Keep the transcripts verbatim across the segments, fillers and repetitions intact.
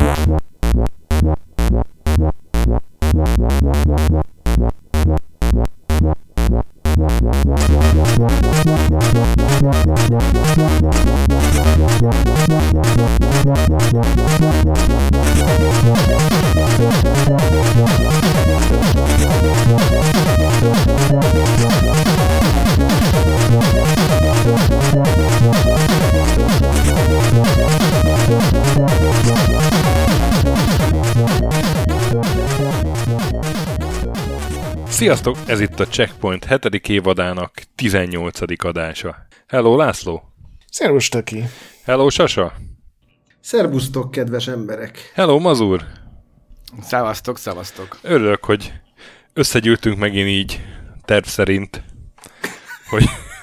Sziasztok! Ez itt a Checkpoint hetedik évadának tizennyolcadik adása. Hello, László! Szervusz, Töki! Hello, Sasa! Szervusztok, kedves emberek! Hello, Mazur! Szávasztok, szávasztok! Örülök, hogy összegyűltünk megint így terv szerint, hogy...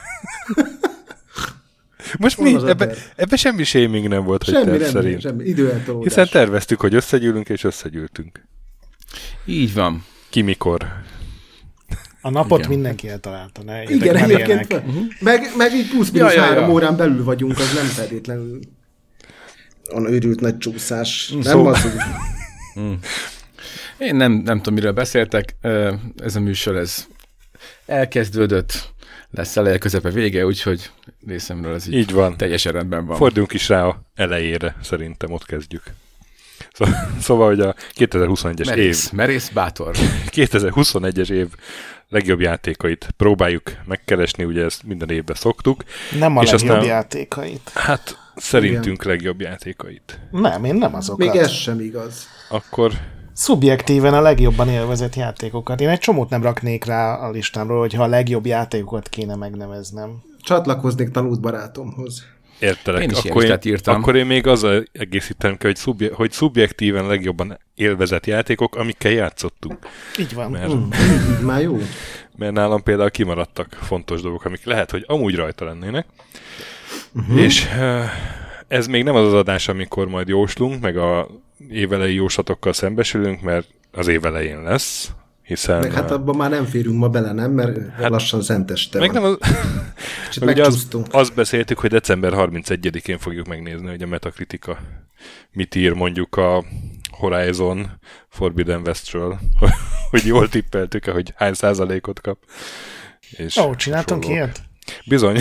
Most mi? Ebben ebbe semmi shaming nem volt, semmi, hogy terv nem, szerint. Semmi, időeltolódás. Hiszen terveztük, hogy összegyűlünk, és összegyűltünk. Így van. Ki mikor? A napot Igen. mindenki eltalálta. Ne, Igen, egyébként. Uh-huh. Meg, meg így plusz-minusz ja, ja, három ja. órán belül vagyunk, az nem feltétlenül olyan őrült nagy csúszás. Mm, nem szó... az mm. Én nem, nem tudom, miről beszéltek. Ez a műsor, ez elkezdődött, lesz eleje, közepe, vége, úgyhogy részemről ez így, így van. Teljesen rendben van. Forduljunk is rá a elejére, szerintem ott kezdjük. Szóval, hogy a kétezer-huszonegyes merész, év... Merész bátor. kétezer-huszonegyes év legjobb játékait próbáljuk megkeresni, ugye ezt minden évben szoktuk. Nem a és legjobb aztán, játékait. Hát szerintünk igen. legjobb játékait. Nem, én nem azokat. Még ez sem igaz. Akkor... Szubjektíven a legjobban élvezett játékokat. Én egy csomót nem raknék rá a listámról, hogyha a legjobb játékokat kéne megneveznem. Csatlakoznék tanult barátomhoz. Értelek. Én is akkor, én, írtam. akkor én még azzal egészítem ki, hogy, szubje, hogy szubjektíven legjobban élvezett játékok, amikkel játszottunk. Így van. Mert, mm, már jó. Mert nálam például kimaradtak fontos dolgok, amik lehet, hogy amúgy rajta lennének. Uh-huh. És ez még nem az az adás, amikor majd jóslunk, meg a évelei jóslatokkal szembesülünk, mert az évelején lesz. Hiszen, meg hát abban már nem férünk ma bele, nem? Mert hát, lassan szenteste meg van. Nem az, meg az, azt beszéltük, hogy december harmincegyedikén fogjuk megnézni, hogy a Metacritica mit ír mondjuk a Horizon Forbidden Westről, hogy jól tippeltük-e, hogy hány százalékot kap. Ó, oh, csináltunk ilyet? Bizony.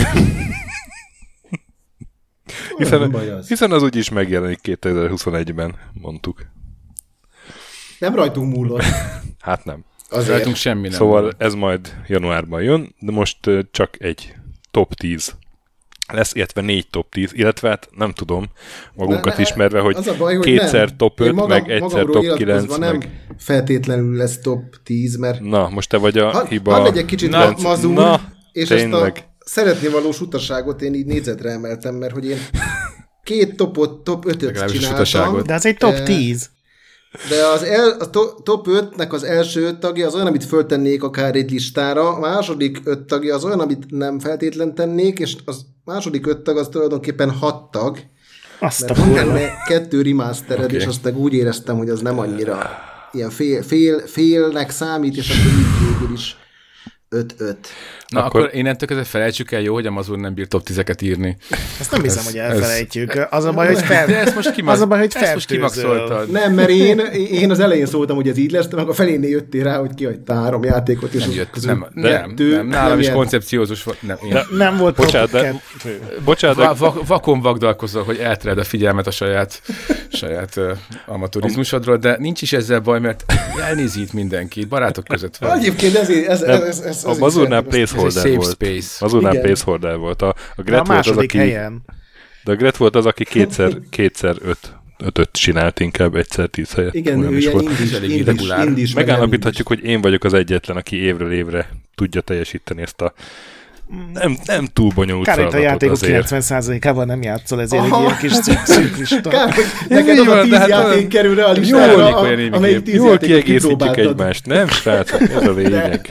hiszen, hiszen az úgyis megjelenik kétezer-huszonegyben, mondtuk. Nem rajtunk múlott. Hát nem. Az rajtunk semmi nem. Szóval ez majd januárban jön, de most csak egy top tíz lesz, illetve négy top tíz, illetve hát nem tudom magunkat ne, ne, ismerve, hogy, baj, hogy kétszer nem. top öt, magam, meg egyszer top kilenc. Nem meg... feltétlenül lesz top tíz, mert... Na, most te vagy a ha, hiba... Hadd legyek kicsit na, mazul, na, és tényleg. Ezt a szeretni valós utaságot én így négyzetre emeltem, mert hogy én két topot, top ötöt csináltam. De az egy top tíz. De az el, a to, top ötnek az első öt tagja az olyan, amit föltennék akár egy listára, a második öt tagja az olyan, amit nem feltétlen tennék, és az második öt tag az tulajdonképpen hat tag, azt mert van benne kettő remastered, okay. És azt meg úgy éreztem, hogy az nem annyira ilyen fél, fél, félnek számít, és akkor így végül is öt öt. Na akkor, akkor innentől kezdve felejtsük el, jó, hogy a Mazur nem bír top tízeket írni. Ezt nem hiszem, ez, hogy elfelejtjük. Ez, az a baj, hogy fel... De ezt most kimag... az a baj, hogy feltűzöl. Nem, mert én, én az elején szóltam, hogy ez így lesz, de meg a felénél jöttél rá, hogy kihagyta három játékot. És nem jött, nem, nem, nem, nem, nálam is koncepciózus volt. Nem, de, nem volt bocsánat, top de, bocsánat, va, va, vakon vagdalkozol, hogy eltered a figyelmet a saját, saját uh, amaturizmusodról, de nincs is ezzel baj, mert elnézít mindenki, barátok között van. Egyébként ez, ez, ez, ez, ez a Mazurnál placeholder volt. Mazurnál placeholder volt. A, a Gret volt az, aki... Helyen. De a Gret volt az, aki kétszer, kétszer öt, ötöt csinált, inkább egyszer tíz helyet. Igen, ő ilyen indis, indis, indis. Megállapíthatjuk, hogy én vagyok az egyetlen, aki évről évre tudja teljesíteni ezt a nem, nem túl bonyolult feladatot azért. Kár, a játékok kilencven százalékában nem játszol, ezért aha, egy ilyen kis sziklista. Kár, hogy neked az a tíz hát játék kerül a listára, amelyik tíz jól kiegészítjük egymást, nem, srácok? Ez a lényeg.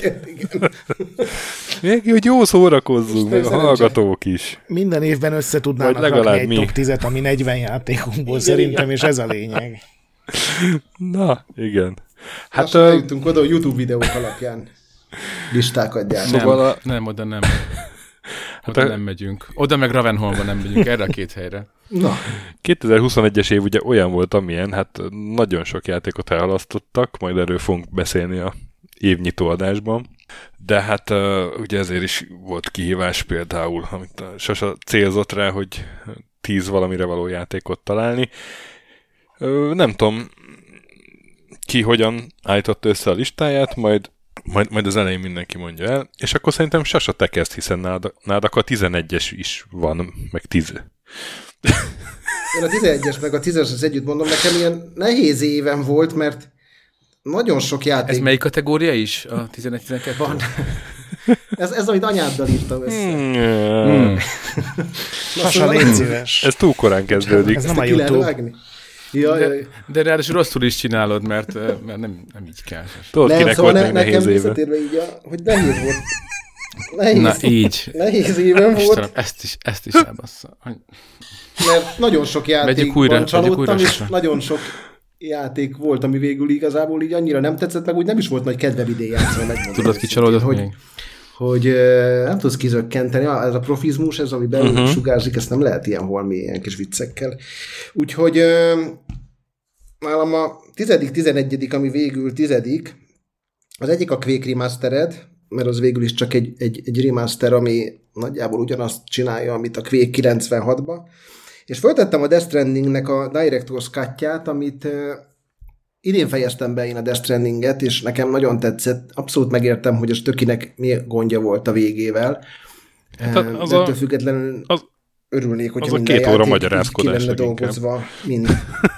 Még, hogy jó szórakozzunk, meg a hallgatók is. Minden évben össze tudnának rakni egy top tízet, ami negyven játékunkból szerintem, és ez a lényeg. Na, igen. Hát eljutunk oda a YouTube videók alapján. Listákat gyártunk. Nem, szóval a... nem, oda nem. Oda nem megyünk. Oda meg Ravenholmba nem megyünk, erre a két helyre. Na. kétezer-huszonegyes év ugye olyan volt, amilyen, hát nagyon sok játékot elhalasztottak, majd erről fogunk beszélni a évnyitó adásban. De hát uh, ugye ezért is volt kihívás például, amit a Sasa célzott rá, hogy tíz valamire való játékot találni. Uh, nem tudom, ki hogyan állította össze a listáját, majd, majd, majd az elején mindenki mondja el, és akkor szerintem Sasa, te kezd, hiszen nálad, nálad a tizenegyes is van, meg tíz. Én a tizenegyes meg a tízes az együtt mondom, nekem ilyen nehéz éven volt, mert nagyon sok játék... Ez melyik kategória is? A tizenegy tizenkettő? Van. ez, ez, amit anyáddal írtam össze. Hmm. Sasa, légy szíves. Ez túl korán kezdődik. Ez nem a YouTube. Ja, de, de ráadásul rosszul is csinálod, mert, mert nem, nem így kell. Tudod, nem, kinek szóval volt ne, még nehéz éve? Nekem így, a, hogy nehéz volt. Nehéz, Na így. Nehéz éven volt. Istenem, ezt is, ezt is elbassza. Mert nagyon sok játékban újra, csalódtam, és nagyon sok játék volt, ami végül igazából így annyira nem tetszett, meg úgy nem is volt nagy kedvem idén játszani. Tudod, ki csalódott hogy, még? Hogy nem tudsz kizökkenteni, ez a profizmus, ez ami belül uh-huh. sugárzik, ezt nem lehet ilyen holmi, ilyen kis viccekkel. Úgyhogy nálam a tizedik, tizenegyedik, ami végül tizedik, az egyik a Quake Remastered, mert az végül is csak egy, egy, egy remaster, ami nagyjából ugyanazt csinálja, amit a Quake kilencvenhatban. És föltettem a Death Strandingnek a Director's Cut-ját, amit uh, idén fejeztem be én a Death Strandinget, és nekem nagyon tetszett. Abszolút megértem, hogy a Stökinek mi gondja volt a végével. Hát uh, az de a, ettől függetlenül az, örülnék, hogyha minden minden két óra játék ki lenne magyarázkodás dolgozva. Mind.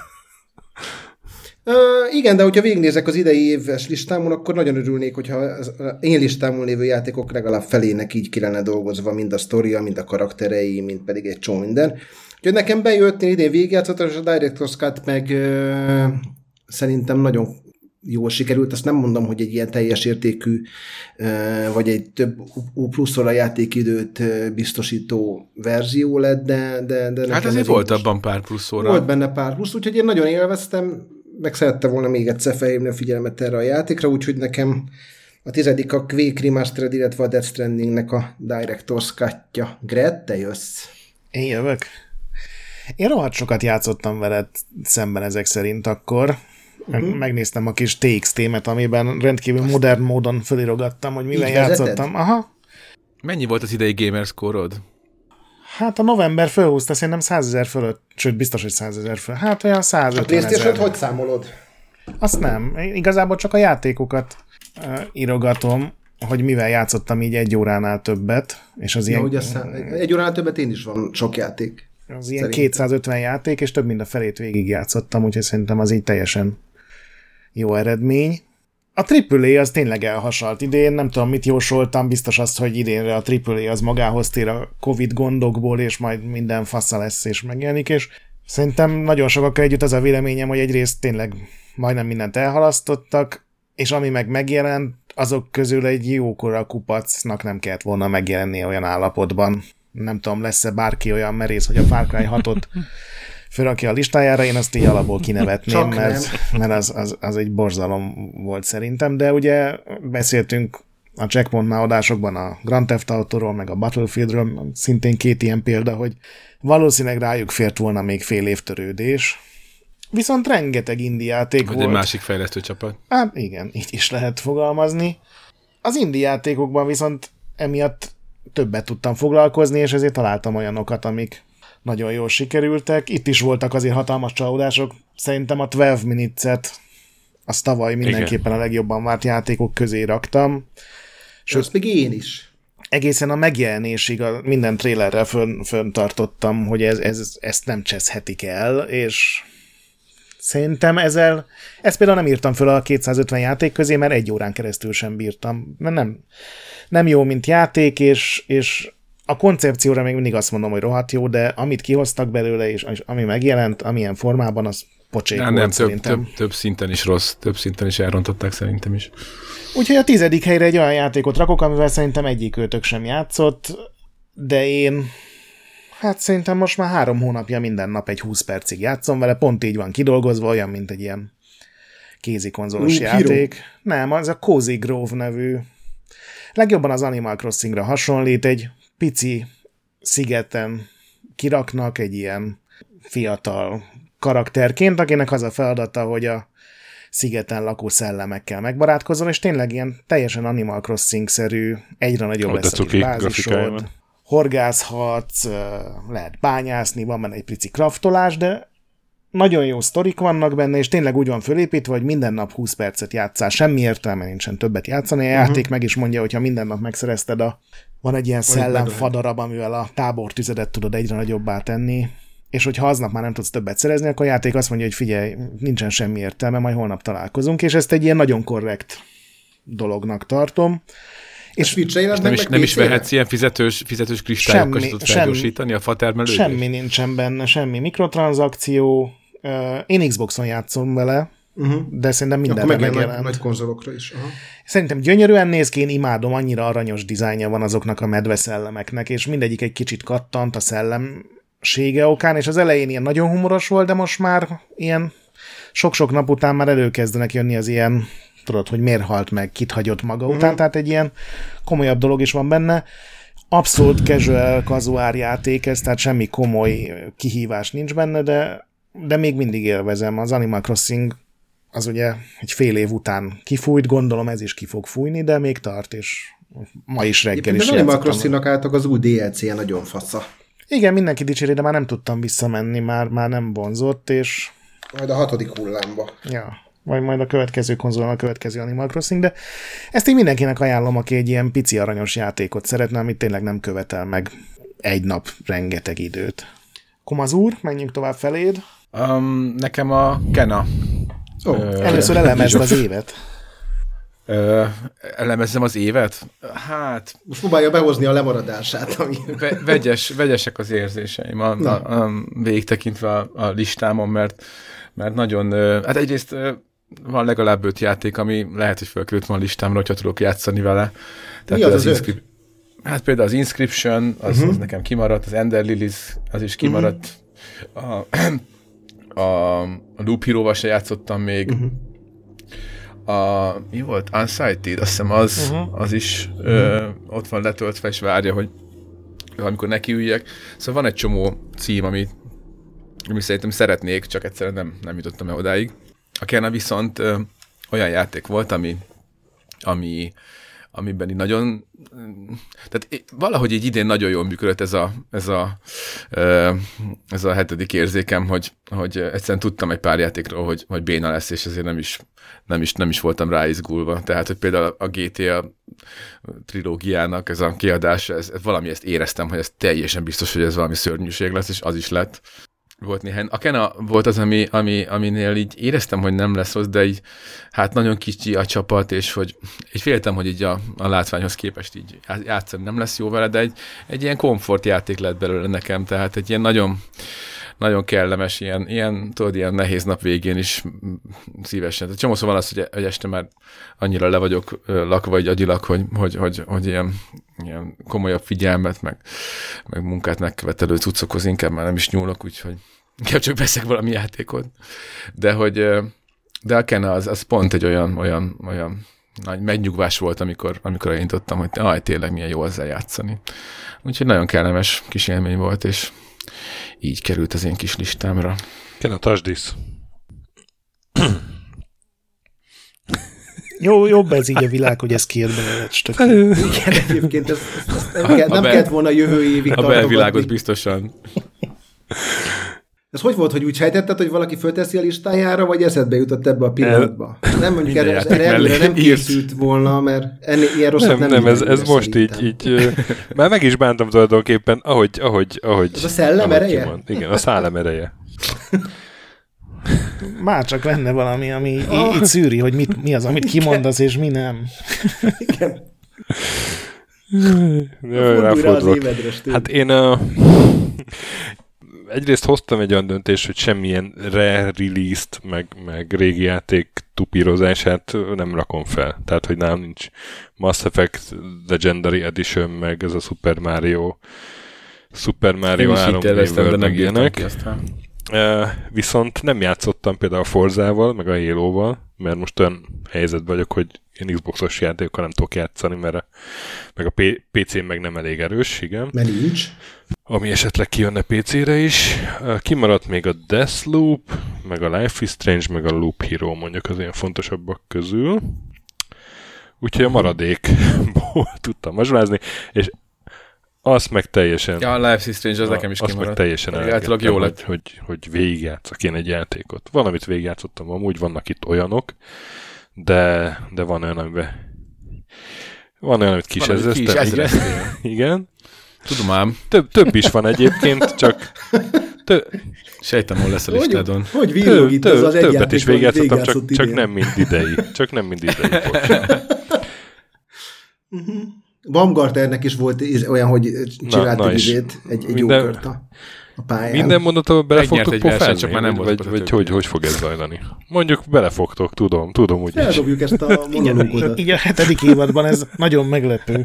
Uh, igen, de hogyha végignézek az idei éves listámon, akkor nagyon örülnék, hogyha az én listámon lévő játékok legalább felének így ki lenne dolgozva, mind a sztoria, mind a karakterei, mind pedig egy csomó minden. Úgyhogy nekem bejött, én idén végigjátszottam, és a Director's Cut meg uh, szerintem nagyon jól sikerült. Azt nem mondom, hogy egy ilyen teljes értékű, uh, vagy egy több plusz óra játékidőt uh, biztosító verzió lett, de... de, de hát azért volt abban pár plusz óra. Volt benne pár plusz, úgyhogy én nagyon élveztem, meg szerette volna még egyszer felhívni a figyelmet erre a játékra, úgyhogy nekem a tizedik a Quake Remastered, illetve a Death Strandingnek a Director's Cut-ja. Gret, te jössz? Én jövök. Én rohadt sokat játszottam veled szemben ezek szerint akkor. Uh-huh. Megnéztem a kis té iksz té-met, amiben rendkívül modern módon fölirogattam, hogy mivel játszottam. Aha. Mennyi volt az idei gamerscore-od? Hát a november fölhúzta szerintem százezer fölött, sőt biztos, hogy százezer fölött. Hát olyan százötven ezer. A PlayStation-t hogy számolod? Azt nem. Igazából csak a játékokat uh, írogatom, hogy mivel játszottam így egy óránál többet. És az ja, ilyen, aztán, egy óránál többet én is van sok játék. Az ilyen kétszázötven játék, és több mint a felét végig játszottam, úgyhogy szerintem az így teljesen jó eredmény. A á á á az tényleg elhasalt idén, nem tudom, mit jósoltam, biztos azt, hogy idénre a á á á az magához tér a Covid gondokból, és majd minden fassa lesz, és megjelenik, és szerintem nagyon sokakkal együtt az a véleményem, hogy egyrészt tényleg majdnem mindent elhalasztottak, és ami meg megjelent, azok közül egy jókora kupacnak nem kellett volna megjelenni olyan állapotban. Nem tudom, lesz-e bárki olyan merész, hogy a Far Cry hatot fölrakja a listájára, én azt így alapból kinevetném, mert, mert az, az, az egy borzalom volt szerintem, de ugye beszéltünk a Checkpointnál adásokban a Grand Theft Autóról, meg a Battlefieldről, szintén két ilyen példa, hogy valószínűleg rájuk fért volna még fél év törődés. Viszont rengeteg indie játék vagy volt. egy másik fejlesztő csapat. Hát igen, így is lehet fogalmazni. Az indie játékokban viszont emiatt többet tudtam foglalkozni, és ezért találtam olyanokat, amik nagyon jól sikerültek. Itt is voltak azért hatalmas csalódások. Szerintem a tizenegy Minutes-et azt tavaly mindenképpen igen. a legjobban várt játékok közé raktam. Sőt, azt még én is. Egészen a megjelenésig a minden trailerrel fönn, fönn tartottam, hogy ez, ez, ezt nem cseszhetik el, és szerintem ezzel, ezt például nem írtam föl a kétszázötven játék közé, mert egy órán keresztül sem bírtam. Mert nem, nem jó, mint játék, és, és a koncepcióra még mindig azt mondom, hogy rohadt jó, de amit kihoztak belőle, és ami megjelent, amilyen formában, az pocsék nem, volt nem, szerintem. Több, több, több szinten is rossz, több szinten is elrontották szerintem is. Úgyhogy a tizedik helyre egy olyan játékot rakok, amivel szerintem egyik őtök sem játszott, de én hát szerintem most már három hónapja minden nap egy húsz percig játszom vele, pont így van kidolgozva, olyan, mint egy ilyen kézikonzolos uh, játék. Hero. Nem, az a Cozy Grove nevű. Legjobban az Animal Crossingra hasonlít, egy pici szigeten kiraknak egy ilyen fiatal karakterként, akinek az a feladata, hogy a szigeten lakó szellemekkel megbarátkozzon, és tényleg ilyen teljesen Animal Crossing-szerű, egyre nagyobb lesz a bázisod, horgászhatsz, lehet bányászni, van benne egy pici kraftolás, de nagyon jó sztorik vannak benne, és tényleg úgy van fölépítve, hogy minden nap húsz percet játszál, semmi értelme nincsen többet játszani. A uh-huh. játék meg is mondja, hogyha minden nap megszerezted a... Van egy ilyen szellemfadarab, amivel a tábortüzedet tudod egyre nagyobbá tenni, és hogyha aznap már nem tudsz többet szerezni, akkor a játék azt mondja, hogy figyelj, nincsen semmi értelme, majd holnap találkozunk, és ezt egy ilyen nagyon korrekt dolognak tartom. És, és nem, is, nem is vehetsz ilyen fizetős, fizetős kristályokkal, hogy tudod felgyorsítani a fatermelődést? Semmi nincsen benne, semmi mikrotranszakció. Én Xboxon játszom vele, uh-huh. de szerintem mindenre megjelent. Nagy, nagy konzolokra is. Aha. Szerintem gyönyörűen néz ki, én imádom, annyira aranyos dizájnja van azoknak a medveszellemeknek, és mindegyik egy kicsit kattant a szellemsége okán, és az elején ilyen nagyon humoros volt, de most már ilyen sok-sok nap után már előkezdenek jönni az ilyen, tudod, hogy miért halt meg, kit hagyott maga uh-huh. után, tehát egy ilyen komolyabb dolog is van benne. Abszolút casual, kazuár játék ez, tehát semmi komoly kihívás nincs benne, de, de még mindig élvezem. Az Animal Crossing az ugye egy fél év után kifújt, gondolom ez is ki fog fújni, de még tart, és ma is reggel is játszottam. De Animal Crossingnak álltak az új dé el cé-je nagyon fasza. Igen, mindenki dicséri, de már nem tudtam visszamenni, már, már nem vonzott, és... Majd a hatodik hullámba. Ja, vagy majd a következő konzolon a következő Animal Crossing, de ezt én mindenkinek ajánlom, aki egy ilyen pici aranyos játékot szeretne, amit tényleg nem követel meg egy nap rengeteg időt. Komaz úr, menjünk tovább feléd. Um, nekem a Kena. Oh, uh, először elemezd az évet. Uh, elemezzem az évet? Hát... Most próbálja behozni a lemaradását. Ami... Ve- vegyes, vegyesek az érzéseim a, a, a végigtekintve a, a listámon, mert, mert nagyon... Uh, hát egyrészt uh, van legalább öt játék, ami lehet, hogy felkerült van a listámra, hogyha tudok játszani vele. Tehát mi az az, az inscri- Hát például az Inscription, az, uh-huh. az nekem kimaradt, az Ender Lilies, az is kimaradt. Uh-huh. A, a, a Loop Hero-val se játszottam még. Uh-huh. A, mi volt? Unsighted, azt hiszem az, uh-huh. az is uh-huh. ö, ott van letöltve, és várja, hogy amikor nekiüljek. Szóval van egy csomó cím, ami, ami szerintem szeretnék, csak egyszerűen nem, nem jutottam el odáig. A Kena viszont ö, olyan játék volt, ami, ami amiben így nagyon... Tehát valahogy így idén nagyon jól működött ez a, ez a, ez a hetedik érzékem, hogy, hogy egyszerűen tudtam egy pár játékról, hogy, hogy béna lesz, és ezért nem is, nem is, nem is voltam ráizgulva. Tehát, hogy például a gé té á trilógiának ez a kiadása, ez, valami ezt éreztem, hogy ez teljesen biztos, hogy ez valami szörnyűség lesz, és az is lett. Volt néhány. A Kena volt az, ami, ami, aminél így éreztem, hogy nem lesz rossz, de így hát nagyon kicsi a csapat, és hogy így féltem, hogy így a, a látványhoz képest így játszani nem lesz jó vele, de egy, egy ilyen komfortjáték lett belőle nekem, tehát egy ilyen nagyon, nagyon kellemes, ilyen, ilyen, tudod, ilyen nehéz nap végén is szívesen. Tehát csomószor van az, hogy, hogy este már annyira le vagyok lakva, vagy agyilag, hogy, hogy, hogy, hogy ilyen, ilyen komolyabb figyelmet, meg, meg munkát megkövetelő cuccokhoz inkább már nem is nyúlok, úgyhogy inkább csak veszek valami játékot. De hogy de a Kena az, az pont egy olyan, olyan, olyan nagy megnyugvás volt, amikor, amikor elindítottam, hogy aj, tényleg milyen jó ezzel játszani. Úgyhogy nagyon kellemes kis élmény volt, és így került az én kis listámra. Kena, tartsd is. Jó, jobb ez így a világ, hogy ez két belőled. Igen, egyébként ez, ez nem, kell, nem be, kellett volna jövő évig a belvilágot biztosan. Ez hogy volt, hogy úgy sejtetted, hogy valaki fölteszi a listájára, vagy eszedbe jutott ebbe a pillanatba? Nem mondjuk erre, erre előre nem készült volna, mert ennél ilyen rosszat nem Nem, nem ez, ez most így, így már meg is bántam tulajdonképpen, ahogy, ahogy, ahogy az a szellem ereje? Kimond. Igen, a szellem ereje. Már csak lenne valami, ami oh. így szűri, hogy mit, mi az, amit kimondasz, és mi nem. Igen. Jaj, hát én uh, egyrészt hoztam egy olyan döntést, hogy semmilyen re-release-t, meg, meg régi játék tupírozását nem rakom fel. Tehát, hogy nálam nincs Mass Effect Legendary Edition, meg ez a Super Mario Super Mario három névvel, meg ilyenek. Uh, viszont nem játszottam például a Forzával, meg a Halo-val, mert most olyan helyzetben vagyok, hogy én Xboxos játékokkal nem tudok játszani, mert a, meg a pé cén meg nem elég erős, igen. Mert nincs. Ami esetleg kijönne pé cére is. Kimaradt még a Deathloop, meg a Life is Strange, meg a Loop Hero, mondjuk az ilyen fontosabbak közül. Úgyhogy a maradékból tudtam mazsolázni, és azt meg teljesen... Ja, a Life is Strange, az a, nekem is kimaradt. Azt meg teljesen elengedtem, jó hogy, hogy, hogy végigjátszak én egy játékot. Valamit végigjátszottam amúgy, vannak itt olyanok, de, de van olyan, amiben... Van olyan, amit kisezeztem. Igen. Igen. Tudom ám. Több, több is van egyébként, csak... Tö... Sejtem, hol lesz a listádon. Hogy, hogy villog itt az az egy többet is végigjátszottam, csak, idén. csak nem mind idei. Csak nem mind idei. Baumgartnernek is volt olyan, hogy csinált egy izét, egy, egy minden, jókört a, a pályán. Minden mondatban bele fogtok pofálni? Csak már nem vagy vagy, vagy hogy, hogy fog ez zajlani? Mondjuk belefogtok, tudom, tudom úgy. Feldobjuk ezt a monológodat. Igen, a hetedik évadban ez nagyon meglepő.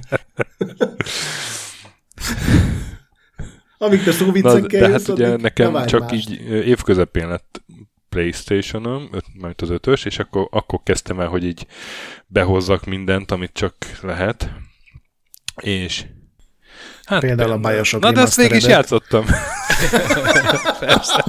Amíg te szóviccekkel de jössz, hát ugye nekem csak mást. így évközepén lett PlayStation-om, majd az ötös, és akkor, akkor kezdtem el, hogy így behozzak mindent, amit csak lehet. És... Hát, például a Bioshock Na, de ezt végig is játszottam. Persze.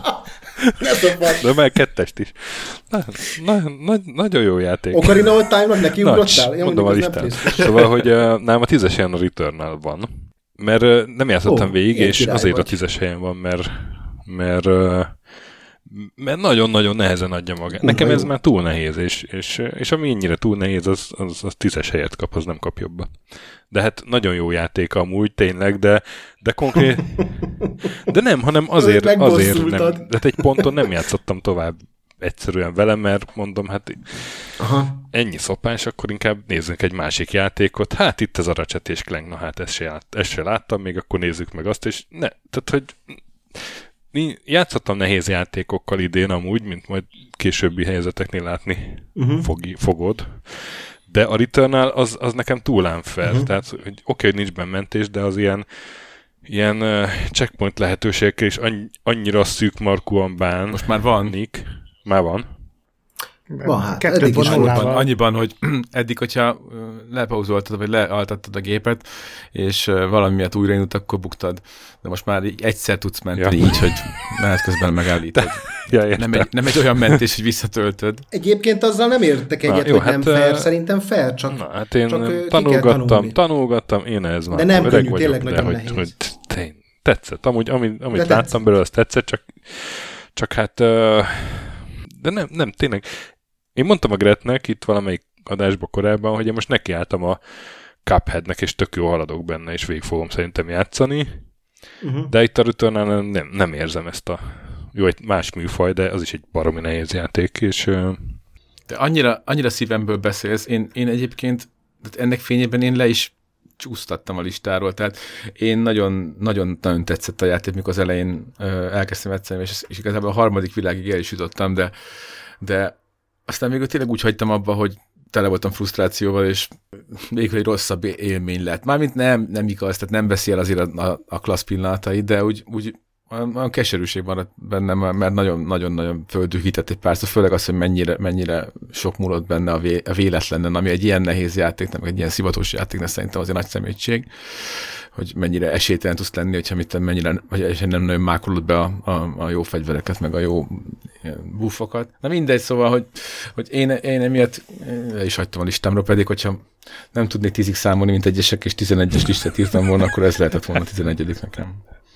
De meg kettest is. Na, na, na, nagyon jó játék. Ocarina of Time-nak nekiugrottál? Ja, mondom a listán. Szóval, hogy uh, nálam a tízes helyen a Returnal van. Mert uh, nem játszottam oh, végig, és azért vagy. A tízes helyen van, mert mert, uh, mert nagyon-nagyon nehezen adja magát. Uh, Nekem ez jó. Már túl nehéz, és, és, és ami ennyire túl nehéz, az, az, az tízes helyet kap, az nem kap jobban. De hát nagyon jó játék amúgy, tényleg, de, de konkrét... De nem, hanem azért, azért nem. De egy ponton nem játszottam tovább egyszerűen velem, mert mondom, hát aha. Ennyi szopás, akkor inkább nézzünk egy másik játékot. Hát itt ez a Ratchet és Clank, na hát ezt se, lát, ezt se láttam, még akkor nézzük meg azt, és ne, tehát, hogy játszottam nehéz játékokkal idén amúgy, mint majd későbbi helyzeteknél látni uh-huh. fog, fogod. De a Returnal az, az nekem túl unfair. Uh-huh. Tehát, hogy oké, okay, hogy nincs benne mentés, de az ilyen, ilyen uh, checkpoint lehetőségekkel is annyi, annyira szűk markúan bán. Most már van. Nick. Már van. Van, hát. Eddig is annyiban, annyiban, hogy eddig, hogyha lepauzoltad, vagy lealtattad a gépet, és valami miatt újraindult, akkor buktad. De most már egyszer tudsz menteni, ja. Így, hogy mehet közben megállítod. Ja, nem, egy, nem egy olyan mentés, hogy visszatöltöd. Egyébként azzal nem értek egyet, na, jó, hogy hát, nem fair. Szerintem fair, csak, na, hát én csak tanulgattam, tanulgattam, én ez már. De nem könnyű, vagyok, tényleg de nagyon hogy, nehéz. Hogy, hogy tetszett. Amúgy, amit, amit láttam belőle, az tetszett, csak, csak hát uh, de nem, nem, tényleg. Én mondtam a Gretnek itt valamelyik adásban korábban, hogy én most nekiálltam a Cupheadnek, és tök jó haladok benne, és végig fogom szerintem játszani. Uh-huh. De itt a Returnal nem, nem érzem ezt a... Jó, egy más műfaj, de az is egy baromi nehéz játék, és... De annyira, annyira szívemből beszélsz, én, én egyébként ennek fényében én le is csúsztattam a listáról, tehát én nagyon, nagyon, nagyon tetszett a játék, mikor az elején elkezdtem egyszerűen, és, és igazából a harmadik világig el is jutottam, de, de aztán végül tényleg úgy hagytam abba, hogy tele voltam frusztrációval, és végül egy rosszabb élmény lett. Mármint nem, nem igaz, tehát nem veszi el azért a, a, a klassz pillanatait, de úgy, úgy olyan keserűség van bennem, mert nagyon-nagyon földühített egy párszor, főleg az, hogy mennyire, mennyire sok múlott benne a, vé, a véletlenen, ami egy ilyen nehéz játék, meg egy ilyen szivatós játéknak szerintem azért nagy szemétség, hogy mennyire esélytelen tudsz lenni, hogyha mit, mennyire, vagy nem nagyon mákolod be a, a, a jó fegyvereket, meg a jó buffokat. Na mindegy, szóval, hogy, hogy én, én emiatt le is hagytam a listámról, pedig hogyha nem tudnék tízig számolni, mint egyesek, és tizenegyes listát írtam volna, akkor ez lehetett volna tizenegyedik nekem.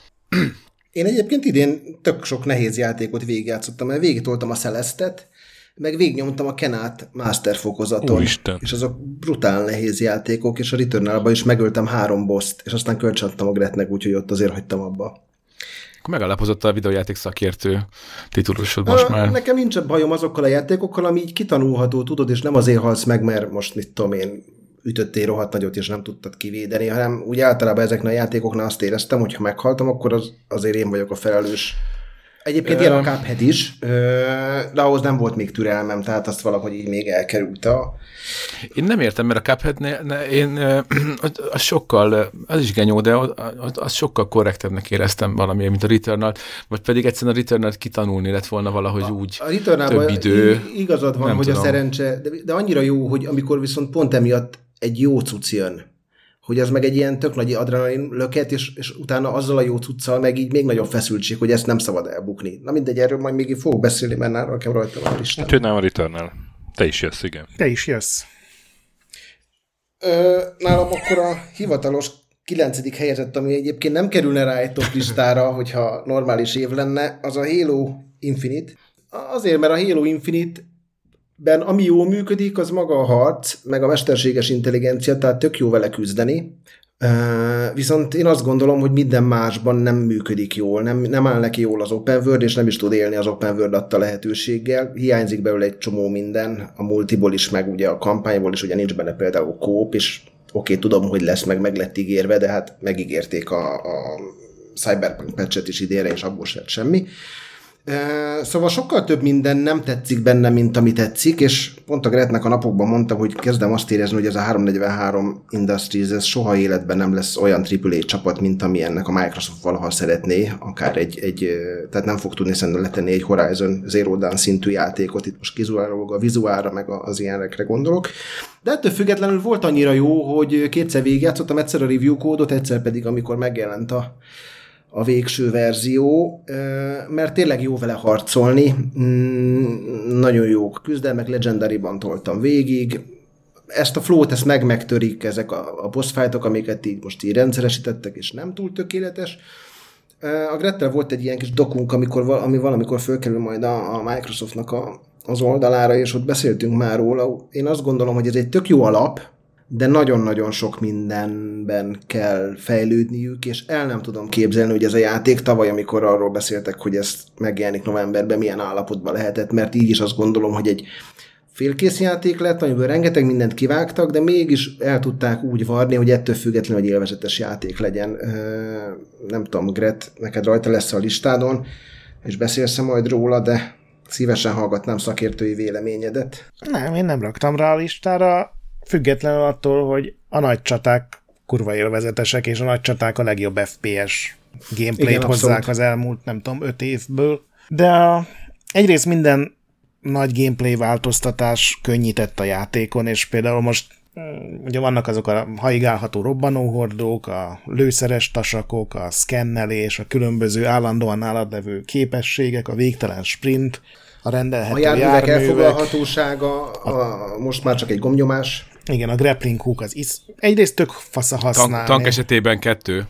Én egyébként idén tök sok nehéz játékot végigjátszottam, mert végigtoltam a Celestet, meg végignyomtam a Kenát Master fokozaton. Úristen. És azok brutál nehéz játékok, és a Returnalban is megöltem három boszt, és aztán kölcsönadtam a Gretnek, úgyhogy ott azért hagytam abba. Akkor megalapozott a videójáték szakértő titulusod most a, már. Nekem nincs bajom azokkal a játékokkal, ami így kitanulható, tudod, és nem azért halsz meg, mert most mit tudom én, ütöttél rohadt nagyot, és nem tudtad kivédeni, hanem úgy általában ezeknél a játékoknál azt éreztem, hogy ha meghaltam, akkor az, azért én vagyok a felelős Egyébként ilyen a Cuphead is, de ahhoz nem volt még türelmem, tehát azt valahogy így még elkerült a... Én nem értem, mert a Cuphead, ne, ne, én, az sokkal, az is genyó, de az, az sokkal korrektebbnek éreztem valamiért, mint a Returnal, vagy pedig egyszerűen a Returnal kitanulni lett volna valahogy a, úgy a több idő. Igazad van, hogy tudom. A szerencse, de, de annyira jó, hogy amikor viszont pont emiatt egy jó cucc jön, hogy az meg egy ilyen tök nagy adrenalin löket, és, és utána azzal a jó cuccal meg így még nagyobb feszültség, hogy ezt nem szabad elbukni. Na mindegy, erről majd még fogok beszélni, mert nálam nekem rajta van a listán. Úgyhogy nem a Returnal. Te is jössz, igen. Te is jössz. Ö, nálam akkor a hivatalos kilencedik helyezett, ami egyébként nem kerülne rá egy top listára, hogyha normális év lenne, az a Halo Infinite. Azért, mert a Halo Infinite ben ami jól működik, az maga a harc, meg a mesterséges intelligencia, tehát tök jó vele küzdeni. Uh, viszont én azt gondolom, hogy minden másban nem működik jól, nem, nem áll neki jól az open world, és nem is tud élni az open world adta lehetőséggel. Hiányzik belőle egy csomó minden, a multiból is, meg ugye a kampányból is, ugye nincs benne például kóp, és oké, okay, tudom, hogy lesz, meg meg lett ígérve, de hát megígérték a, a Cyberpunk patchet is idénre, és abból sem lett semmi. Szóval sokkal több minden nem tetszik benne, mint ami tetszik, és pont a Gretnek a napokban mondtam, hogy kezdem azt érezni, hogy ez a háromszáznegyvenhárom Industries, ez soha életben nem lesz olyan á á á csapat, mint ami ennek a Microsoft valaha szeretné, akár egy, egy tehát nem fog tudni szerintem letenni egy Horizon Zero Dawn szintű játékot, itt most kizárólag a vizuálra, meg az ilyenekre gondolok. De ettől függetlenül volt annyira jó, hogy kétszer végigjátszottam, egyszer a review kódot, egyszer pedig, amikor megjelent a a végső verzió, mert tényleg jó vele harcolni, nagyon jók küzdelmek, Legendary-ban toltam végig, ezt a flow-t, ezt meg megtörik ezek a, a boss fight-ok, amiket így most így rendszeresítettek, és nem túl tökéletes. A Grettel volt egy ilyen kis dokunk, amikor, ami valamikor fölkerül majd a, a Microsoftnak a, az oldalára, és ott beszéltünk már róla. Én azt gondolom, hogy ez egy tök jó alap, de nagyon-nagyon sok mindenben kell fejlődniük, és el nem tudom képzelni, hogy ez a játék tavaly, amikor arról beszéltek, hogy ez megjelenik novemberben, milyen állapotban lehetett, mert így is azt gondolom, hogy egy félkész játék lett, amiből rengeteg mindent kivágtak, de mégis el tudták úgy varni, hogy ettől függetlenül egy élvezetes játék legyen. Nem tudom, Gret, neked rajta lesz a listádon, és beszélsz majd róla, de szívesen hallgatnám szakértői véleményedet. Nem, én nem raktam rá a listára, függetlenül attól, hogy a nagy csaták kurva élvezetesek, és a nagy csaták a legjobb ef pé es gameplayt hozzák abszolút az elmúlt, nem tudom, öt évből. De a, egyrészt minden nagy gameplay változtatás könnyített a játékon, és például most ugye vannak azok a haigálható robbanóhordók, a lőszeres tasakok, a szkennelés, a különböző állandóan nálad levő képességek, a végtelen sprint, a rendelhető a járművek. A járművek elfoglalhatósága, a, most már csak egy gombnyomás. Igen, a grappling hook az is egyrészt tök fasz a használni. Tank, tank esetében kettő.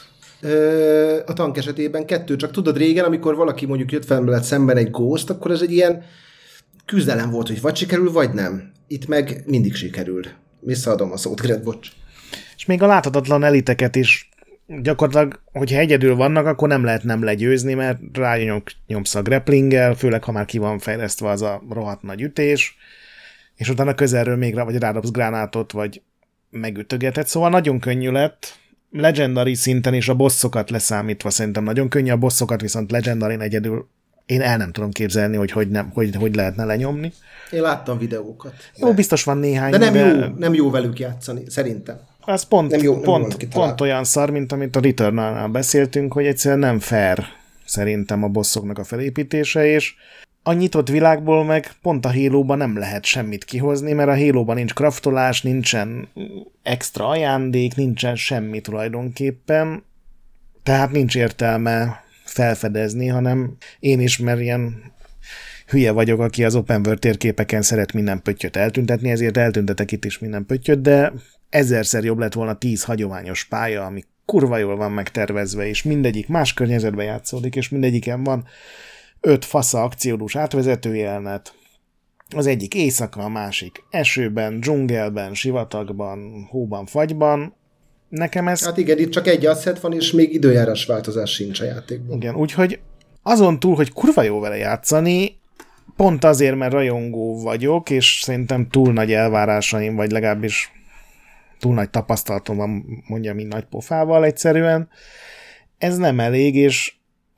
Ö, a tank esetében kettő, csak tudod régen, amikor valaki mondjuk jött fel veled szemben egy Ghost, akkor ez egy ilyen küzdelem volt, hogy vagy sikerül, vagy nem. Itt meg mindig sikerül. Visszaadom a szót, Gret, bocs. És még a láthatatlan eliteket is gyakorlatilag, hogyha egyedül vannak, akkor nem lehet nem legyőzni, mert rányomsz a grapplinggel, főleg ha már ki van fejlesztve az a rohadt nagy ütés, és utána közelről még rá, vagy rádobsz gránátot, vagy megütögeted. Szóval nagyon könnyű lett. Legendary szinten és a bosszokat leszámítva szerintem nagyon könnyű, a bosszokat viszont Legendary egyedül én el nem tudom képzelni, hogy hogy, nem, hogy, hogy lehetne lenyomni. Én láttam videókat. Jó, de... biztos van néhány. De nem, de... Jó, nem jó velük játszani, szerintem. Az pont, nem jó, nem pont, pont olyan szar, mint amit a Returnal-nál beszéltünk, hogy egyszerűen nem fair szerintem a bosszoknak a felépítése, és a nyitott világból meg pont a Halo-ban nem lehet semmit kihozni, mert a Halo-ban nincs kraftolás, nincsen extra ajándék, nincsen semmi tulajdonképpen, tehát nincs értelme felfedezni, hanem én is, mert ilyen hülye vagyok, aki az open world térképeken szeret minden pöttyöt eltüntetni, ezért eltüntetek itt is minden pöttyöt, de ezerszer jobb lett volna tíz hagyományos pálya, ami kurva jól van megtervezve, és mindegyik más környezetben játszódik, és mindegyiken van öt fasza akciódús átvezető jelenet. Az egyik éjszaka, a másik esőben, dzsungelben, sivatagban, hóban, fagyban. Nekem ez... Hát igen, itt csak egy asset van, és még időjárás változás sincs a játékban. Igen, úgyhogy azon túl, hogy kurva jó vele játszani, pont azért, mert rajongó vagyok, és szerintem túl nagy elvárásaim, vagy legalábbis túl nagy tapasztalatom van, mondjam, így nagy pofával egyszerűen. Ez nem elég, és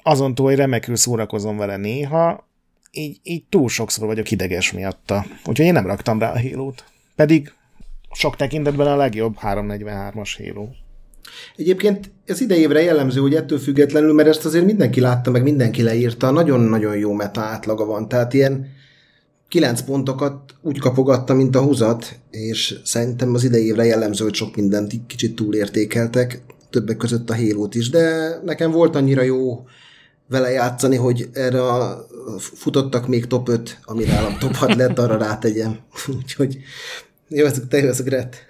azon túl, hogy remekül szórakozom vele néha, így, így túl sokszor vagyok ideges miatta. Úgyhogy én nem raktam rá a Halo-t. Pedig sok tekintetben a legjobb háromszáznegyvenhármas Halo. Egyébként ez idejévre jellemző, hogy ettől függetlenül, mert ezt azért mindenki látta, meg mindenki leírta, nagyon-nagyon jó meta átlaga van. Tehát ilyen kilenc pontokat úgy kapogatta, mint a húzat, és szerintem az idejévre jellemző, hogy sok mindent kicsit túlértékeltek, többek között a Halo-t is, de nekem volt annyira jó vele játszani, hogy erre a futottak még top öt, ami nálam top hat lett, arra rátegyem. Úgyhogy jó, ez te jössz, Gret.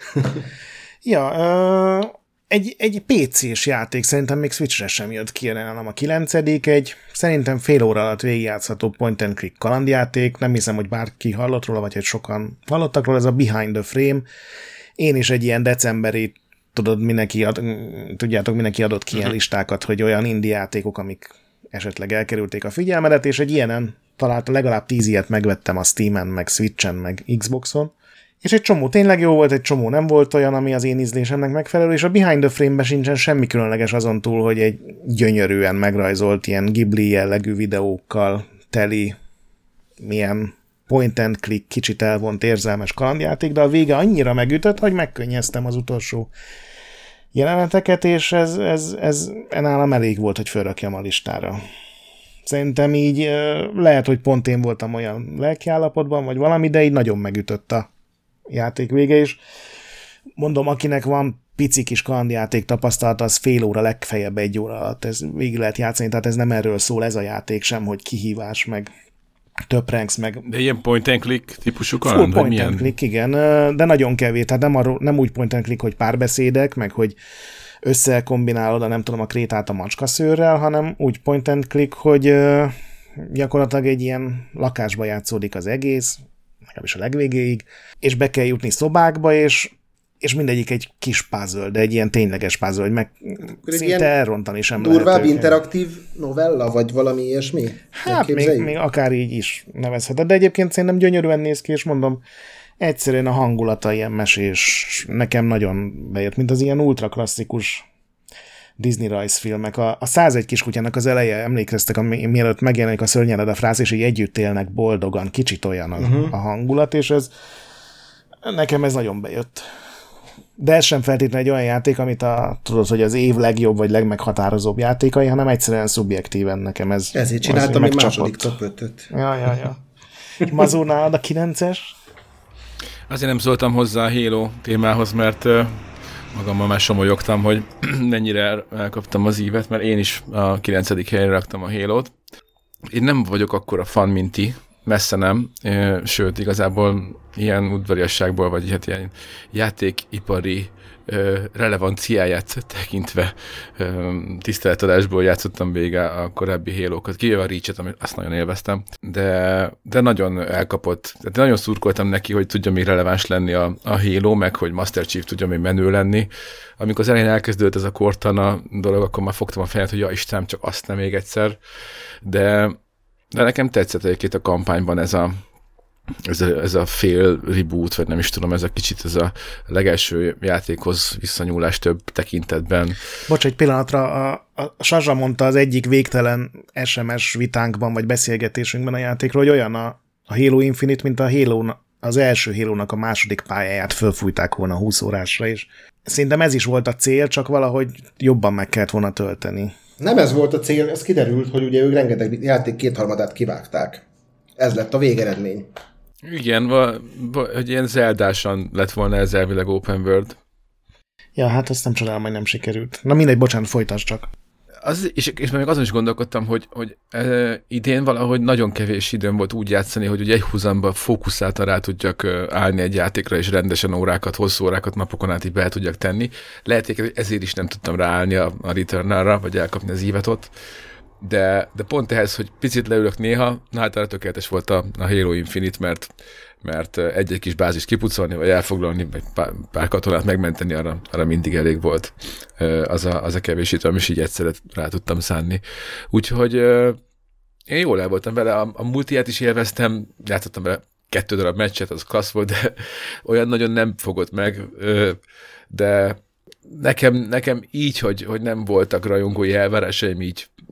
Ja, ö, egy, egy pé cés játék szerintem még Switchre sem jött ki nálam a kilencedik, egy szerintem fél óra alatt végigjátszható point and click kalandjáték, nem hiszem, hogy bárki hallott róla, vagy hogy sokan hallottak róla, ez a Behind the Frame. Én is egy ilyen decemberi, tudod, mindenki ad, tudjátok, mindenki adott ki ilyen listákat, hogy olyan indie játékok, amik esetleg elkerülték a figyelmedet, és egy ilyenen találta, legalább tíz ilyet megvettem a Steamen, meg Switchen, meg Xboxon, és egy csomó tényleg jó volt, egy csomó nem volt olyan, ami az én ízlésemnek megfelelő, és a Behind the Frame-ben sincsen semmi különleges azon túl, hogy egy gyönyörűen megrajzolt ilyen Ghibli jellegű videókkal teli, milyen point and click, kicsit elvont érzelmes kalandjáték, de a vége annyira megütött, hogy megkönnyeztem az utolsó jeleneteket, és ez, ez, ez nálam elég volt, hogy felrakjam a listára. Szerintem így lehet, hogy pont én voltam olyan lelkiállapotban, vagy valami, de így nagyon megütött a játék vége is. Mondom, akinek van pici kis kalandjáték tapasztalata, az fél óra, legfeljebb egy óra alatt ez végig lehet játszani, tehát ez nem erről szól ez a játék sem, hogy kihívás, meg több ranks, meg... De ilyen point and click típusú kaland? Full point and click, igen, de nagyon kevés, tehát nem, arról, nem úgy point and click, hogy párbeszédek, meg hogy összekombinálod a nem tudom a krétát a macskaszőrrel, hanem úgy point and click, hogy gyakorlatilag egy ilyen lakásba játszódik az egész, legalábbis a legvégéig, és be kell jutni szobákba, és, és mindegyik egy kis puzzle, de egy ilyen tényleges puzzle, hogy meg szinte elrontani sem lehet. Durvább interaktív novella, vagy valami ilyesmi? Hát még, még akár így is nevezheted, de egyébként szerintem gyönyörűen néz ki, és mondom, egyszerűen a hangulata ilyen mesés, nekem nagyon bejött, mint az ilyen ultraklasszikus Disney rajzfilmek. A, a százegy kiskutyának az eleje, emlékeztek, ami, mielőtt megjelenik a szörnyeled a frász, és így együtt élnek boldogan, kicsit olyan a, uh-huh. a hangulat, és ez nekem ez nagyon bejött. De ez sem feltétlenül egy olyan játék, amit a, tudod, hogy az év legjobb, vagy legmeghatározóbb játékai, hanem egyszerűen szubjektíven nekem ez. Ezért csináltam egy második top ötöt. Ja, ja, ja. Mazur, nálad a kilences? Azért nem szóltam hozzá a Halo témához, mert uh, magammal már somolyogtam, hogy mennyire elkaptam az ívet, mert én is a kilencedik helyre raktam a Halo-t. Én nem vagyok akkora fan, mint ti, messze nem, uh, sőt, igazából ilyen udvariasságból, vagy hát ilyen játékipari uh, relevanciáját tekintve uh, tiszteletadásból játszottam végig a korábbi Halo-kat, kivéve a Reach-et, amit azt nagyon élveztem, de, de nagyon elkapott, tehát nagyon szurkoltam neki, hogy tudja még releváns lenni a, a Halo, meg hogy Master Chief tudja még menő lenni. Amikor az elején elkezdődött ez a Cortana dolog, akkor már fogtam a fejet, hogy ja Istenem, csak azt nem még egyszer, de, de nekem tetszett egyébként a kampányban ez a Ez a, ez a fél reboot, vagy nem is tudom, ez a kicsit ez a legelső játékhoz visszanyúlás több tekintetben. Bocs, egy pillanatra, a, a Sazsa mondta az egyik végtelen es em es vitánkban, vagy beszélgetésünkben a játékról, hogy olyan a, a Halo Infinite, mint a Halo, az első Halo-nak a második pályáját fölfújták volna húsz órásra, és szerintem ez is volt a cél, csak valahogy jobban meg kellett volna tölteni. Nem ez volt a cél, ez kiderült, hogy ugye ők rengeteg játék kétharmadát kivágták. Ez lett a végeredmény. Igen, va, va, hogy ilyen zeldásan lett volna ez elvileg open world. Ja, hát ezt nem csodálom, hogy nem sikerült. Na mindegy, bocsánat, folytasd csak. Az, és, és még azon is gondolkodtam, hogy, hogy e, idén valahogy nagyon kevés időm volt úgy játszani, hogy ugye egy húzamban fókuszáltan rá tudjak állni egy játékra, és rendesen órákat, hosszú órákat, napokon át így be tudjak tenni. Lehet, hogy ezért is nem tudtam ráállni a, a Returnalra, vagy elkapni az ívet ott. De, de pont ehhez, hogy picit leülök néha, na hát arra tökéletes volt a, a Halo Infinite, mert, mert egy-egy kis bázist kipucolni, vagy elfoglalni, vagy pár, pár katonát megmenteni, arra, arra mindig elég volt az a, az a kevés idő, is így egyszerre rá tudtam szánni. Úgyhogy én jól el voltam vele, a, a multiát is élveztem, játszottam vele kettő darab meccset, az klassz volt, de olyan nagyon nem fogott meg, de nekem, nekem így, hogy, hogy nem voltak rajongói elvárásaim, így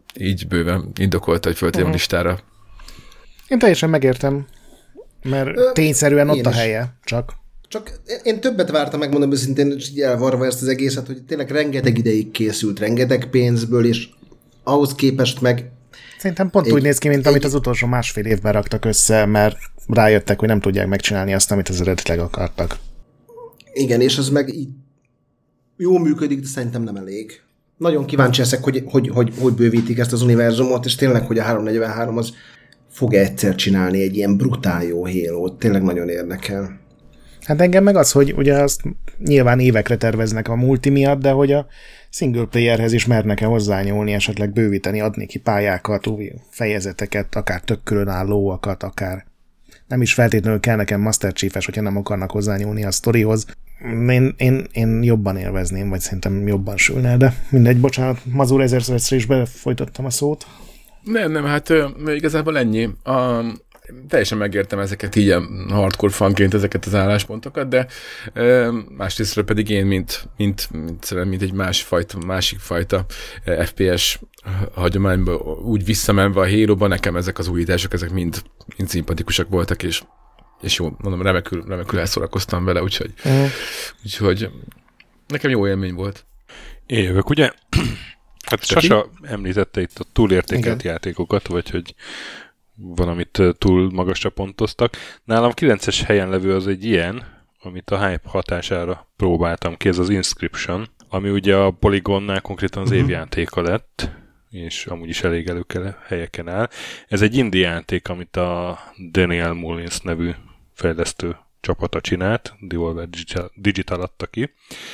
így bőven indokolta, hogy föltegyem uh-huh. listára. Én teljesen megértem, mert Ö, tényszerűen ott a helye, csak. Csak én többet vártam, megmondom őszintén, és így elvarva ezt az egészet, hogy tényleg rengeteg ideig készült, rengeteg pénzből, és ahhoz képest meg... Szerintem pont egy, úgy néz ki, mint egy, amit az utolsó másfél évben raktak össze, mert rájöttek, hogy nem tudják megcsinálni azt, amit az eredetileg akartak. Igen, és az meg így jól működik, de szerintem nem elég. Nagyon kíváncsi leszek, hogy, hogy, hogy, hogy bővítik ezt az univerzumot, és tényleg, hogy a háromszáznegyvenhárom az fog egyszer csinálni egy ilyen brutál jó Halo-t. Tényleg nagyon érdekel. Hát engem meg az, hogy ugye azt nyilván évekre terveznek a multi miatt, de hogy a single playerhez is mernek-e hozzányúlni, esetleg bővíteni, adni ki pályákat, új fejezeteket, akár tök különállóakat, akár nem is feltétlenül kell nekem Master Chief-es, hogyha nem akarnak hozzányúlni a sztorihoz. Én, én, én jobban élvezném, vagy szerintem jobban sülne, de mindegy, bocsánat, Mazur ezerszeresre is befolytottam a szót. Nem, nem, hát igazából ennyi. A, teljesen megértem ezeket így hardcore fanként, ezeket az álláspontokat, de másrésztről pedig én, mint, mint, mint, mint egy másfajta, másik fajta ef pé es hagyományba úgy visszamenve a Halo-ba, nekem ezek az újítások, ezek mind, mind szimpatikusak voltak, és, és jó, mondom, remekül, remekül elszórakoztam vele, úgyhogy, uh-huh. úgyhogy nekem jó élmény volt. Én jövök, ugye? Hát Sasa említette itt a túlértékelt Igen. játékokat, vagy hogy van, amit túl magasra pontoztak. Nálam kilences helyen levő az egy ilyen, amit a hype hatására próbáltam ki, ez az Inscription, ami ugye a Polygonnál konkrétan az uh-huh. évjátéka lett, és amúgy is elég előkele helyeken áll. Ez egy indie játék, amit a Daniel Mullins nevű fejlesztő csapata csinált, Devolver Digital, Digital adta ki,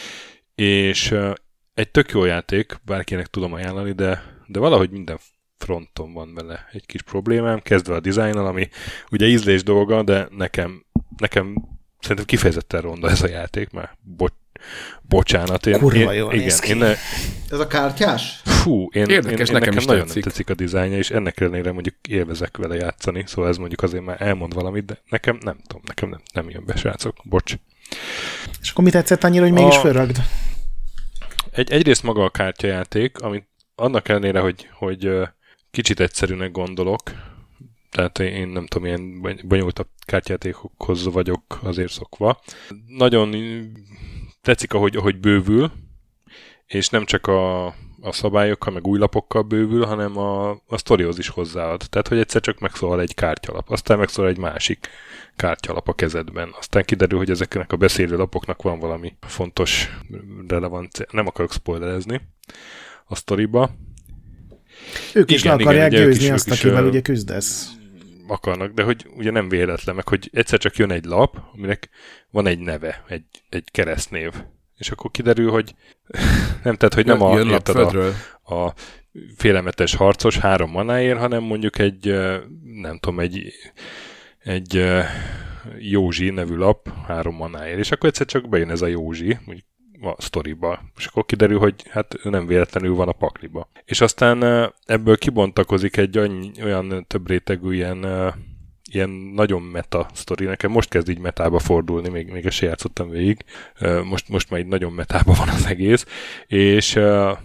és egy tök jó játék, bárkinek tudom ajánlani, de, de valahogy minden fronton van vele egy kis problémám, kezdve a dizájnnal, ami ugye ízlés dolga, de nekem, nekem szerintem kifejezetten ronda ez a játék, már bo- bocsánat. Én, Kurva én, jól igen, néz ki. Én ne... Ez a kártyás? Fú, én, Érdekes, én, én nekem, nekem nagyon tetszik. nem tetszik a dizájnja, és ennek ellenére mondjuk élvezek vele játszani, szóval ez mondjuk azért már elmond valamit, de nekem nem tudom, nekem nem, nem jön be, srácok, bocs. És akkor mi tetszett annyira, hogy mégis a... fölragd? Egy, egyrészt maga a kártyajáték, amit annak ellenére, hogy, hogy kicsit egyszerűnek gondolok, tehát én nem tudom, ilyen bonyolultabb kártyajátékokhoz vagyok azért szokva. Nagyon tetszik, ahogy, ahogy bővül, és nem csak a, a szabályokkal, meg új lapokkal bővül, hanem a, a sztorihoz is hozzáad. Tehát, hogy egyszer csak megszólal egy kártyalap, aztán megszólal egy másik kártyalap a kezedben. Aztán kiderül, hogy ezeknek a beszélő lapoknak van valami fontos relevancia. Nem akarok spoilerezni a sztoriba. Ők is igen, le akarják igen, győzni azt, akivel ugye küzdesz. Akarnak, de hogy ugye nem véletlen, meg hogy egyszer csak jön egy lap, aminek van egy neve, egy, egy keresztnév. És akkor kiderül, hogy nem, tehát, hogy nem a, érted, a, a félelmetes harcos három manáért, hanem mondjuk egy, nem tudom, egy, egy Józsi nevű lap három manáért. És akkor egyszer csak bejön ez a Józsi, a sztoriba. És akkor kiderül, hogy hát ő nem véletlenül van a pakliba. És aztán ebből kibontakozik egy olyan több rétegű ilyen, ilyen nagyon meta sztori. Nekem most kezd így metába fordulni, még, még ezt se játszottam végig. Most, most már így nagyon metába van az egész. És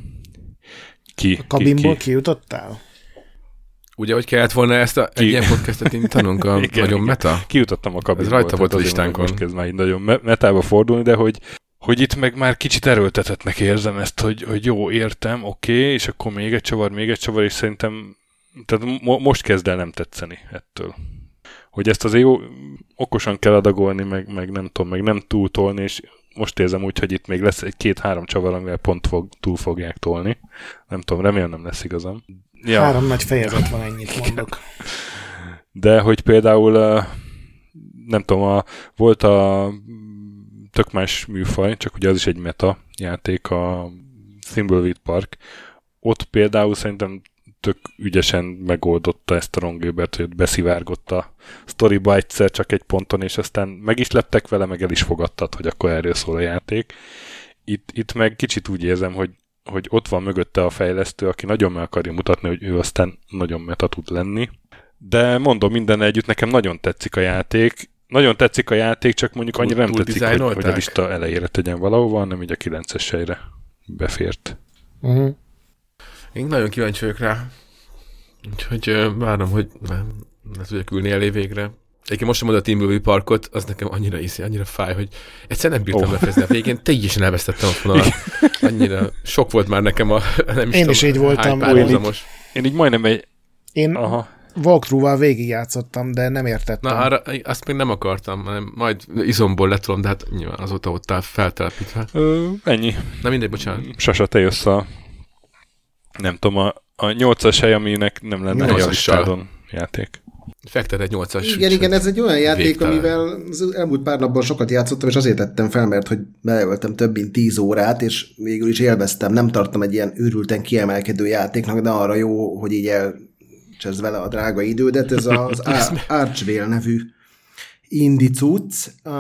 ki, a kabinból ki, ki. kijutottál? Ugye, hogy kellett volna ezt a, egy ilyen podcastet indítanunk, a igen, nagyon igen. meta? Kijutottam a kabinból. Ez rajta volt a listánkon. Most kezd már így nagyon metába fordulni, de hogy hogy itt meg már kicsit erőltetetnek érzem ezt, hogy, hogy jó, értem, oké, okay, és akkor még egy csavar, még egy csavar, és szerintem tehát mo- most kezd el nem tetszeni ettől. Hogy ezt azért jó, okosan kell adagolni, meg, meg nem tudom, meg nem túltolni, és most érzem úgy, hogy itt még lesz egy két-három csavar, amivel pont fog, túl fogják tolni. Nem tudom, remélem nem lesz igazam. Ja. Három nagy fejezet van, ennyit mondok. De hogy például nem tudom, a, volt a tök más műfaj, csak ugye az is egy meta játék, a Thimbleweed Park. Ott például szerintem tök ügyesen megoldotta ezt a Ron Gilbert, hogy beszivárgott a sztoriba egyszer csak egy ponton, és aztán meg is leptek vele, meg el is fogadtad, hogy akkor erről szól a játék. Itt, itt meg kicsit úgy érzem, hogy, hogy ott van mögötte a fejlesztő, aki nagyon meg akarja mutatni, hogy ő aztán nagyon meta tud lenni. De mondom, minden együtt nekem nagyon tetszik a játék. Nagyon tetszik a játék, csak mondjuk annyira nem tetszik, hogy, hogy a lista elejére tegyen valahova, hanem így a kilences helyre befért. Uh-huh. Én nagyon kíváncsi vagyok rá. Úgyhogy uh, várom, hogy nem, ne tudjak ülni elé végre. Egyébként most sem mondom a Timberview Parkot, az nekem annyira iszi, annyira fáj, hogy egyszer nem bírtam oh. befejezni a végén, teljesen elvesztettem a fonalat. Annyira sok volt már nekem a nem is Én tudom, is így voltam. Én így, én így majdnem egy... Én Aha. walkthrough-val végigjátszottam, de nem értettem. Na, arra, azt még nem akartam, hanem majd izomból letolom, de hát nyilván azóta ott áll feltelepítve. Ö, ennyi. Na mindegy, bocsánat. Sasa, te jössz a... Nem tudom, a, a nyolcas hely, aminek nem lenne egy a listádon játék. Fektet egy nyolcas. Igen, igen, ez egy olyan játék, végtelen. amivel az elmúlt pár napban sokat játszottam, és azért tettem fel, mert hogy beleöltem több mint tíz órát, és végül is élveztem. Nem tartom egy ilyen őrülten kiemelkedő játéknak, de arra jó, hogy így elcsesz vele a drága idődet. Ez az Archvale nevű indie cucc,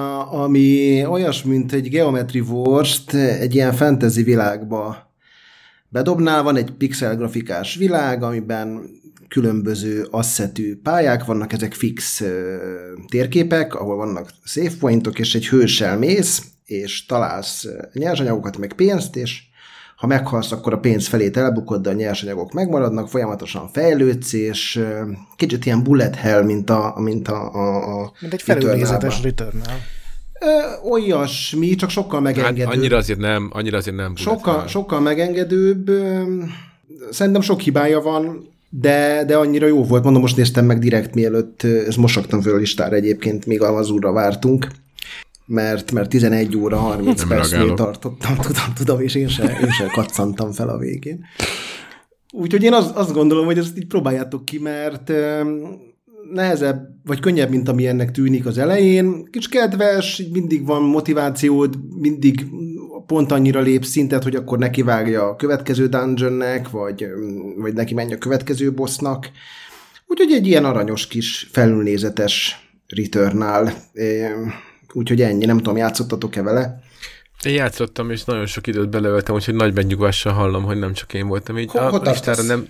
ami olyas, mint egy Geometry Wars-t egy ilyen fantasy világba bedobnál. Van egy pixel grafikás világ, amiben különböző asszetű pályák vannak, ezek fix uh, térképek, ahol vannak save pointok, és egy hőssel mész, és találsz nyersanyagokat, meg pénzt, és ha meghalsz, akkor a pénz felét elbukod, de a nyersanyagok megmaradnak, folyamatosan fejlődsz, és uh, kicsit ilyen bullet hell, mint a... Mint, a, a, a mint egy felülnézetes Returnal. Uh, olyasmi, csak sokkal megengedőbb. Hát annyira azért nem, annyira azért nem bullet sokkal, hell. sokkal megengedőbb. Uh, szerintem sok hibája van, De, de annyira jó volt. Mondom, most néztem meg direkt, mielőtt ez mosogtam föl a listára egyébként, még az úrra vártunk, mert, mert tizenegy óra harminc percnél tartottam, tudom, tudom, és én sem se kaccantam fel a végén. Úgyhogy én az, azt gondolom, hogy ezt így próbáljátok ki, mert nehezebb, vagy könnyebb, mint ami ennek tűnik az elején. Kicsi kedves, mindig van motivációd, mindig pont annyira lép szintet, hogy akkor nekivágja a következő dungeonnek, vagy, vagy neki menj a következő bossnak. Úgyhogy egy ilyen aranyos kis felülnézetes Returnal. Úgyhogy ennyi, nem tudom, játszottatok-e vele? Én játszottam, és nagyon sok időt beleöltem, úgyhogy nagy megnyugvással hallom, hogy nem csak én voltam így. Hol, a listára nem...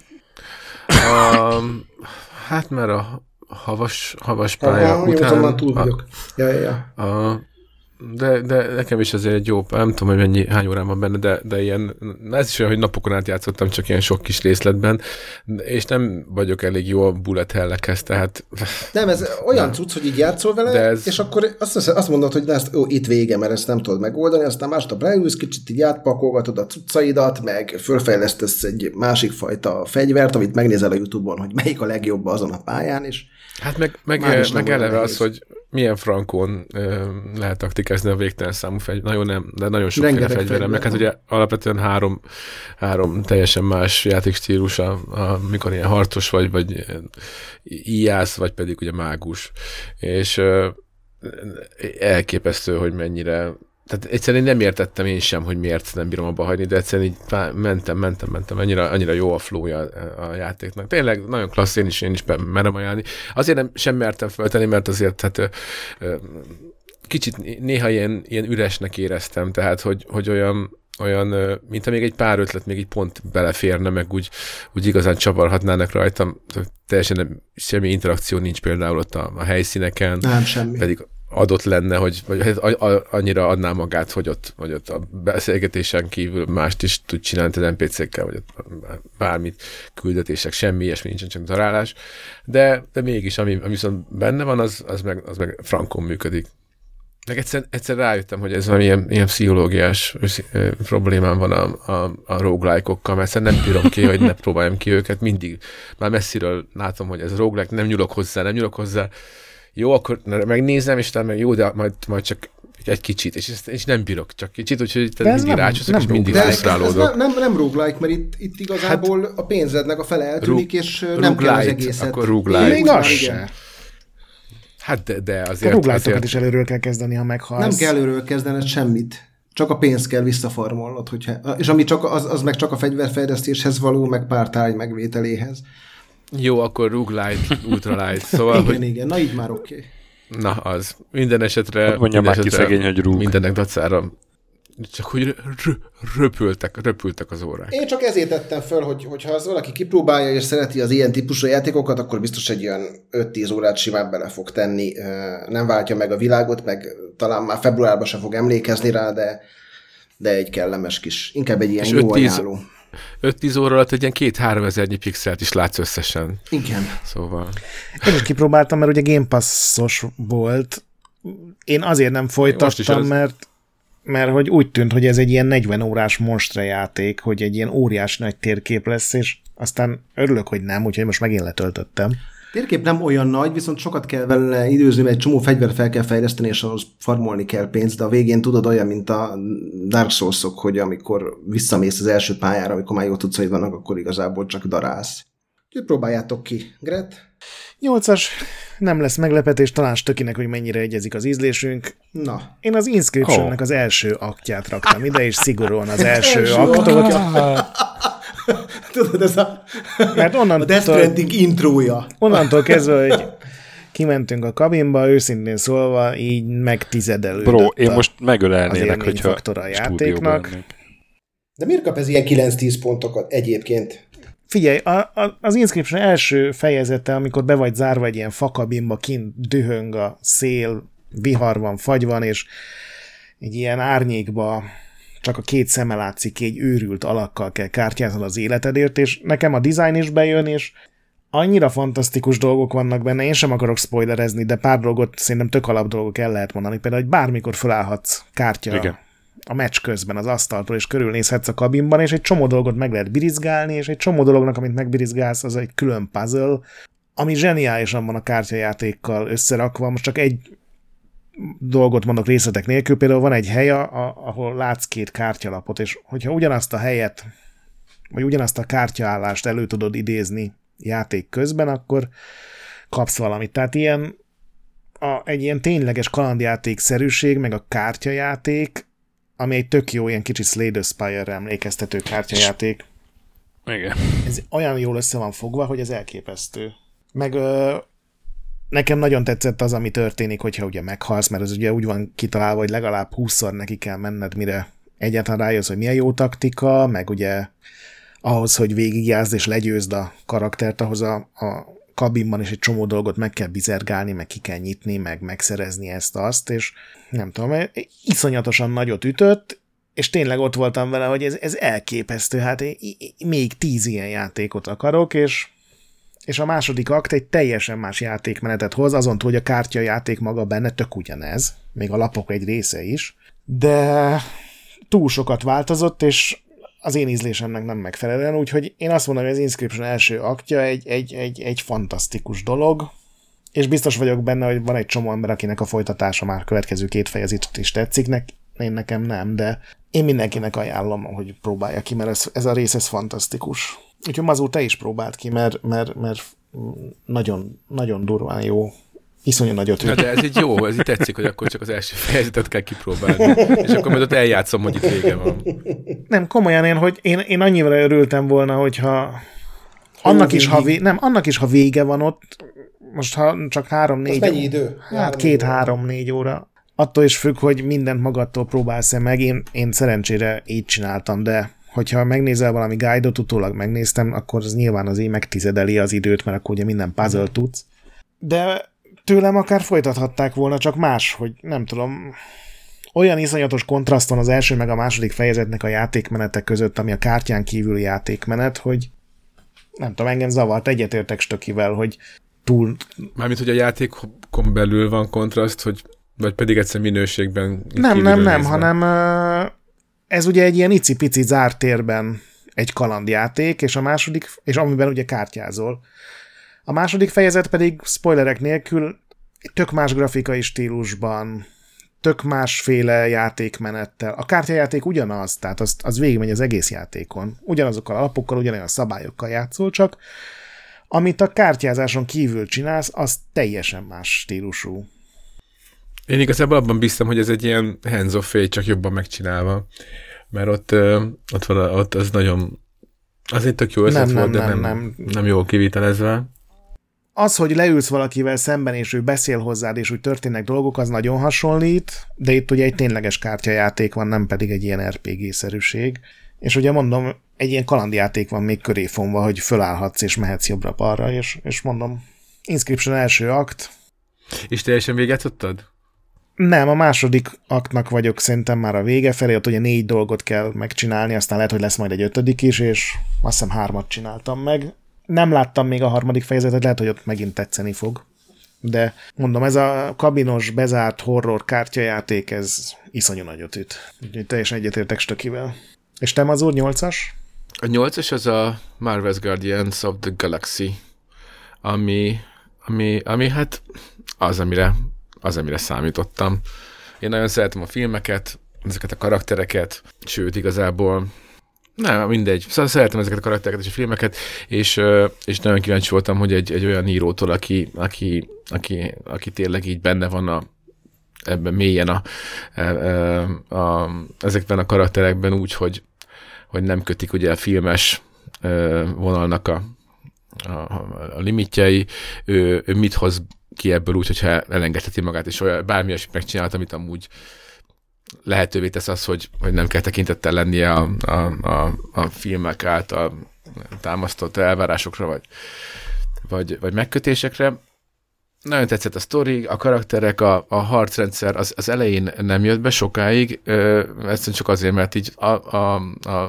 A, hát már a havas, havas pálya Aha, után... Jó, túl vagyok. A, ja, ja, ja. A, de, de nekem is azért egy jó, nem tudom, hogy mennyi, hány órán van benne, de, de ilyen, ez is olyan, hogy napokon át játszottam, csak ilyen sok kis részletben, és nem vagyok elég jó a bullet hellekhez, tehát... Nem, ez olyan nem. cucc, hogy így játszol vele, ez... és akkor azt, azt mondod, hogy ezt, ó, itt vége, mert ezt nem tudod megoldani, aztán másnap leülsz, kicsit így átpakolgatod a cuccaidat, meg fölfejlesztesz egy másik fajta fegyvert, amit megnézel a YouTube-on, hogy melyik a legjobb azon a pályán, és hát meg, meg, meg eleve az, hogy milyen frankón ö, lehet taktikázni a végtelen számú fegyver. Nagyon nem, de nagyon sokféle fegyverem. Meg hát ugye alapvetően három, három teljesen más játékstílus, a, a, mikor ilyen harcos vagy, vagy íjász, vagy pedig ugye mágus. És ö, elképesztő, hogy mennyire... Tehát egyszerűen nem értettem én sem, hogy miért nem bírom abba hagyni, de egyszerűen így mentem, mentem, mentem. Annyira, annyira jó a flowja a játéknak. Tényleg nagyon klassz, én is, én is merem ajánlani. Azért nem sem mertem föltenni, mert azért hát, kicsit néha ilyen, ilyen üresnek éreztem, tehát hogy, hogy olyan, olyan, mint ha még egy pár ötlet még egy pont beleférne, meg úgy, úgy igazán csavarhatnának rajtam. Teljesen nem, semmi interakció nincs például ott a, a helyszíneken. Nem, semmi. Pedig adott lenne, hogy vagy annyira adná magát, hogy ott, vagy ott a beszélgetésen kívül mást is tud csinálni az en pé cé-kkel, vagy ott bármit, küldetések, semmi ilyesmi nincsen, csak darálás. De, de mégis, ami, ami viszont benne van, az, az, meg, az meg frankon működik. Meg egyszer, egyszer rájöttem, hogy ez valami ilyen, ilyen pszichológiás problémám van a, a, a roguelike-okkal, mert egyszer nem bírom ki, hogy ne próbáljam ki őket, mindig. Már messziről látom, hogy ez roguelike, nem nyúlok hozzá, nem nyúlok hozzá. Jó, akkor megnézem, és talán meg jó, de majd, majd csak egy kicsit, és, ezt, és nem bírok, csak kicsit, úgyhogy mindig rácsúszok, és mindig frusztrálódok. Ez nem, nem roguelike, mert itt, itt igazából hát, a pénzednek a fele eltűnik, és nem kell az egészet. Akkor roguelike. Még az se. Hát de, de azért... A roguelike-okat is előről kell kezdeni, ha meghalsz. Nem kell előről kezdened semmit. Csak a pénzt kell visszafarmolnod, hogyha, és ami csak, az, az meg csak a fegyverfejlesztéshez való, meg pár tárgy megvételéhez. Jó, akkor roguelite, ultralight, szóval... igen, hogy... igen, na így már oké. Okay. Na, az. Minden esetre... Mondja már ki szegény, hogy rúg. Mindennek dacára csak hogy röpültek, röpültek az órák. Én csak ezért tettem föl, hogy, hogyha az valaki kipróbálja és szereti az ilyen típusú játékokat, akkor biztos egy olyan öt-tíz órát simán bele fog tenni. Nem váltja meg a világot, meg talán már februárban sem fog emlékezni rá, de, de egy kellemes kis, inkább egy ilyen és jó ajánló. öt-tíz óra alatt egy ilyen két-három ezernyi pixelt is látsz összesen. Igen. Szóval... Én is kipróbáltam, mert ugye Game Pass-os volt. Én azért nem folytattam, mert, mert hogy úgy tűnt, hogy ez egy ilyen negyven órás monstre játék, hogy egy ilyen óriás nagy térkép lesz, és aztán örülök, hogy nem, úgyhogy most megint letöltöttem. Térkép nem olyan nagy, viszont sokat kell vele időzni, mert egy csomó fegyvert fel kell fejleszteni, és ahhoz farmolni kell pénzt, de a végén tudod olyan, mint a Dark Souls-ok, hogy amikor visszamész az első pályára, amikor már jó tudsz, hogy vannak, akkor igazából csak darálsz. Úgyhogy próbáljátok ki. Gret? nyolcas, nem lesz meglepetés, talán Stökinek, hogy mennyire egyezik az ízlésünk. Na. Én az Inscription-nek oh. az első aktját raktam ide, és szigorúan az első, első aktot. Tudod, ez a, Mert onnantól, a Death Stranding intrója. Onnantól kezdve, hogy kimentünk a kabinba, őszintén szólva, így megtizedelődött. Bro, én most megölelnének, hogyha a játéknak. De miért kap ez ilyen kilenc-tíz pontokat egyébként? Figyelj, a, a, az Inscription első fejezete, amikor be vagy zárva egy ilyen fakabinba, kint dühöng a szél, vihar van, fagy van, és egy ilyen árnyékba csak a két szeme látszik, egy őrült alakkal kell kártyáznod az életedért, és nekem a design is bejön, és annyira fantasztikus dolgok vannak benne, én sem akarok spoilerezni, de pár dolgot szerintem tök alap dolgok el lehet mondani, például, hogy bármikor felállhatsz kártya Igen. a meccs közben az asztaltól, és körülnézhetsz a kabinban, és egy csomó dolgot meg lehet birizgálni, és egy csomó dolognak, amit megbirizgálsz, az egy külön puzzle, ami zseniálisan van a kártyajátékkal összerakva. Most csak egy dolgot mondok részletek nélkül, például van egy hely, ahol látsz két kártyalapot, és hogyha ugyanazt a helyet, vagy ugyanazt a kártyaállást elő tudod idézni játék közben, akkor kapsz valamit. Tehát ilyen a, egy ilyen tényleges kalandjáték-szerűség, meg a kártyajáték, ami egy tök jó, ilyen kicsi Slay the Spire-re emlékeztető kártyajáték. Igen. Ez olyan jól össze van fogva, hogy ez elképesztő. Meg ö, nekem nagyon tetszett az, ami történik, hogyha ugye meghalsz, mert ez ugye úgy van kitalálva, hogy legalább húszszor neki kell menned, mire egyáltalán rájössz, hogy milyen jó taktika, meg ugye ahhoz, hogy végigjázd és legyőzd a karaktert, ahhoz a, a kabinban is egy csomó dolgot meg kell bizergálni, meg ki kell nyitni, meg megszerezni ezt-azt, és nem tudom, iszonyatosan nagyot ütött, és tényleg ott voltam vele, hogy ez, ez elképesztő, hát még tíz ilyen játékot akarok, és, és a második akt egy teljesen más játékmenetet hoz, azon túl, hogy a kártyajáték maga benne tök ugyanez, még a lapok egy része is, de túl sokat változott, és az én ízlésemnek nem megfelelően, úgyhogy én azt mondom, hogy az Inscription első aktja egy, egy, egy, egy fantasztikus dolog, és biztos vagyok benne, hogy van egy csomó ember, akinek a folytatása már következő két fejezet is tetszik, én nekem nem, de én mindenkinek ajánlom, hogy próbálja ki, mert ez, ez a rész ez fantasztikus. Úgyhogy Mazur, te is próbáld ki, mert, mert, mert nagyon, nagyon durván jó. Iszonyú nagyot. Ja, de ez így jó, ez így tetszik, hogy akkor csak az első fejezetet kell kipróbálni, és akkor majd ott eljátszom, hogy itt vége van. Nem, komolyan én, hogy én, én annyira örültem volna, hogyha annak is, ha vé... nem, annak is, ha vége van ott, most ha csak három-négy... mennyi idő? Hát két-három-négy óra. Attól is függ, hogy mindent magadtól próbálsz-e meg. Én, én szerencsére így csináltam, de hogyha megnézel valami guide-ot, utólag megnéztem, akkor az nyilván azért megtizedeli az időt, mert akkor ugye minden puzzle tudsz. De tőlem akár folytathatták volna, csak más, hogy nem tudom, olyan iszonyatos kontraszt van az első meg a második fejezetnek a játékmenetek között, ami a kártyán kívüli játékmenet, hogy nem tudom, engem zavart, egyetértek Stökivel, hogy túl... Mármint, hogy a játékon belül van kontraszt, hogy vagy pedig egyszer minőségben... Nem, nem, nem, nézve. hanem ez ugye egy ilyen icipici zárt térben egy kalandjáték, és a második, és amiben ugye kártyázol. A második fejezet pedig spoilerek nélkül tök más grafikai stílusban, tök másféle játékmenettel. A kártyajáték ugyanaz, tehát az, az végigmegy az egész játékon. Ugyanazokkal a lapokkal, ugyanolyan szabályokkal játszol, csak amit a kártyázáson kívül csinálsz, az teljesen más stílusú. Én igazából abban bíztam, hogy ez egy ilyen Hands of Fate, csak jobban megcsinálva. Mert ott, ott, van, ott az nagyon... Azért tök jó ötlet volt, de nem, nem, nem. nem jól kivitelezve. Az, hogy leülsz valakivel szemben, és ő beszél hozzád, és úgy történnek dolgok, az nagyon hasonlít, de itt ugye egy tényleges kártyajáték van, nem pedig egy ilyen er pé gé-szerűség. És ugye mondom, egy ilyen kalandjáték van még köré fonva, hogy fölállhatsz, és mehetsz jobbra-balra, és, és mondom, Inscription első akt. És teljesen végigjátszottad? Nem, a második aktnak vagyok szerintem már a vége felé, ott ugye négy dolgot kell megcsinálni, aztán lehet, hogy lesz majd egy ötödik is, és azt hiszem hármat csináltam meg. Nem láttam még a harmadik fejezetet, lehet, hogy ott megint tetszeni fog. De mondom, ez a kabinos, bezárt horror kártyajáték, ez iszonyú nagyot üt. Úgyhogy teljesen egyetértek Stökivel. És te az úr nyolcas? A nyolcas az a Marvel's Guardians of the Galaxy, ami, ami, ami hát az, amire, az, amire számítottam. Én nagyon szeretem a filmeket, ezeket a karaktereket, sőt, igazából nem, mindegy. Szóval szeretem ezeket a karaktereket és a filmeket, és, és nagyon kíváncsi voltam, hogy egy, egy olyan írótól, aki, aki, aki, aki tényleg így benne van a, ebben mélyen a, a, a, ezekben a karakterekben úgy, hogy, hogy nem kötik ugye a filmes vonalnak a, a, a limitjei, ő, ő mit hoz ki ebből úgy, hogyha elengedheti magát, és olyan bármi eset megcsinált, amit amúgy lehetővé tesz az, hogy, hogy nem kell tekintettel lennie a, a, a, a filmek által támasztott elvárásokra, vagy, vagy, vagy megkötésekre. Nagyon tetszett a sztori, a karakterek, a, a harcrendszer az, az elején nem jött be sokáig, ezt csak azért, mert így a, a, a,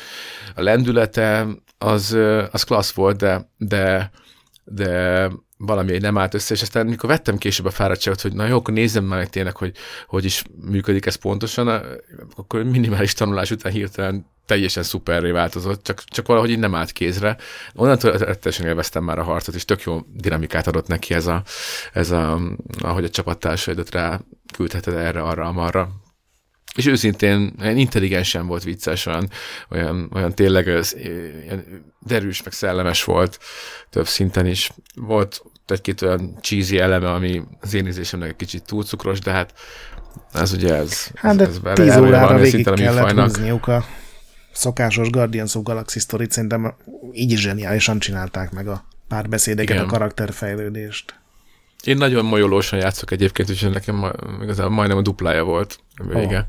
a lendülete az, az klassz volt, de, de, de valami nem állt össze, és aztán mikor vettem később a fáradtságot, hogy na jó, akkor nézzem már meg tényleg, hogy hogy is működik ez pontosan, akkor minimális tanulás után hirtelen teljesen szuperré változott, csak, csak valahogy így nem állt kézre. Onnantól teljesen élveztem már a harcot, és tök jó dinamikát adott neki ez a, ez a ahogy a csapattársaidot rá küldheted erre, arra, amarra. És őszintén intelligensen volt, vicces, olyan, olyan, olyan tényleg az, ilyen derűs, meg szellemes volt több szinten is. Volt egy-két olyan cheesy eleme, ami az én ízlésemnek egy kicsit túl cukros, de hát ez ugye ez... Hát de ez, ez tíz órára végig a kellett húzniuk a szokásos Guardians of Galaxy sztorit, szerintem így is zseniálisan csinálták meg a párbeszédeket, igen, a karakterfejlődést. Én nagyon molyolósan játszok egyébként, úgyhogy nekem ma, igazából majdnem a duplája volt a vége.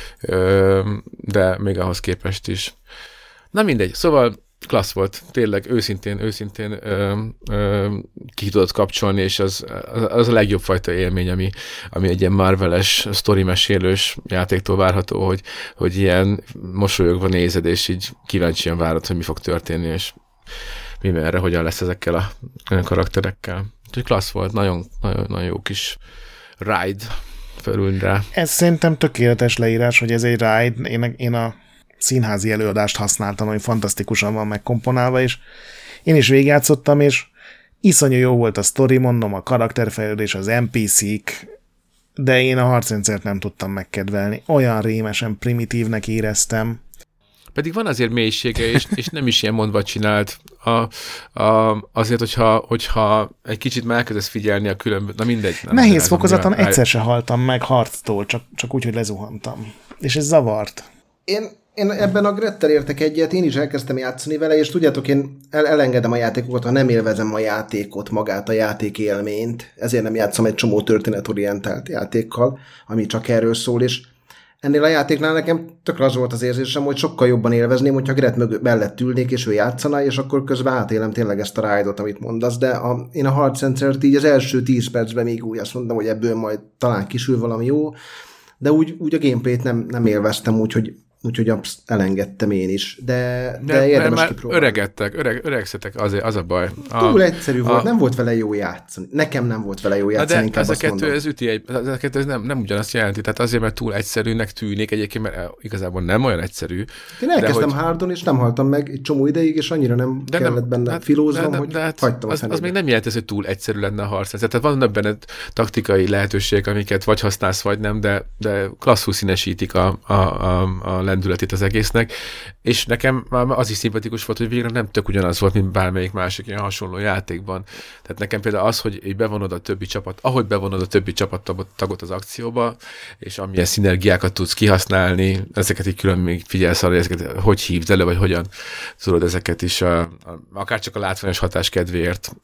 Oh. De még ahhoz képest is. Na mindegy, szóval klassz volt, tényleg őszintén, őszintén ö, ö, ki tudod kapcsolni, és az, az a legjobb fajta élmény, ami, ami egy ilyen Marvel-es, sztorimesélős játéktól várható, hogy, hogy ilyen mosolyogva nézed, és így kíváncsian várod, hogy mi fog történni, és mi merre, hogyan lesz ezekkel a karakterekkel. Úgyhogy klassz volt, nagyon, nagyon, nagyon jó kis ride felülni rá. Ez szerintem tökéletes leírás, hogy ez egy ride. Én, én a színházi előadást használtam, ami fantasztikusan van megkomponálva, és én is végigjátszottam, és iszonyú jó volt a sztori, mondom, a karakterfejlődés, az en pé cé-k, de én a harcrendszert nem tudtam megkedvelni. Olyan rémesen primitívnek éreztem. Pedig van azért mélysége, és, és nem is ilyen mondva csinált. A, a, azért, hogyha, hogyha egy kicsit már elkezdesz figyelni a különböző... Na mindegy. Nem Nehéz fokozatlan egyszer se haltam meg harctól, csak, csak úgy, hogy lezuhantam. És ez zavart. Én, én ebben a Grettel értek egyet, én is elkezdtem játszani vele, és tudjátok, én el, elengedem a játékokat, ha nem élvezem a játékot, magát a játék élményt. Ezért nem játszom egy csomó történetorientált játékkal, ami csak erről szól, és ennél a játéknál nekem tökre az volt az érzésem, hogy sokkal jobban élvezném, hogyha Gret mögött mellett ülnék, és ő játszana, és akkor közben átélem tényleg ezt a ride-ot, amit mondasz, de a, én a harcrendszert így az első tíz percben még úgy azt mondtam, hogy ebből majd talán kisül valami jó, de úgy, úgy a gameplayt nem, nem élveztem, úgyhogy úgyhogy elengedtem én is, de, de, de érdemes már kipróbálni. Öregedtek, öreg, öregszedtek, az, az a baj. A, Túl egyszerű a, volt, nem volt vele jó játszani. Nekem nem volt vele jó játszani, de inkább ez a kettő, mondom. ez üti egy, ez a kettő ez nem, nem ugyanazt jelenti, tehát azért, mert túl egyszerűnek tűnik egyébként, mert igazából nem olyan egyszerű. Én elkezdtem hogy... hardon, és nem haltam meg egy csomó ideig, és annyira nem de kellett nem, benne hát, filóznom, de, de, hogy de hát hagytam az, a az még nem jelenti, hogy túl egyszerű lenne a harc. Tehát vannak benne taktikai lehetőségek, amiket vagy használsz, vagy nem, de, de klasszul színesítik a, a, a, a lendületét az egész. És nekem már az is szimpatikus volt, hogy végre nem tök ugyanaz volt, mint bármelyik másik ilyen hasonló játékban. Tehát nekem például az, hogy így bevonod a többi csapat, ahogy bevonod a többi csapattagot az akcióba, és amilyen szinergiákat tudsz kihasználni, ezeket így külön még figyelsz arra, ezeket hogy hívd elő, vagy hogyan tudod ezeket is, a, a, akár csak a látványos hatás kedvéért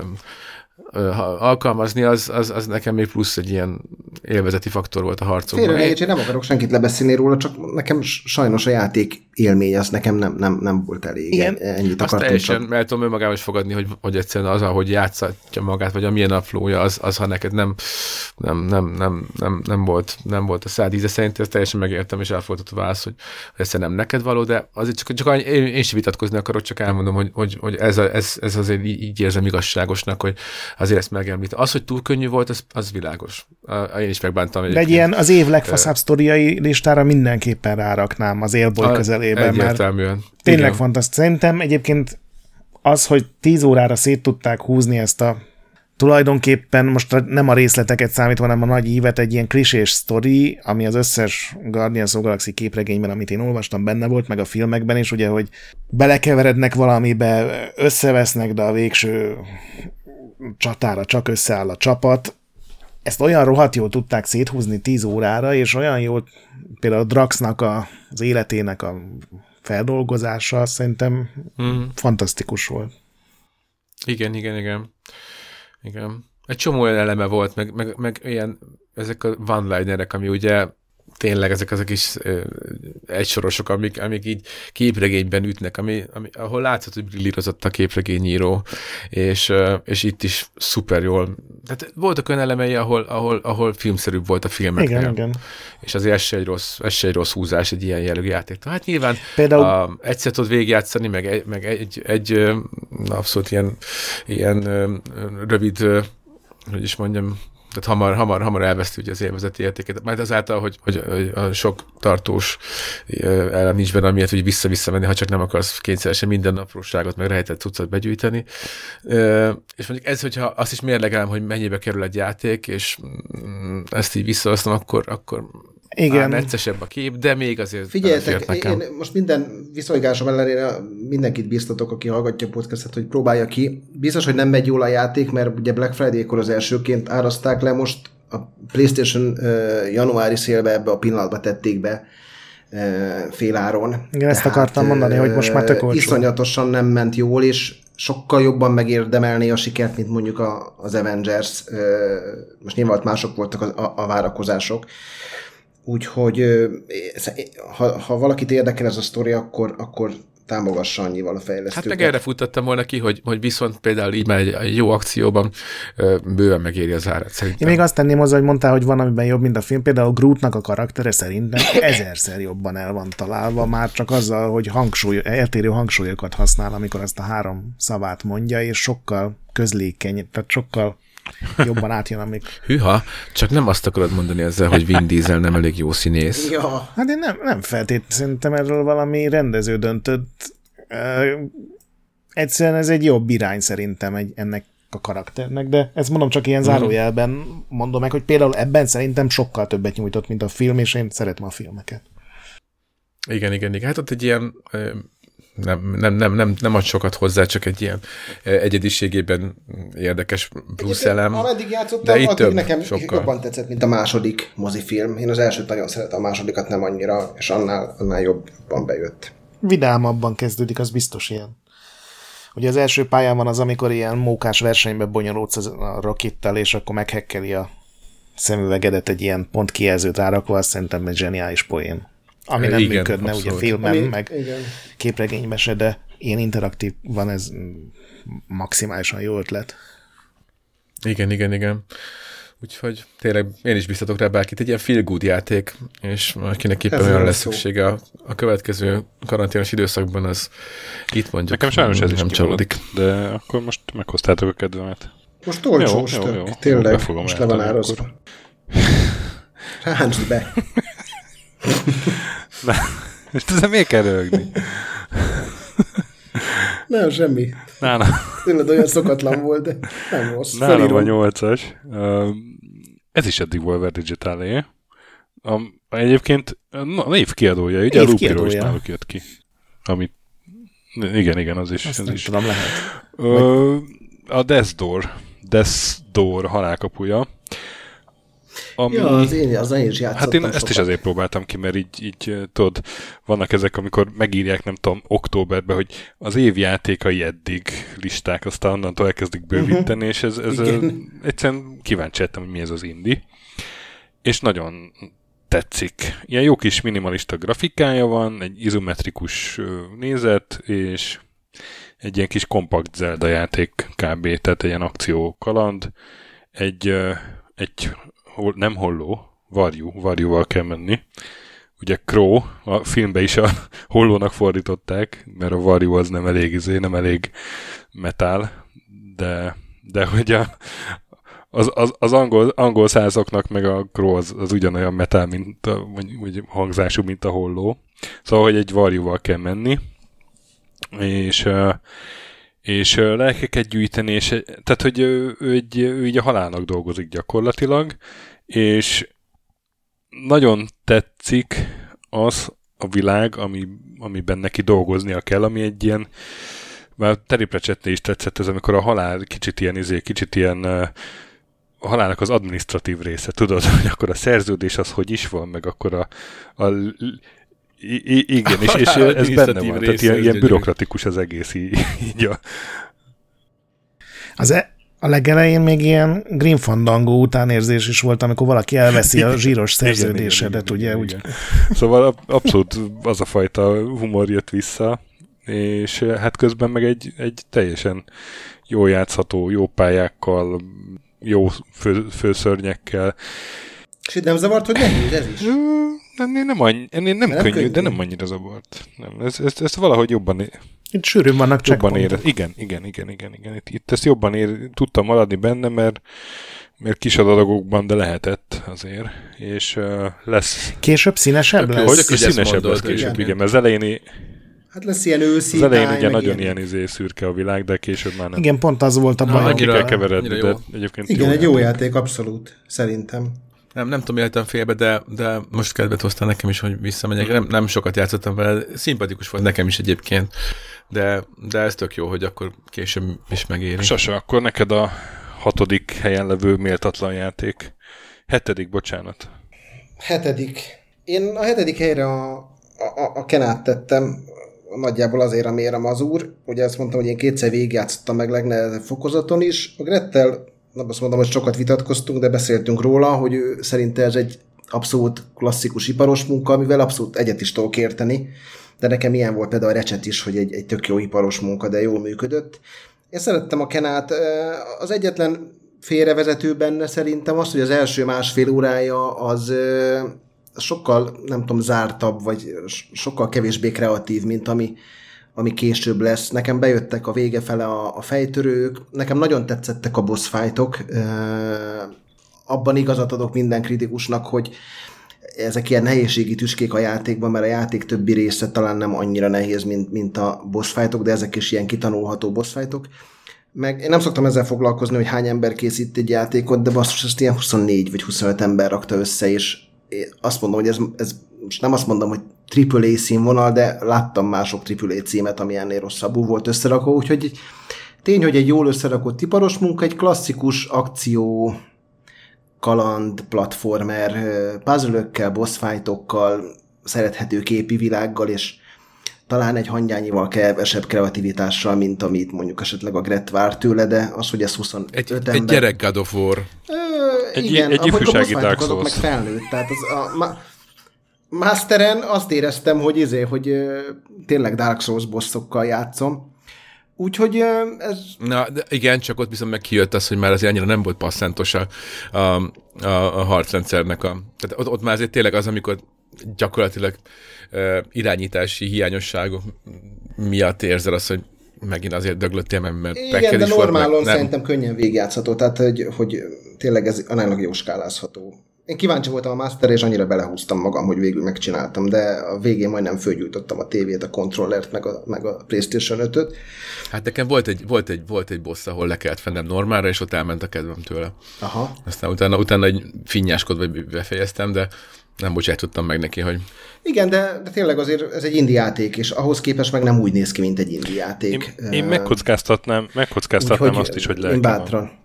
alkalmazni, az, az, az nekem még plusz egy ilyen élvezeti faktor volt a harcokban. Félre, én nem akarok senkit lebeszélni róla, csak nekem sajnos a játék élmény, az nekem nem, nem, nem volt elég. Igen. Ennyit azt teljesen csak... el tudom önmagában is fogadni, hogy, hogy egyszerűen az, ahogy játszatja magát, vagy amilyen a flója, az, az ha neked nem, nem, nem, nem, nem, nem, volt, nem volt a szád íze, szerint ezt teljesen megértem, és elfogadott a válasz, hogy egyszerűen nem neked való, de azért csak, csak én, én sem vitatkozni akarok, csak elmondom, hogy, hogy, hogy ez, a, ez, ez azért így érzem igazságosnak, hogy azért ezt megemlítem. Az, hogy túl könnyű volt, az, az világos. Én is megbántam. De egy ilyen az év legfaszább sztoriai listára mindenképpen ráraknám az Élboly közelében, mert tényleg igen. Fantasztikus. Szerintem egyébként az, hogy tíz órára szét tudták húzni ezt a tulajdonképpen most nem a részleteket számítva, hanem a nagy ívet, egy ilyen klisés sztori, ami az összes Guardians of the Galaxy képregényben, amit én olvastam, benne volt, meg a filmekben is, ugye, hogy belekeverednek valamibe, összevesznek, de a végső csatára csak összeáll a csapat. Ezt olyan rohadt jól tudták széthúzni tíz órára, és olyan jól például Draxnak a, az életének a feldolgozása szerintem mm. fantasztikus volt. Igen, igen, igen. Igen. Egy csomó olyan eleme volt, meg, meg, meg ilyen, ezek a one-linerek, ami ugye tényleg ezek azok is uh, egysorosok, amik, amik így képregényben ütnek, ami, ami, ahol látszott, hogy brillírozott a képregényíró, és, uh, és itt is szuper jól. Tehát voltak olyan elemei, ahol, ahol, ahol filmszerűbb volt a filmeknél. Igen, igen. És azért ez se egy rossz, ez se egy rossz húzás egy ilyen jellegű játék. Hát nyilván például... a, egyszer tudod végigjátszani, meg, egy, meg egy, egy abszolút ilyen, ilyen rövid, hogy is mondjam, tehát hamar, hamar, hamar elveszti ugye az élvezeti értéket. Majd azáltal, hogy, hogy, hogy a sok tartós elem nincs benne, amiért hogy vissza-vissza menni, ha csak nem akarsz kényszeresen minden apróságot, meg rejtett cuccot begyűjteni. És mondjuk ez, hogyha azt is mérlegelem, hogy mennyibe kerül egy játék, és ezt így visszahoztam, akkor, akkor igen. Neccesebb a kép, de még azért figyeljetek, én most minden viszonygásom ellenére mindenkit biztatok, aki hallgatja a podcastet, hogy próbálja ki. Biztos, hogy nem megy jól a játék, mert ugye Black Friday-kor az elsőként áraszták le, most a PlayStation uh, januári szélbe ebbe a pillanatba tették be uh, féláron. Igen, ezt Tehát, akartam mondani, uh, hogy most már tök olcsó. Iszonyatosan nem ment jól, és sokkal jobban megérdemelné a sikert, mint mondjuk a, az Avengers. Uh, most nyilván mások voltak a, a, a várakozások. Úgyhogy ha, ha valakit érdekel ez a sztori, akkor, akkor támogassa annyival a fejlesztőket. Hát meg erre futtattam volna ki, hogy, hogy viszont például így már egy, egy jó akcióban bőven megéri az árat szerintem. Én még azt tenném hozzá, hogy mondtál, hogy van, amiben jobb, mint a film. Például Grootnak a karaktere szerintem ezerszer jobban el van találva, már csak azzal, hogy hangsúly, eltérő hangsúlyokat használ, amikor azt a három szavát mondja, és sokkal közlékeny, tehát sokkal jobban átjön, amik... Hűha, csak nem azt akarod mondani ezzel, hogy Vin Diesel nem elég jó színész. Ja. Hát én nem, nem feltétlenül szerintem erről valami rendező döntött. Uh, egyszerűen ez egy jobb irány szerintem egy, ennek a karakternek, de ezt mondom csak ilyen zárójelben mondom meg, hogy például ebben szerintem sokkal többet nyújtott, mint a film, és én szeretem a filmeket. Igen, igen, igen. Hát ott egy ilyen... Nem, nem, nem, nem, nem ad sokat hozzá, csak egy ilyen egyediségében érdekes plusz elem. Ameddig játszottam, addig nekem sokkal jobban tetszett, mint a második mozifilm. Én az elsőt nagyon szeretem, a másodikat nem annyira, és annál, annál jobban bejött. Vidámabban kezdődik, az biztos ilyen. Ugye az első pályán van az, amikor ilyen mókás versenyben bonyolódsz a rakittal, és akkor meghekkeli a szemüvegedet egy ilyen pontkijelzőt rárakva, azt szerintem egy zseniális poén. Ami nem igen, működne, abszolút. Ugye filmben, Ami, meg igen. képregényben se, de ilyen interaktív van, ez maximálisan jó ötlet. Igen, igen, igen. Úgyhogy tényleg én is biztatok rá bárkit, egy ilyen feel good játék, és akinek éppen olyan lesz szüksége a, a következő karanténos időszakban, az itt mondjuk nekem sajnos ez nem csalódik. De akkor most meghoztátok a kedvemet. Most olcsós, jó, jó, jó. Tényleg, most le van árazva. Ráncsd be! Na, és ezzel miért kell röhögni? Nem, semmi. Nálam. Tényleg olyan szokatlan volt, de nem rossz. Nálam Felírom. A nyolcas. Ez is eddig Volver Digital-é. Egyébként a név kiadója, ugye a Lupiro is náluk jött ki. Amit, igen, igen, az is. Azt az nem is. tudom, lehet. Ö, a Death Door. Death Door halálkapuja. Ami, ja, az én, az én is játszottam Hát én sokat. ezt is azért próbáltam ki, mert így, így tudod, vannak ezek, amikor megírják, nem tudom, októberben, hogy az év játékai eddig listák, aztán onnantól elkezdik bővíteni, uh-huh. és ez, ez egyszerűen kíváncsi lettem, hogy mi ez az indie. És nagyon tetszik. Ilyen jó kis minimalista grafikája van, egy izometrikus nézet, és egy ilyen kis kompakt Zelda játék kb. Tehát egy ilyen akció kaland. Egy, egy nem holló, varjú, varjúval kell menni. Ugye Crow, a filmben is a hollónak fordították, mert a varjú az nem elég izé, nem elég metál, de, de hogy a, az, az, az angol, angol százoknak meg a Crow az, az ugyanolyan metál, mint a, vagy, vagy hangzású, mint a holló. Szóval, hogy egy varjúval kell menni, és, és lelkeket gyűjteni, és, tehát, hogy ő, ő, egy, ő így a halálnak dolgozik gyakorlatilag, és nagyon tetszik az a világ, ami, amiben neki dolgoznia kell, ami egy ilyen, már Terry Pratchettnél is tetszett ez, amikor a halál kicsit ilyen, izé, kicsit ilyen a halálnak az adminisztratív része, tudod, hogy akkor a szerződés az hogy is van, meg akkor a, a I- igen, és, és ez benne van, tehát ilyen, ilyen bürokratikus az egész így, így a... Az e- a legelején még ilyen Grim Fandango utánérzés is volt, amikor valaki elveszi a zsíros szerződésedet, igen, igen, ugye? igen, úgy. Igen. Szóval abszolút az a fajta humor jött vissza, és hát közben meg egy, egy teljesen jó játszható, jó pályákkal, jó fő, főszörnyekkel. És itt nem zavart, hogy nehéz ez is? Ennél nem, annyi, ennél nem, nem könnyű, könnyű, de nem annyira zavart. Nem, ez, ez, ezt valahogy jobban... Itt sűrűn vannak checkpointok. Igen, igen, igen, igen, igen. Itt, itt ezt jobban ér, tudtam maradni benne, mert, mert kis adagokban, de lehetett azért. És uh, lesz... Később színesebb lesz? Hogy, hogy színesebb lesz később, igen, mert az elején... Hát lesz ilyen őszi. Az elején ugye nagyon ilyen izé szürke a világ, de később már nem. Igen, pont az volt a baj. Ki kell keveredni, de egyébként igen, egy jó játék, abszolút, szerintem. Nem, nem tudom, éltem félbe, de, de most kedvet hoztál nekem is, hogy visszamegyek. Nem, nem sokat játszottam vele, szimpatikus volt nekem is egyébként, de, de ez tök jó, hogy akkor később is megéri. Sasa, akkor neked a hatodik helyen levő méltatlan játék. Hetedik, bocsánat. Hetedik. Én a hetedik helyre a, a, a Kenát tettem, nagyjából azért, amiért a Mazur. Ugye azt mondtam, hogy én kétszer végigjátszottam meg legnehezebb fokozaton is. A Grettel, nem azt mondom, hogy sokat vitatkoztunk, de beszéltünk róla, hogy ő szerinte ez egy abszolút klasszikus iparos munka, amivel abszolút egyet is tudok érteni. De nekem ilyen volt például a Ratchet is, hogy egy, egy tök jó iparos munka, de jól működött. Én szerettem a Kenát. Az egyetlen félrevezető benne szerintem az, hogy az első másfél órája az sokkal, nem tudom, zártabb, vagy sokkal kevésbé kreatív, mint ami, ami később lesz. Nekem bejöttek a vége fele a, a fejtörők, nekem nagyon tetszettek a boss fightok. Abban igazat adok minden kritikusnak, hogy ezek ilyen nehézségi tüskék a játékban, mert a játék többi része talán nem annyira nehéz, mint, mint a boss fightok, de ezek is ilyen kitanulható boss fightok. Meg én nem szoktam ezzel foglalkozni, hogy hány ember készít egy játékot, de basszus, ezt ilyen huszonnégy vagy huszonöt ember rakta össze, és azt mondom, hogy ez, ez most nem azt mondom, hogy triple A színvonal, de láttam mások triple A címet, ami ennél rosszabbul volt összerakó, úgyhogy tény, hogy egy jól összerakott iparos munka, egy klasszikus akció, kaland, platformer, puzzle-ökkel, boss fightokkal, szerethető képi világgal, és talán egy hangyányival kevesebb kreativitással, mint amit mondjuk esetleg a Gret vár tőle, de az, hogy ez huszonöt egy, ember... Egy gyerek God of War. Ö, egy, igen, egy ifjúsági Dark Souls. azok meg felnőtt, tehát az a ma- Masteren azt éreztem, hogy izé, hogy ö, tényleg Dark Souls bossokkal játszom. Úgyhogy ö, ez... Na, de igen, csak ott viszont meg kijött az, hogy már azért annyira nem volt passzántos a, a, a, a harcrendszernek. A, tehát ott, ott már azért tényleg az, amikor gyakorlatilag uh, irányítási hiányosságok miatt érzel azt, hogy megint azért döglöttél, mert igen, pekkel de is volt, normálon meg, szerintem könnyen végigjátszható, tehát hogy, hogy tényleg ez aránylag jó skálázható. Én kíváncsi voltam a Masterre, és annyira belehúztam magam, hogy végül megcsináltam, de a végén majdnem fölgyújtottam a tévét, a kontrollert, meg a, meg a PlayStation ötöt. Hát nekem volt egy, volt egy, volt egy boss, ahol le kellett fennem normálra, és ott elment a kedvem tőle. Aha. Aztán utána, utána egy finnyáskodva befejeztem, de nem bocsájtottam meg neki, hogy... Igen, de, de tényleg azért ez egy indie játék, és ahhoz képest meg nem úgy néz ki, mint egy indie játék. Én, én megkockáztatnám, megkockáztatnám úgy, azt is, hogy lelki bátran.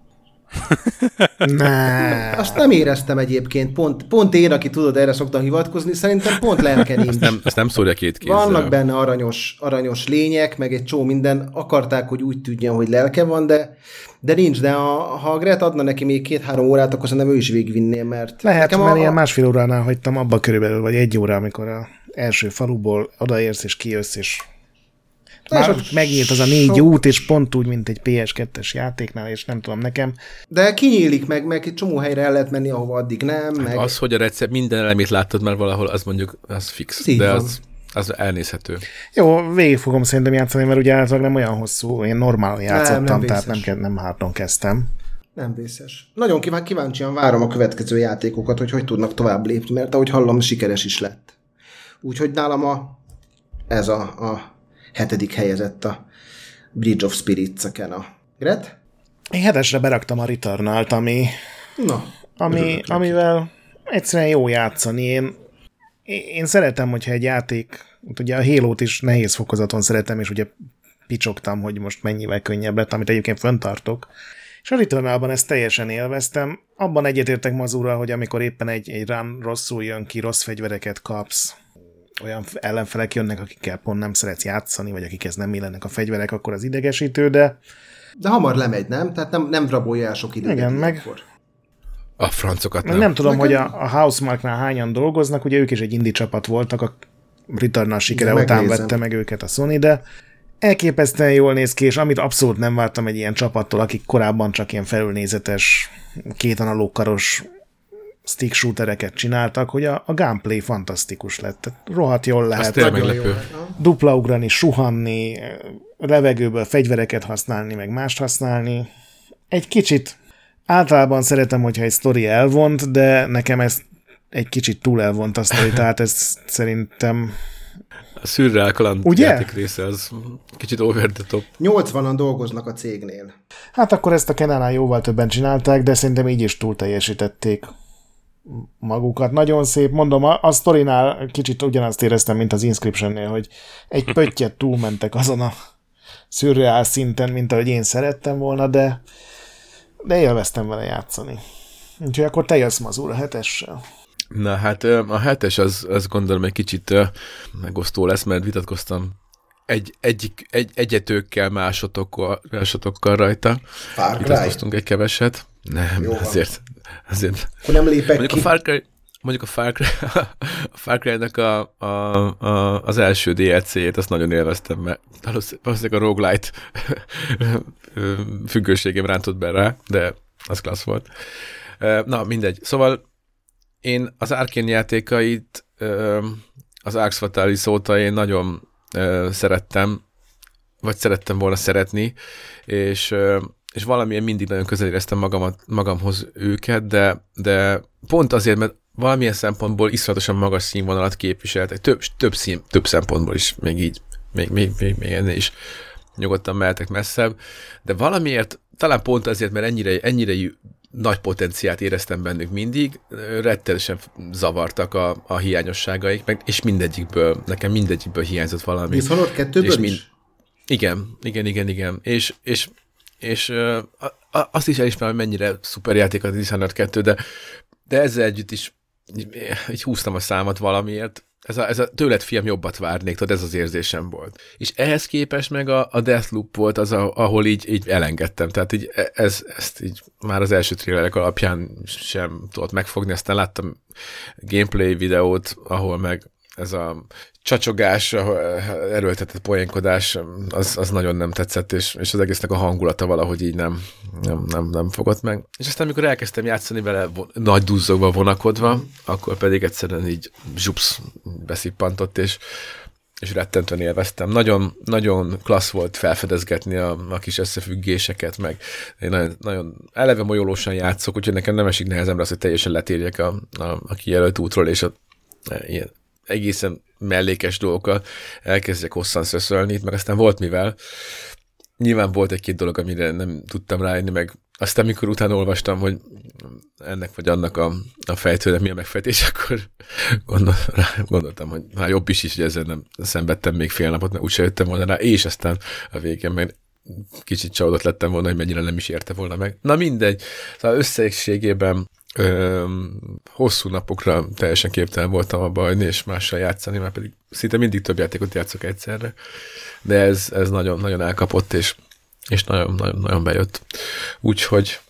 Nah. Azt nem éreztem egyébként, pont, pont én, aki tudod, erre szoktam hivatkozni, szerintem pont lelke nincs. Azt nem, azt nem szórja két kézzel. Vannak benne aranyos, aranyos lények, meg egy csó minden, akarták, hogy úgy tudjon, hogy lelke van, de, de nincs, de a, ha a Gret adna neki még két-három órát, akkor szerintem ő is végigvinné, mert... Lehet, mert a, ilyen másfél óránál hagytam abba körülbelül, vagy egy óra, amikor az első faluból odaérsz és kijössz, és már megnyílt az a négy sok... út, és pont úgy, mint egy pé es kettes játéknál, és nem tudom, nekem. De kinyílik meg, meg egy csomó helyre el lehet menni, ahova addig nem. Hát meg... az, hogy a recept minden elemét láttad már valahol, az mondjuk, az fix. Így de van. az, az elnézhető. Jó, végig fogom szerintem játszani, mert ugye általában nem olyan hosszú, én normálon játszottam, nem, nem tehát nem, ke- nem háton kezdtem. Nem vészes. Nagyon kíván, kíváncsian várom a következő játékokat, hogy hogy tudnak tovább lépni, mert ahogy hallom, sikeres is lett. Úgyhogy nálam a, ez a, a hetedik helyezett a Bridge of Spirits-eken a Gret? Én hetesre beraktam a Returnalt, ami, Na, ami, amivel egyszerűen jó játszani. Én, én szeretem, hogyha egy játék, ugye a Halo-t is nehéz fokozaton szeretem, és ugye picsogtam, hogy most mennyivel könnyebb lett, amit egyébként föntartok. És a Returnalban ezt teljesen élveztem. Abban egyetértek Mazurral, hogy amikor éppen egy, egy run rosszul jön ki, rossz fegyvereket kapsz, olyan ellenfelek jönnek, akikkel pont nem szeretsz játszani, vagy akikhez nem illennek a fegyverek, akkor az idegesítő, de... De hamar lemegy, nem? Tehát nem, nem rabolja el sok időt. Igen, meg... Akkor. A francokat nem. Nem tudom, Nekem... hogy a, a Housemarque-nál hányan dolgoznak, ugye ők is egy indie csapat voltak, a Returnal sikere De után megnézem. vette meg őket a Sony, de elképesztően jól néz ki, és amit abszolút nem vártam egy ilyen csapattól, akik korábban csak ilyen felülnézetes, két analógkaros stick shootereket csináltak, hogy a, a gameplay fantasztikus lett. Tehát rohadt jól lehet. tényleg meglepő. Dupla ugrani, suhanni, levegőből fegyvereket használni, meg mást használni. Egy kicsit általában szeretem, hogyha egy sztori elvont, de nekem ez egy kicsit túl elvont a sztori, tehát ez szerintem... A szürreál kaland Ugye? játék része az kicsit over the top. nyolcvanan dolgoznak a cégnél. Hát akkor ezt a Kenánál jóval többen csinálták, de szerintem így is túl teljesítették magukat. Nagyon szép, mondom, a, a sztorinál kicsit ugyanazt éreztem, mint az Inscriptionnél, hogy egy pöttyet túlmentek azon a szürreál szinten, mint ahogy én szerettem volna, de, de élveztem vele játszani. Úgyhogy akkor te jössz, Mazur, a hetessel. Na hát a hetes az, az gondolom egy kicsit megosztó lesz, mert vitatkoztam egy, egyik, egy, egyetőkkel, másotokkal, másotokkal rajta. Far Cry. Vitatkoztunk egy keveset. Nem, Jó van. azért, azért. Akkor nem lépek Mondjuk ki. a Far Cry, mondjuk a Far, Cry, a Far Cry-nak a, a, a, az első dé el cé-jét azt nagyon élveztem, mert valószínűleg a roguelite függőségem rántott be rá, de az klassz volt. Na, mindegy. Szóval én az Arkane játékait, az Arx Fatalis óta én nagyon szerettem, vagy szerettem volna szeretni, és, és valamilyen mindig nagyon közel éreztem magamat, magamhoz őket, de, de pont azért, mert valamilyen szempontból iszonyatosan magas színvonalat képviseltek, több, több, szín, több szempontból is, még így, még, még, még, még ennél is nyugodtan mehetek messzebb, de valamiért, talán pont azért, mert ennyire, ennyire nagy potenciált éreztem bennük mindig, rettenetesen zavartak a, a hiányosságaik, meg, és mindegyikből, nekem mindegyikből hiányzott valami. Dishonored kettőből és is? Mind, igen, igen, igen, igen. És, és, és uh, a, azt is elismerem, hogy mennyire szuper játék a Dishonored kettő, de, de ezzel együtt is így, így húztam a számat valamiért. Ez a, ez a tőled fiam jobbat várnék, tudod, ez az érzésem volt. És ehhez képest meg a, a Deathloop volt az, a, ahol így, így elengedtem. Tehát így ez, ezt így már az első trailerek alapján sem tudott megfogni, aztán láttam gameplay videót, ahol meg ez a csacsogás, erőltetett poénkodás, az, az nagyon nem tetszett, és, és az egésznek a hangulata valahogy így nem, nem, nem, nem fogott meg. És aztán, amikor elkezdtem játszani vele nagy duzzogva, vonakodva, akkor pedig egyszerűen így zsupsz beszippantott, és, és rettentően élveztem. Nagyon, nagyon klassz volt felfedezgetni a, a kis összefüggéseket, meg én nagyon, nagyon eleve molyolósan játszok, úgyhogy nekem nem esik nehezemre az, hogy teljesen letérjek a, a, a kijelölt útról, és a, ilyen egészen mellékes dolgokkal elkezdjek hosszan szöszölni, itt meg aztán volt mivel. Nyilván volt egy-két dolog, amire nem tudtam rájönni, meg aztán mikor utána olvastam, hogy ennek vagy annak a, a fejtőnek mi a megfejtés, akkor gondol, rá, gondoltam, hogy már jobb is is, hogy ezzel nem szenvedtem még fél napot, mert úgyse jöttem volna rá, és aztán a végén meg kicsit csalódott lettem volna, hogy mennyire nem is érte volna meg. Na mindegy. Szóval összességében ö, hosszú napokra teljesen képtelen voltam abba hagyni, és mással játszani, már pedig szinte mindig több játékot játszok egyszerre. De ez, ez nagyon, nagyon elkapott, és, és nagyon, nagyon, nagyon bejött. Úgyhogy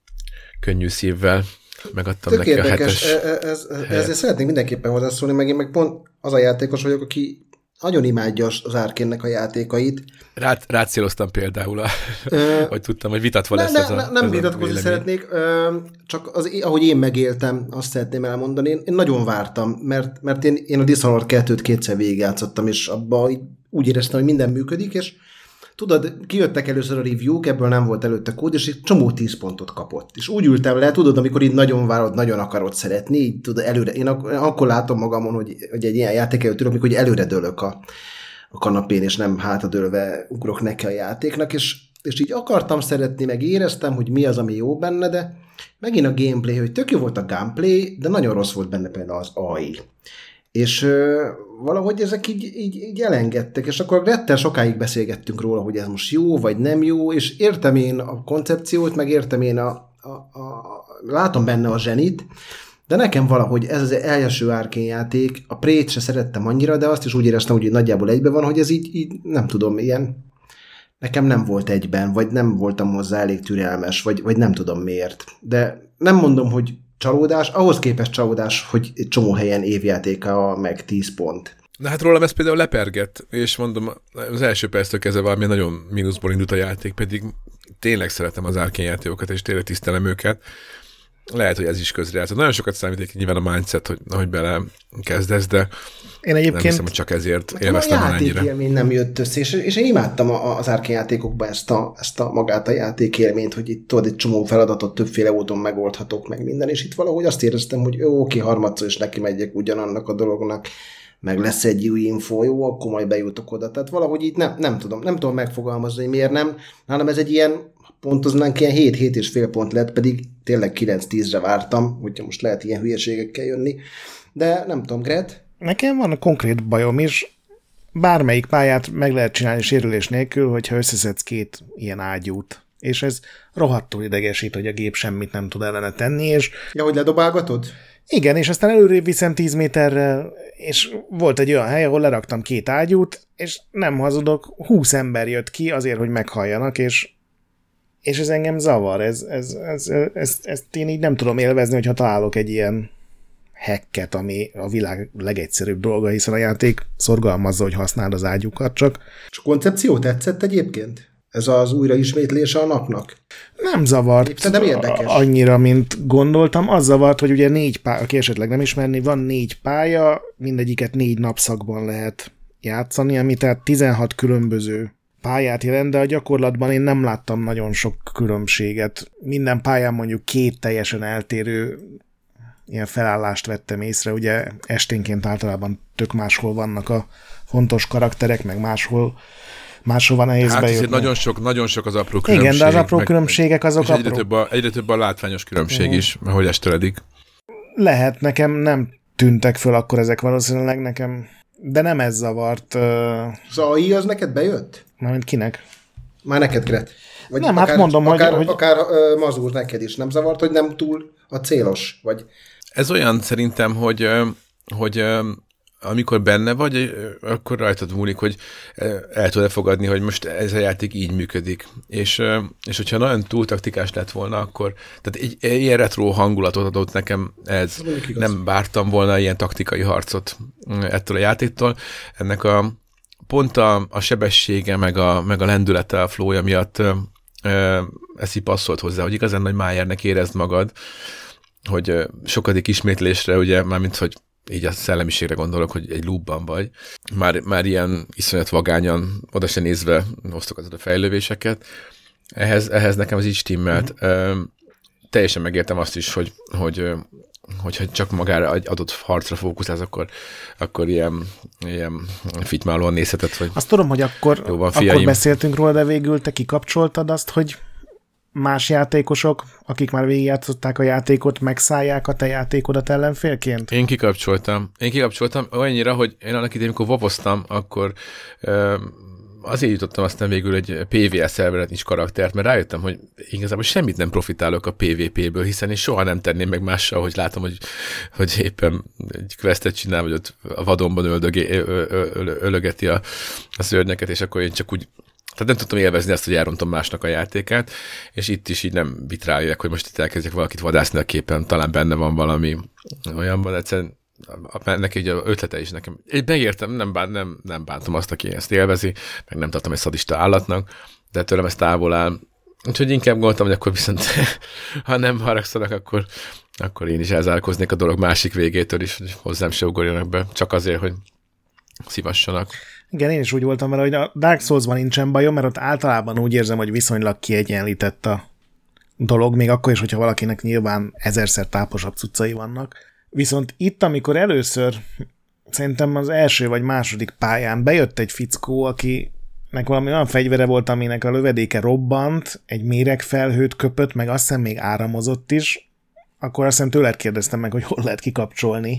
könnyű szívvel megadtam tök neki érdekes. a hetes ez, ez, ezért szeretnék mindenképpen hozzászólni, meg én meg pont az a játékos vagyok, aki nagyon imádja az Arcane-nek a játékait. Rá, rácéloztam például, a, Ö, hogy tudtam, hogy vitatva lesz ne, ez a ne, Nem ez vitatkozni a szeretnék, csak az, ahogy én megéltem, azt szeretném elmondani. Én, én nagyon vártam, mert, mert én, én a Dishonored kettőt kétszer végigjátszottam, és abban úgy éreztem, hogy minden működik, és tudod, kijöttek először a review-k, ebből nem volt előtte kód, és egy csomó tíz pontot kapott. És úgy ültem le, tudod, amikor így nagyon várod, nagyon akarod szeretni, így tudod, előre, én ak- akkor látom magamon, hogy, hogy egy ilyen játék előtt ülök, amikor előre dőlök a, a kanapén, és nem hátradőlve ugrok neki a játéknak, és, és így akartam szeretni, meg éreztem, hogy mi az, ami jó benne, de megint a gameplay, hogy tök jó volt a gameplay, de nagyon rossz volt benne például az á i. És ö, valahogy ezek így, így, így elengedtek, és akkor rettel sokáig beszélgettünk róla, hogy ez most jó, vagy nem jó, és értem én a koncepciót, meg értem én a, a, a látom benne a zsenit, de nekem valahogy ez az első Arcane játék, a Prey-t se szerettem annyira, de azt is úgy éreztem, hogy nagyjából egyben van, hogy ez így, így nem tudom, ilyen nekem nem volt egyben, vagy nem voltam hozzá elég türelmes, vagy, vagy nem tudom miért. De nem mondom, hogy csalódás, ahhoz képest csalódás, hogy egy csomó helyen évjátéka meg tíz pont. Na hát rólam ez például lepergett, és mondom, az első perctől kezdve valami nagyon mínuszból indult a játék, pedig tényleg szeretem az Arcane játékokat, és tényleg tisztelem őket. Lehet, hogy ez is közrejátszott. Nagyon sokat számíték nyilván a mindset, hogy, hogy bele kezdesz, de én egyébként nem hiszem, hogy csak ezért élveztem a ennyire. játékélmény nem jött össze, és, és én imádtam a, az Arcane játékokban ezt a, ezt a magát a játékélményt, hogy itt tudod, egy csomó feladatot többféle úton megoldhatok meg minden, és itt valahogy azt éreztem, hogy jó, oké, harmadszor is neki megyek ugyanannak a dolognak, meg lesz egy új info, jó, akkor majd bejutok oda. Tehát valahogy így nem, nem tudom, nem tudom megfogalmazni, hogy miért nem. Nálam ez egy ilyen, pontoznánk ilyen hét-hét és fél pont lett, pedig tényleg kilenc-tízre vártam, hogyha most lehet ilyen hülyeségekkel jönni. De nem tudom, Gret? Nekem van a konkrét bajom is, bármelyik pályát meg lehet csinálni sérülés nélkül, hogyha összeszedsz két ilyen ágyút. És ez rohadtul idegesít, hogy a gép semmit nem tud ellene tenni, és... Ja, hogy ledobálgatod? Igen, és aztán előrébb viszem tíz méterrel, és volt egy olyan hely, ahol leraktam két ágyút, és nem hazudok, húsz ember jött ki azért, hogy meghalljanak, és, és ez engem zavar. Ez, ez, ez, ez, ez, ezt én így nem tudom élvezni, hogyha találok egy ilyen hacket, ami a világ legegyszerűbb dolga, hiszen a játék szorgalmazza, hogy használd az ágyukat, csak... És a koncepció tetszett egyébként? Ez az újraismétlése a napnak? Nem zavart Szerintem érdekes. Annyira, mint gondoltam. Az zavart, hogy ugye négy pálya, aki esetleg nem ismerni, van négy pálya, mindegyiket négy napszakban lehet játszani, ami tehát tizenhat különböző pályát jelent, de a gyakorlatban én nem láttam nagyon sok különbséget. Minden pályán mondjuk két teljesen eltérő ilyen felállást vettem észre, ugye esténként általában tök máshol vannak a fontos karakterek, meg máshol máshova nehéz hát bejutni. nagyon sok, nagyon sok az apró különbség. Igen, de az apró meg, különbségek azok és egyre apró. Több a, egyre több a látványos különbség uh-huh. is, ahogy esteredik. Lehet, nekem nem tűntek föl akkor ezek valószínűleg nekem, de nem ez zavart. Az á i az neked bejött? Mármint kinek? Már neked, Gret. Vagy nem, akár, hát mondom, akár, hogy... Akár uh, Mazur neked is nem zavart, hogy nem túl a célos, vagy... Ez olyan szerintem, hogy, hogy amikor benne vagy, akkor rajtad múlik, hogy el tudod fogadni, hogy most ez a játék így működik. És, és hogyha nagyon túl taktikás lett volna, akkor tehát egy, egy ilyen retro hangulatot adott nekem ez. Nem vártam volna ilyen taktikai harcot ettől a játéktól. Ennek a pont a, a sebessége, meg a, meg a lendülete, a flowja miatt ez így passzolt hozzá, hogy igazán nagy májernek érezd magad, hogy sokadik ismétlésre, ugye, mármint, hogy így a szellemiségre gondolok, hogy egy loopban vagy. Már, már ilyen iszonyat vagányan, oda se nézve hoztok az a fejlővéseket. Ehhez, ehhez nekem az így stimmelt. Mm. Teljesen megértem azt is, hogy, hogy hogyha csak magára egy adott harcra fókuszálsz, akkor, akkor ilyen, ilyen fitymálóan nézheted, hogy azt tudom, hogy akkor, jó van, akkor beszéltünk róla, de végül te kikapcsoltad azt, hogy más játékosok, akik már végigjátszották a játékot, megszállják a te játékodat ellenfélként? Én kikapcsoltam. Én kikapcsoltam olyannyira, hogy én annak idején, amikor vavoztam, akkor ö, azért jutottam aztán végül egy pé vé es szerveren is karaktert, mert rájöttem, hogy igazából semmit nem profitálok a pé vé pé-ből, hiszen én soha nem tenném meg mással, hogy látom, hogy, hogy éppen egy questet csinál, vagy ott a vadonban öldögé, ö, ö, ö, ölögeti a, a szörnyeket, és akkor én csak úgy, tehát nem tudtam élvezni azt, hogy elrontom másnak a játékát, és itt is így nem bit rálélek, hogy most itt elkezdjek valakit vadászni a képen, talán benne van valami olyanban, egyszerűen neki egy ötlete is nekem. Én megértem, nem, bán, nem, nem bántom azt, aki ezt élvezi, meg nem tartom egy szadista állatnak, de tőlem ez távol áll. Úgyhogy inkább gondoltam, hogy akkor viszont ha nem haragszanak, akkor, akkor én is elzárkóznék a dolog másik végétől is, hogy hozzám se ugorjanak be, csak azért, hogy szívassanak. Igen, én is úgy voltam vele, hogy a Dark Souls-ban nincsen bajom, mert ott általában úgy érzem, hogy viszonylag kiegyenlített a dolog, még akkor is, hogyha valakinek nyilván ezerszer táposabb cuccai vannak. Viszont itt, amikor először, szerintem az első vagy második pályán bejött egy fickó, akinek valami olyan fegyvere volt, aminek a lövedéke robbant, egy méregfelhőt köpött, meg azt hiszem még áramozott is, akkor azt hiszem tőled kérdeztem meg, hogy hol lehet kikapcsolni.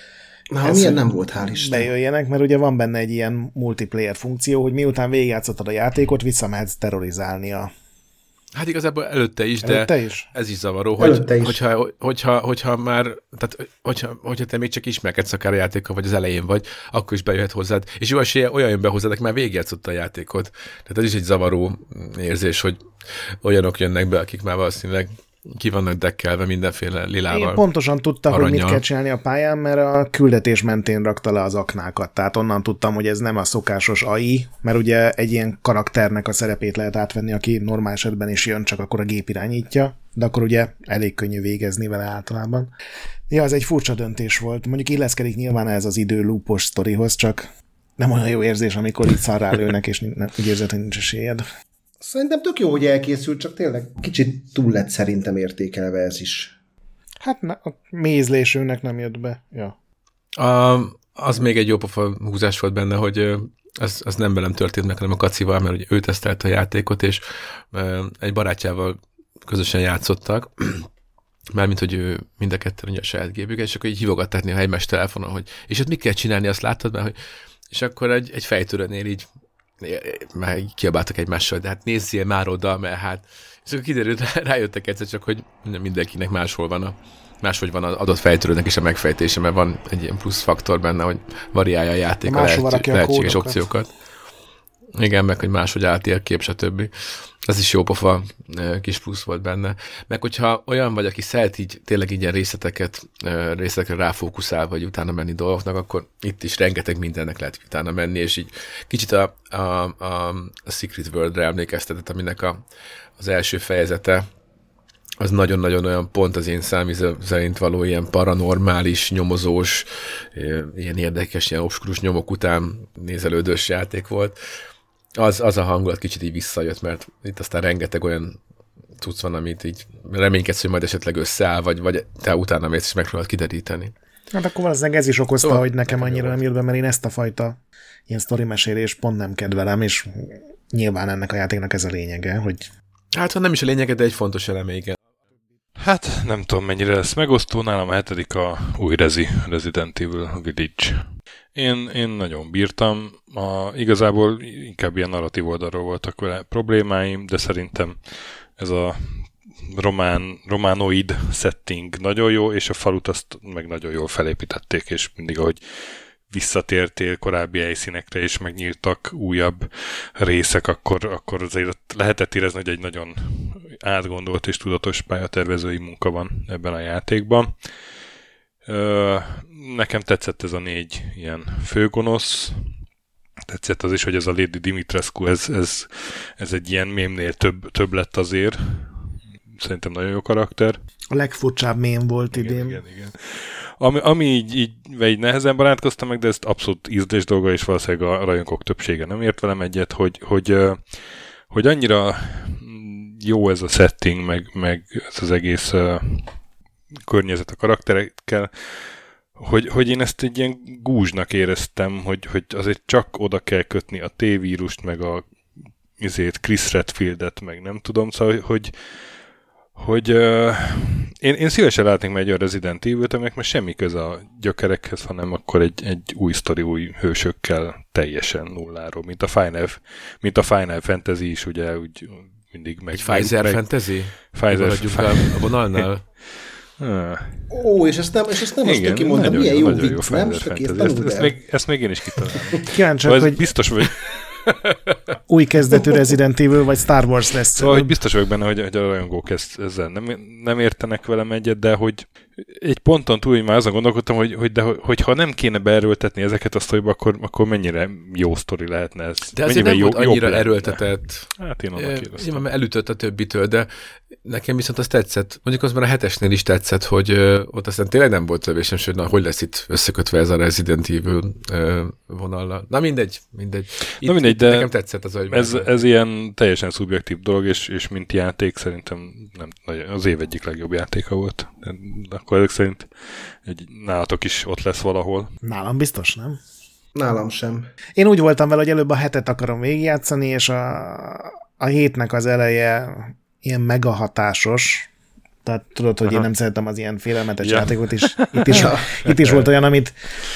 Na, milyen nem volt, hál' Isten. Bejöjjenek, mert ugye van benne egy ilyen multiplayer funkció, hogy miután végigjátszottad a játékot, visszamehetsz terrorizálni a Hát igazából előtte is, de előtte is? Ez is zavaró, hogy, is. Hogyha, hogyha, hogyha már, tehát hogyha, hogyha te még csak ismerkedsz akár a játékkal, vagy az elején vagy, akkor is bejöhet hozzád. És jó esélye olyan jön be hozzád, aki már végigjátszotta a játékot. Tehát ez is egy zavaró érzés, hogy olyanok jönnek be, akik már valószínűleg ki vannak dekkelve mindenféle lilával. Én pontosan tudtam, aranyjal. hogy mit kell csinálni a pályán, mert a küldetés mentén rakta le az aknákat. Tehát onnan tudtam, hogy ez nem a szokásos á i, mert ugye egy ilyen karakternek a szerepét lehet átvenni, aki normál esetben is jön, csak akkor a gép irányítja, de akkor ugye elég könnyű végezni vele általában. Ja, ez egy furcsa döntés volt. Mondjuk illeszkedik nyilván ez az idő loopos sztorihoz, csak nem olyan jó érzés, amikor itt szarrá lőnek, és nem, úgy érzed, hogy nincs esélyed. Szerintem tök jó, hogy elkészült, csak tényleg kicsit túl lett szerintem értékelve ez is. Hát na, a mézlésőnek nem jött be. Ja. A, az még egy jó pofa húzás volt benne, hogy az, az nem velem történt meg, hanem a Kacival, mert ugye ő tesztelte a játékot, és egy barátjával közösen játszottak, mármint, hogy ő mind a ketten ugye a saját gépüket, és akkor így hívogatták néha egymás telefonon, hogy és ott mit kell csinálni, azt láttad már, hogy és akkor egy, egy fejtörőnél így már kiabáltak egymással, de hát nézzél már oda, mert hát és akkor kiderült, rájöttek egyszer csak, hogy mindenkinek máshol van a máshogy van az adott fejtörőnek is a megfejtése, mert van egy ilyen plusz faktor benne, hogy variálja a játék a, lehet, a lehetséges opciókat. Igen, meg hogy máshogy átér kép, stb. Ez is jó pofa kis plusz volt benne. Meg hogyha olyan vagy, aki szeret így tényleg így ilyen részleteket, részletekre ráfókuszál, vagy utána menni dolgoknak, akkor itt is rengeteg mindennek lehet utána menni, és így kicsit a, a, a, a Secret World-re emlékeztetett, aminek a, az első fejezete az nagyon-nagyon olyan pont az én számízem szerint való ilyen paranormális, nyomozós, ilyen érdekes, ilyen obskurus nyomok után nézelődős játék volt. Az, az a hangulat kicsit így visszajött, mert itt aztán rengeteg olyan cucc van, amit így reménykedsz, hogy majd esetleg összeáll, vagy, vagy te utána mész és megpróbálod kideríteni. Hát akkor valószínűleg ez is okozta, oh, hogy nekem nekem annyira nem jött be, mert én ezt a fajta ilyen sztorimesélés pont nem kedvelem, és nyilván ennek a játéknak ez a lényege, hogy... Hát ha nem is a lényege, de egy fontos eleme, igen. Hát nem tudom mennyire lesz megosztó, nálam a hetedik a új Rezi, Resident Evil Village. Én, én nagyon bírtam, a, igazából inkább ilyen narratív oldalról voltak vele problémáim, de szerintem ez a román, románoid setting nagyon jó, és a falut azt meg nagyon jól felépítették, és mindig ahogy visszatértél korábbi helyszínekre, és megnyíltak újabb részek, akkor, akkor azért lehetett érezni, hogy egy nagyon átgondolt és tudatos pályatervezői munka van ebben a játékban. Nekem tetszett ez a négy ilyen főgonosz, tetszett az is, hogy ez a Lady Dimitrescu, ez, ez, ez egy ilyen mémnél több, több lett azért. Szerintem nagyon jó karakter. A legfurcsább mém volt igen, idén. Igen, igen. Ami, ami így, így, így nehezen barátkoztam meg, de ezt abszolút ízlés dolga, és valószínűleg a rajongók többsége nem ért velem egyet, hogy, hogy, hogy annyira jó ez a setting, meg, meg ez az egész uh, környezet a karakterekkel, hogy, hogy én ezt egy ilyen gúzsnak éreztem, hogy, hogy azért csak oda kell kötni a T-vírust, meg a izét, Chris Redfieldet, meg nem tudom, szóval, hogy hogy uh, én, én szívesen látnék meg egy olyan Resident Evil-t, aminek már semmi köze a gyökerekhez, hanem akkor egy, egy új sztori, új hősökkel teljesen nulláról, mint a Final, mint a Final Fantasy is, ugye, úgy mindig meg... Egy Pfizer meg, Fantasy? Pfizer Fantasy. A vonalnál? Ah. Ó, és ezt nem, és ezt nem azt kimondtam, milyen jó, jó vicc, nem? Ezt, ezt, ezt, még, ezt még én is kitalálom. Kíváncsiak, hogy biztos vagy... új kezdetű Resident Evil, vagy Star Wars lesz. Szóval, hogy biztos vagyok benne, hogy, hogy a rajongók ezt, ezzel nem, nem értenek velem egyet, de hogy egy ponton túl, hogy már azon gondolkodtam, hogy, hogy de, hogy ha nem kéne beerőltetni ezeket a sztoriba, akkor, akkor mennyire jó sztori lehetne ez. De azért nem jó, volt annyira erőltetett. Hát én annak éreztem. Nyilván elütött a többitől, de nekem viszont az tetszett. Mondjuk az már a hetesnél is tetszett, hogy ö, ott aztán tényleg nem volt lövésem, hogy na, hogy lesz itt összekötve ez a Resident Evil ö, vonallal. Na mindegy, mindegy. Itt, na mindegy, itt de nekem tetszett az, hogy ez, ez ilyen teljesen szubjektív dolog, és, és mint játék szerintem nem, az év egyik legjobb játéka volt. De akkor ezek szerint egy, nálatok is ott lesz valahol. Nálam biztos, nem? Nálam sem. Én úgy voltam vele, hogy előbb a hetet akarom végigjátszani, és a, a hétnek az eleje ilyen megahatásos. Tehát tudod, hogy Aha. én nem szeretem az ilyen félelmetes ja. játékot is. Itt is, itt is volt olyan, amit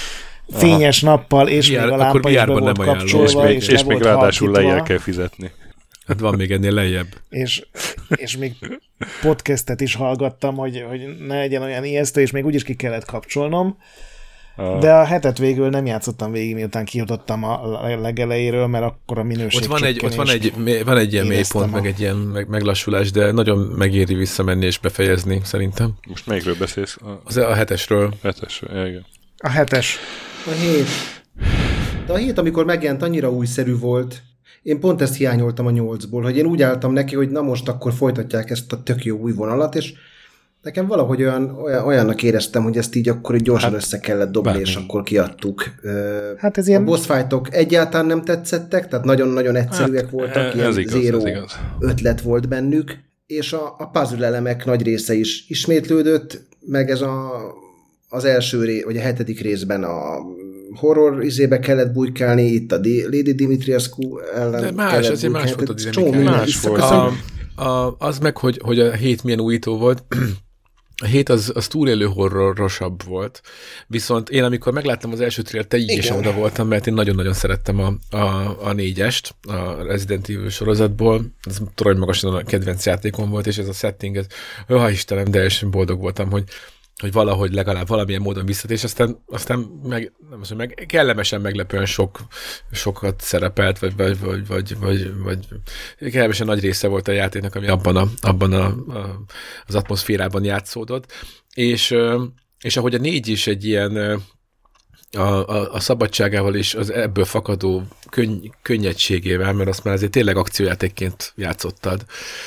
fényes Aha. nappal, és Biár, még a lámpa is be volt kapcsolva, és, és, és még ráadásul lejjel kell fizetni. Hát van még ennél lejjebb. És, és még podcastet is hallgattam, hogy, hogy ne legyen olyan ijesztő, és még úgyis ki kellett kapcsolnom. Ah. De a hetet végül nem játszottam végig, miután kijutottam a legelejéről, mert akkor a minőség ott van egy, ott van egy, van egy ilyen mélypont, meg egy ilyen meg, meglassulás, de nagyon megéri visszamenni és befejezni, szerintem. Most melyikről beszélsz? A... Az a hetesről. Hetesről, igen. A hetes. A hét. De a hét, amikor megjelent, annyira újszerű volt. Én pont ezt hiányoltam a nyolcból, hogy én úgy álltam neki, hogy na most akkor folytatják ezt a tök jó új vonalat, és nekem valahogy olyan, olyan, olyannak éreztem, hogy ezt így akkor így gyorsan hát, össze kellett dobni, bármi. És akkor kiadtuk. Hát ez a ilyen... boss fightok egyáltalán nem tetszettek, tehát nagyon-nagyon egyszerűek hát, voltak, ilyen igaz, zéró ötlet volt bennük, és a, a puzzle elemek nagy része is ismétlődött, meg ez a, az első ré, vagy a hetedik részben a horror izébe kellett bujkálni, itt a D- Lady Dimitrescu ellen de más, azért más volt a dinamika. Más volt. A, a, az meg, hogy, hogy a hét milyen újító volt, a hét az, az túlélő horrorosabb volt, viszont én amikor megláttam az első trailer, teljesen oda voltam, mert én nagyon-nagyon szerettem a, a, a négyest, a Resident Evil sorozatból, ez torony magasan a kedvenc játékom volt, és ez a setting, ez, ha Istenem, de és boldog voltam, hogy hogy valahogy legalább valamilyen módon visszatér, és aztán, aztán meg, nem azt mondom, meg kellemesen meglepően sok, sokat szerepelt, vagy, vagy, vagy, vagy, vagy, vagy kellemesen nagy része volt a játéknak, ami abban, a, abban a, a, az atmoszférában játszódott, és, és ahogy a négy is egy ilyen a, a, a szabadságával és az ebből fakadó könny, könnyedségével, mert azt már azért tényleg akciójátékként játszottad,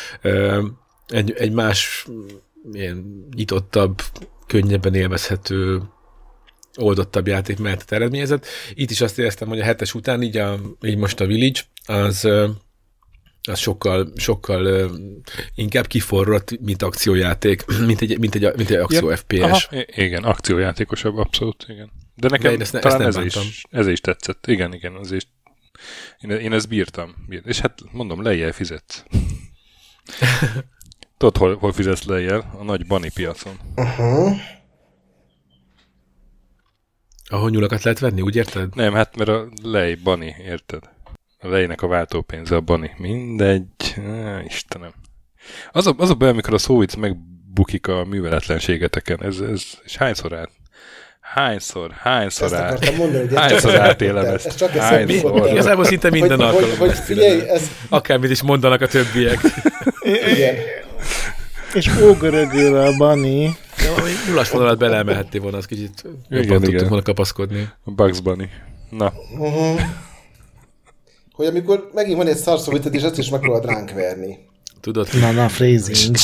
egy, egy más ilyen nyitottabb, könnyebben élvezhető, oldottabb játék mehetett eredményezett. Itt is azt éreztem, hogy a hetes után, így, a, így most a Village, az, az sokkal, sokkal inkább kiforrott, mint akciójáték, mint egy, mint egy, mint egy akció ja, ef pé es. Aha, igen, akciójátékosabb, abszolút, igen. De nekem De ezt, talán ezt ez, is, ez is tetszett. Igen, igen, az is. Én, én ezt bírtam. És hát mondom, lejjel fizet. Tudod, hol, hol fizetsz lejjel? A nagy Bunny piacon. Uh-huh. Ahol nyulakat lehet venni, úgy érted? Nem, hát mert a lej Bunny, érted? A lejnek a váltópénze a Bunny. Mindegy. Á, Istenem. Az a, az a baj, amikor a szóvic megbukik a műveletlenségeteken. Ez, ez, és hányszor át? Hányszor, hányszor át? Mondani, hányszor átélem ezt? Ez csak hányszor. Igazából szinte minden alkalommal. Hogy, hogy figyelj, ez... Akármit is mondanak a többiek. Igen. És ógörögül a Bunny. Nyulas vonalat beleemelhettél volna, az kicsit jobban tudtunk volna kapaszkodni. A Bugs Bunny. Na. Uh-huh. Hogy amikor megint van egy szarszóvitet, és ezt is megpróbáld ránk verni. Tudod? Na, na, phrasing.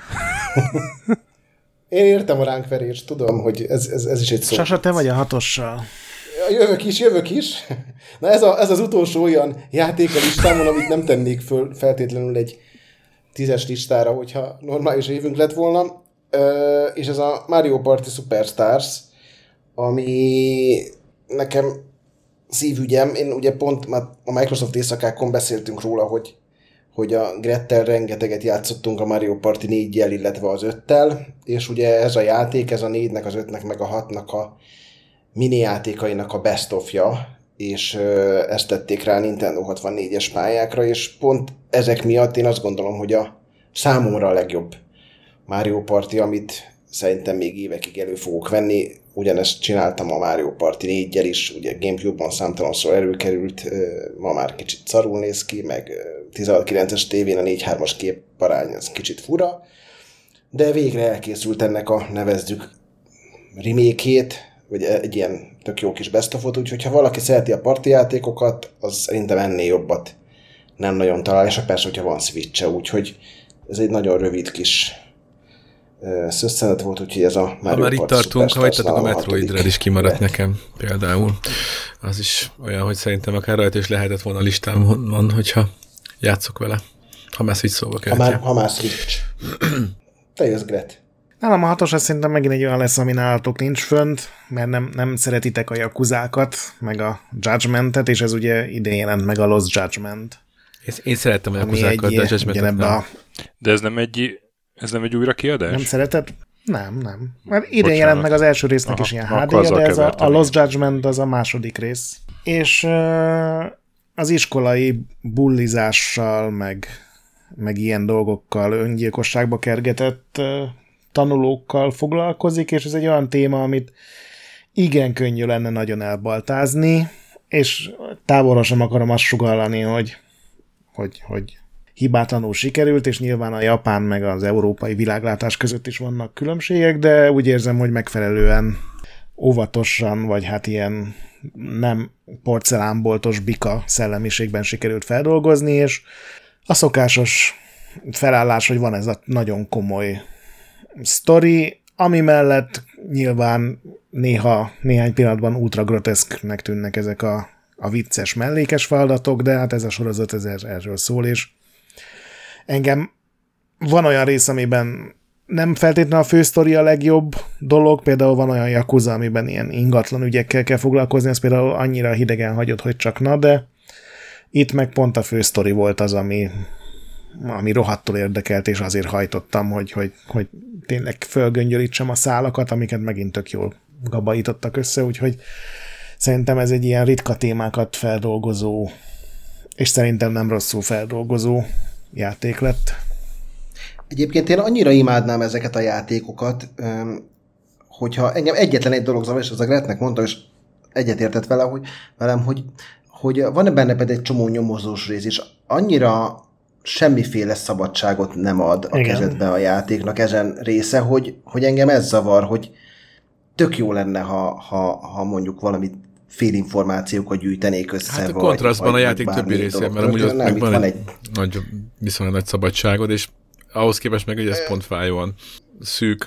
Én értem a ránkverést, tudom, hogy ez, ez, ez is egy szó. Sasa, te vagy a hatossal. Jövök is, jövök is. Na ez, a, ez az utolsó olyan játék a listámon, amit nem tennék föl feltétlenül egy tízes listára, hogyha normális évünk lett volna. Ö, és ez a Mario Party Superstars, ami nekem szívügyem. Én ugye pont már a Microsoft éjszakákon beszéltünk róla, hogy, hogy a Grettel rengeteget játszottunk a Mario Party négyjel, illetve az öttel, és ugye ez a játék, ez a négynek, az ötnek, meg a hatnak a mini játékainak a best of-ja, és ezt tették rá a Nintendo hatvannégyes pályákra, és pont ezek miatt én azt gondolom, hogy a számomra a legjobb Mario Party, amit szerintem még évekig elő fogok venni. Ugyanezt csináltam a Mario Party négyel is, ugye Gamecube-on számtalanszor előkerült, ma már kicsit szarul néz ki, meg tizenhat kilences tévén a négy hármas képarány, az kicsit fura, de végre elkészült ennek a, nevezzük, remake-ét, vagy egy ilyen tök jó kis best of-ot, úgyhogy ha valaki szereti a parti játékokat, az szerintem ennél jobbat nem nagyon talál, és persze, hogyha van Switch-e, úgyhogy ez egy nagyon rövid kis uh, szösszenet volt, úgyhogy ez a Mario ha már itt tartunk, ha hagytatok a Metroid Dread is kimaradt de. nekem például. Az is olyan, hogy szerintem akár rajta is lehetett volna listámon, hogyha játszok vele. Ha már Switch szóba ha már, ha már Switch. Te jössz, Gret. Nálam a hatos, az szerintem megint egy olyan lesz, ami nálatok nincs fönt, mert nem, nem szeretitek a Yakuzákat, meg a Judgmentet, és ez ugye idén jelent meg a Lost Judgment. Én, én szerettem a Yakuzákat, de a Judgmentet nem. A... De ez nem egy, ez nem egy újra kiadás? Nem szereted? Nem, nem. Mert idén Bocsánat. jelent meg az első résznek Aha, is ilyen há dé, de ez a, a Lost Judgment az a második rész. És uh, az iskolai bullizással, meg, meg ilyen dolgokkal öngyilkosságba kergetett uh, tanulókkal foglalkozik, és ez egy olyan téma, amit igen könnyű lenne nagyon elbaltázni, és távolra sem akarom azt sugallani, hogy, hogy, hogy hibátlanul sikerült, és nyilván a japán meg az európai világlátás között is vannak különbségek, de úgy érzem, hogy megfelelően óvatosan, vagy hát ilyen nem porcelánboltos bika szellemiségben sikerült feldolgozni, és a szokásos felállás, hogy van ez a nagyon komoly sztori, ami mellett nyilván néha, néhány pillanatban ultra groteszknek tűnnek ezek a, a vicces mellékes feladatok, de hát ez a sorozat ez erről szól, és engem van olyan rész, amiben nem feltétlenül a fősztori a legjobb dolog, például van olyan Yakuza, amiben ilyen ingatlan ügyekkel kell foglalkozni, ez például annyira hidegen hagyott, hogy csak na, de itt meg pont a fősztori volt az, ami ami rohadtul érdekelt, és azért hajtottam, hogy, hogy, hogy tényleg fölgöngyölítsem a szálakat, amiket megint tök jól gabajítottak össze, úgyhogy szerintem ez egy ilyen ritka témákat feldolgozó, és szerintem nem rosszul feldolgozó játék lett. Egyébként én annyira imádnám ezeket a játékokat, hogyha engem egyetlen egy dolog zavar, és az a Gretnek mondta, és egyetértett vele, hogy, velem, hogy, hogy van-e benne pedig egy csomó nyomozós rész, és annyira semmiféle szabadságot nem ad a Igen. kezedbe a játéknak ezen része, hogy, hogy engem ez zavar, hogy tök jó lenne, ha, ha, ha mondjuk valamit félinformációkat gyűjtenék össze. Hát a kontrasztban a játék többi részén, mert amúgy ott meg van, van egy, egy... Nagy, viszonylag nagy szabadságod, és ahhoz képest meg, hogy ez pont fájóan szűk.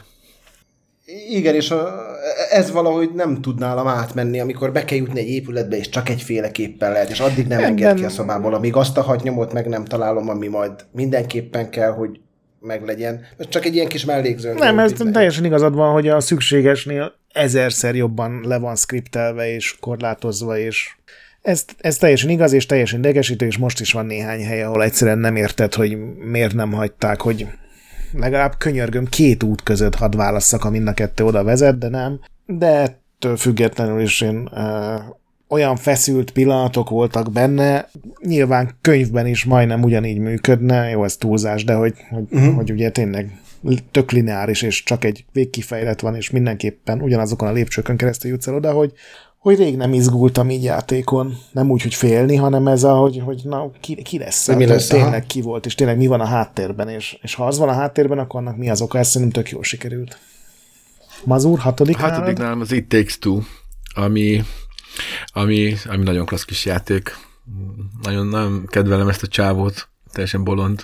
Igen, és a, ez valahogy nem tud nálam átmenni, amikor be kell jutni egy épületbe, és csak egyféleképpen lehet, és addig nem enged ki a szobából, amíg azt a hat nyomot meg nem találom, ami majd mindenképpen kell, hogy meglegyen. Ez csak egy ilyen kis mellékzőn. Nem, ez teljesen igazad van, hogy a szükségesnél ezerszer jobban le van skriptelve és korlátozva, és ez, ez teljesen igaz, és teljesen idegesítő, és most is van néhány hely, ahol egyszerűen nem érted, hogy miért nem hagyták, hogy legalább könyörgöm két út között hadd válasszak, ha mind a kettő oda vezet, de nem. De ettől függetlenül is én ö, olyan feszült pillanatok voltak benne, nyilván könyvben is majdnem ugyanígy működne, jó, ez túlzás, de hogy, hogy, uh-huh. hogy ugye tényleg tök lineáris, és csak egy végkifejlet van, és mindenképpen ugyanazokon a lépcsőkön keresztül jutsz el oda, hogy, hogy rég nem izgultam így játékon. Nem úgy, hogy félni, hanem ez a, hogy, hogy na, ki, ki lesz, mi lesz tényleg aha. ki volt, és tényleg mi van a háttérben, és, és ha az van a háttérben, akkor annak mi az oka, ez szerintem tök jól sikerült. Mazur, hatodik A hatodik nálam az It Takes Two, ami, ami, ami nagyon klassz kis játék. Nagyon, nagyon kedvelem ezt a csávót, teljesen bolond.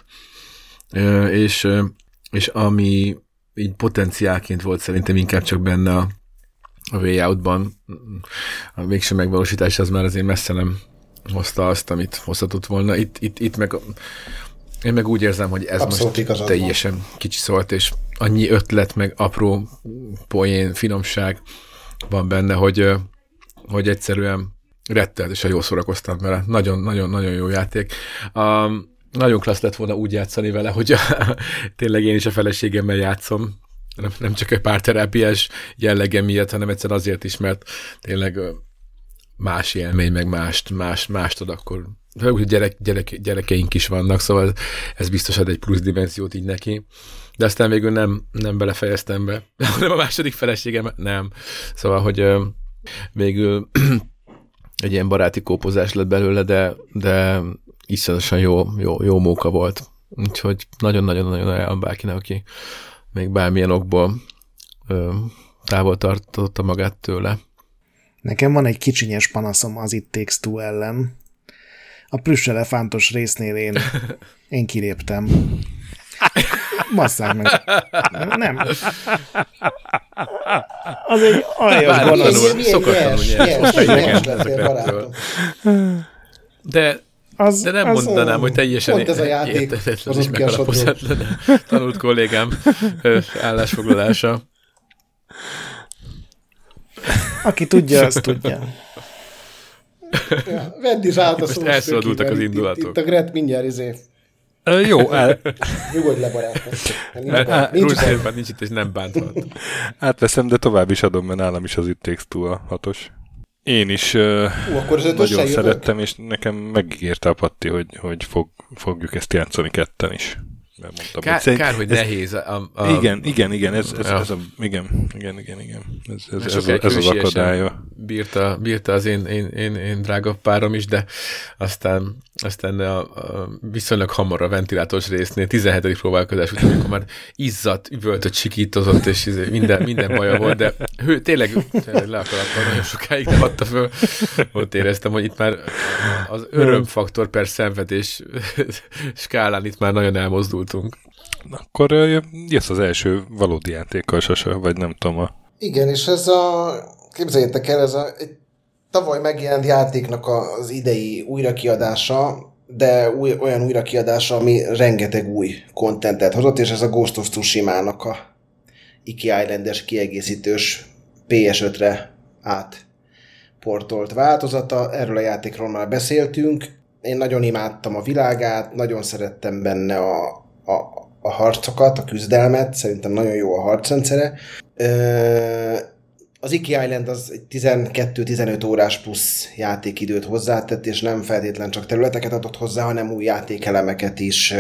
És, és ami így potenciálként volt szerintem inkább csak benne a a Way Out-ban. A végső megvalósítás az már azért messze nem hozta azt, amit hozhatott volna. Itt, itt, itt meg én meg úgy érzem, hogy ez Abszolút most teljesen van. Kicsi szólt, és annyi ötlet, meg apró poén, finomság van benne, hogy, hogy egyszerűen rettenetesen jól szórakoztam vele. Nagyon-nagyon-nagyon jó játék. Um, nagyon klassz lett volna úgy játszani vele, hogy a, tényleg én is a feleségemmel játszom. Nem, nem csak egy párterápiás jellege miatt, hanem egyszerűen azért is, mert tényleg más élmény, meg mást, más, mást ad akkor. Úgy gyerek, gyerek, gyerekeink is vannak, szóval ez biztos ad egy plusz dimenziót így neki. De aztán végül nem, nem belefejeztem be. Nem a második feleségem, nem. Szóval, hogy végül egy ilyen baráti kópozás lett belőle, de, de iszonyatosan jó, jó, jó móka volt. Úgyhogy nagyon-nagyon-nagyon ajánlom bárkinek, aki még bármilyen okból ö, távol tartotta magát tőle. Nekem van egy kicsinyes panaszom az It Takes Two ellen. A plüss elefántos résznél én, én kiléptem. Basszák meg. Nem. Az egy aljas gonosz. Szokatlanul nyers. De, az, de nem az mondanám, hogy teljesen pont ez a játék, értetlen és megalapozatlan tanult kollégám állásfoglalása. Aki tudja, azt tudja. Ja, vedd is át a szót. Elszabadultak az indulatok. Itt, itt a Gret mindjárt izé. Uh, jó, el... Nyugodj le, barátom. Nincs, nincs, nincs itt, és nem bánthat. Átveszem, de tovább is adom, mert nálam is az It Takes Two a hatos. Én is uh, Ú, akkor nagyon szerettem, és nekem megígérte a Patti, hogy, hogy fog, fogjuk ezt játszani ketten is. Mondtam, kár, hogy, kár, hogy ez, nehéz. A, a, igen, igen, igen, ez, ez, ja. ez a, igen, igen, igen, igen, ez, ez, ez, ez, ez az akadálya. Bírta, bírta az én, én, én, én drága párom is, de aztán, aztán a, a viszonylag hamar a ventilátoros résznél, tizenhetedik próbálkozás után, amikor már izzadt, üvöltött, sikítozott, és minden, minden baja volt, de ő tényleg, tényleg le akaradt, nagyon sokáig nem adta föl. Ott éreztem, hogy itt már az örömfaktor per szenvedés skálán itt már nagyon elmozdult. Akkor jössz az első valódi játékkal, Sasa, vagy nem tudom. A... Igen, és ez a, képzeljétek el, ez a egy tavaly megjelent játéknak az idei újrakiadása, de új, olyan újrakiadása, ami rengeteg új kontentet hozott, és ez a Ghost of Tsushima-nak a Iki Island-es kiegészítős pé es ötre átportolt változata. Erről a játékról már beszéltünk. Én nagyon imádtam a világát, nagyon szerettem benne a, a, a harcokat, a küzdelmet, szerintem nagyon jó a harcrendszere. Az Iki Island az egy tizenkettő-tizenöt órás plusz játékidőt hozzátett, és nem feltétlen csak területeket adott hozzá, hanem új játékelemeket is.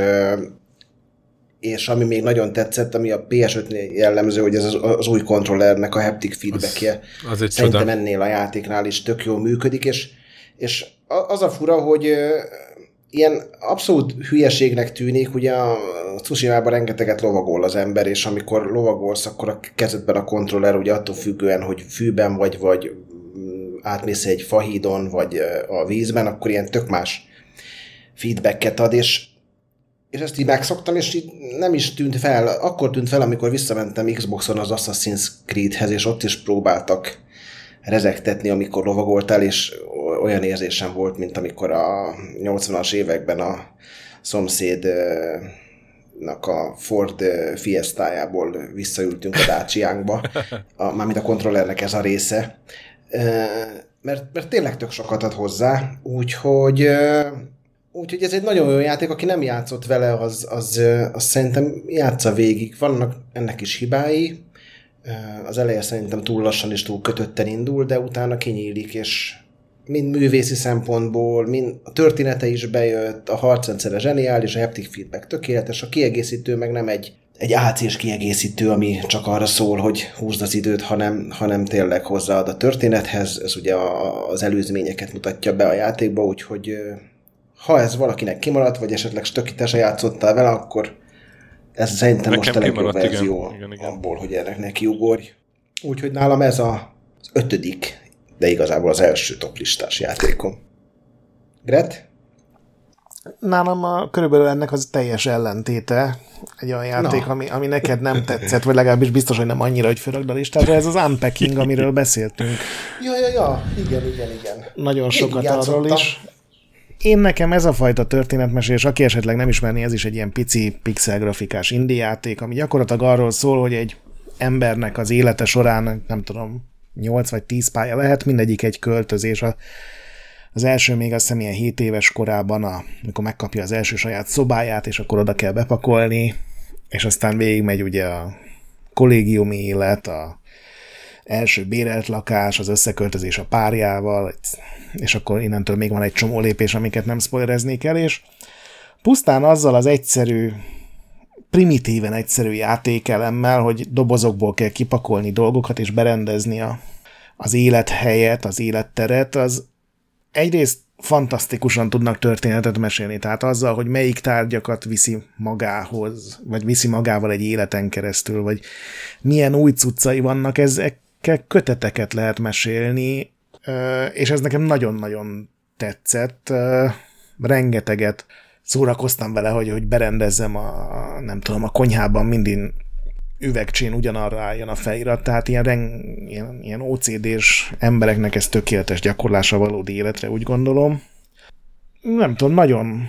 És ami még nagyon tetszett, ami a pé es ötnél jellemző, hogy ez az, az új kontrollernek a haptic feedbackje az, az szerintem ennél a játéknál is tök jól működik, és, és az a fura, hogy ilyen abszolút hülyeségnek tűnik, ugye a Tsushima-ban rengeteget lovagol az ember, és amikor lovagolsz, akkor a kezedben a kontroller, ugye attól függően, hogy fűben vagy, vagy átmész egy fahídon, vagy a vízben, akkor ilyen tök más feedbacket ad, és, és ezt így megszoktam, és így nem is tűnt fel, akkor tűnt fel, amikor visszamentem Xboxon az Assassin's Creedhez, és ott is próbáltak rezegtetni, amikor lovagoltál, és olyan érzésem volt, mint amikor a nyolcvanas években a szomszédnak a Ford Fiestájából visszaültünk a Dacia-nkba, mármint a kontrollernek ez a része, mert, mert tényleg tök sokat ad hozzá, úgyhogy, úgyhogy ez egy nagyon jó játék, aki nem játszott vele, az, az, az szerintem játsza végig. Vannak ennek is hibái, az eleje szerintem túl lassan és túl kötötten indul, de utána kinyílik, és mind művészi szempontból, mind a története is bejött, a harcrendszere zseniális, a haptic feedback tökéletes, a kiegészítő meg nem egy, egy á cés kiegészítő, ami csak arra szól, hogy húzd az időt, hanem, hanem tényleg hozzáad a történethez, ez ugye a, az előzményeket mutatja be a játékba, úgyhogy ha ez valakinek kimaradt, vagy esetleg stökítesen játszottál vele, akkor ez szerintem nekem most a legjobb verzió igen, igen. abból, hogy ennek neki ugorj. Úgyhogy nálam ez a, az ötödik, de igazából az első toplistás játékom. Gret? Nálam a, körülbelül ennek az teljes ellentéte egy olyan játék, ami, ami neked nem tetszett, vagy legalábbis biztos, hogy nem annyira, hogy fölrakd a listádra. Ez az Unpacking, amiről beszéltünk. Ja, ja, ja, igen, igen, igen. Nagyon sokat arról is. Én nekem ez a fajta történetmesélés, aki esetleg nem ismerné, ez is egy ilyen pici pixel grafikás indie játék, ami gyakorlatilag arról szól, hogy egy embernek az élete során, nem tudom, nyolc vagy tíz pálya lehet, mindegyik egy költözés. A, Az első még azt hiszem ilyen hét éves korában, a, amikor megkapja az első saját szobáját, és akkor oda kell bepakolni, és aztán végigmegy ugye a kollégiumi élet, a első bérelt lakás, az összeköltözés a párjával, és akkor innentől még van egy csomó lépés, amiket nem spoilereznék el, és pusztán azzal az egyszerű, primitíven egyszerű játékelemmel, hogy dobozokból kell kipakolni dolgokat, és berendezni a, az élethelyet, az életteret, az egyrészt fantasztikusan tudnak történetet mesélni, tehát azzal, hogy melyik tárgyakat viszi magához, vagy viszi magával egy életen keresztül, vagy milyen új cuccai vannak, ezekkel köteteket lehet mesélni, és ez nekem nagyon-nagyon tetszett. Rengeteget szórakoztam vele, hogy, hogy berendezzem a, nem tudom, a konyhában mindig üvegcsén ugyanarra álljon a felirat, tehát ilyen, reng, ilyen, ilyen ó cé dés embereknek ez tökéletes gyakorlása valódi életre, úgy gondolom. Nem tudom, nagyon...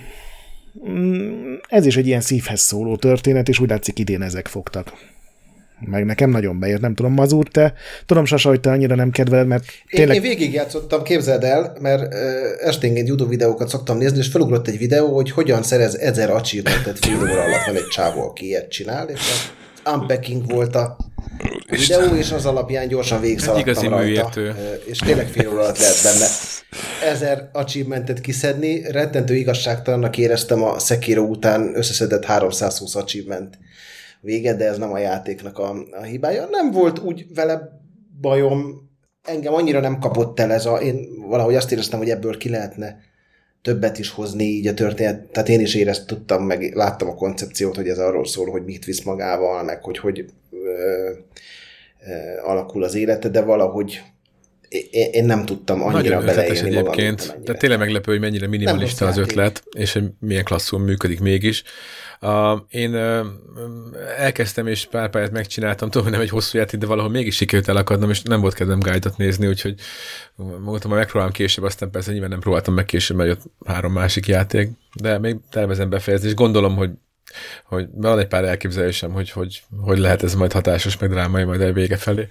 Ez is egy ilyen szívhez szóló történet, és úgy látszik idén ezek fogtak. Meg nekem nagyon bejött, nem tudom, Mazur, te, tudom, Sasa, hogy te annyira nem kedveled, mert tényleg... Én, én végigjátszottam, képzeld el, mert uh, esténként YouTube videókat szoktam nézni, és felugrott egy videó, hogy hogyan szerez ezer achievementet fél óra alatt, van egy csávó, aki ilyet csinál, és az unpacking volt a videó, és az alapján gyorsan végigszaladtam rajta. És tényleg fél óra alatt lehet benne ezer achievementet kiszedni. Rettentő igazságtalannak éreztem a Sekiro után összeszedett háromszázhúsz achievement vége, de ez nem a játéknak a, a hibája. Nem volt úgy vele bajom, engem annyira nem kapott el ez a, én valahogy azt éreztem, hogy ebből ki lehetne többet is hozni így a történet, tehát én is érezt tudtam, meg láttam a koncepciót, hogy ez arról szól, hogy mit visz magával, meg hogy hogy ö, ö, alakul az élete, de valahogy én, én nem tudtam annyira beleélni magam. Egyébként, de tényleg meglepő, hogy mennyire minimalista az ötlet, és hogy milyen klasszul működik mégis. Uh, én uh, elkezdtem, és pár pályát megcsináltam, tudom, hogy nem egy hosszú játék, de valahol mégis sikerült elakadnom, és nem volt kedvem guide-ot nézni, úgyhogy mondtam, hogy megpróbálom később, aztán persze nyilván nem próbáltam meg később, mert jött három másik játék, de még tervezem befejezni, és gondolom, hogy, hogy van egy pár elképzelésem, hogy, hogy hogy lehet ez majd hatásos, meg drámai majd el vége felé.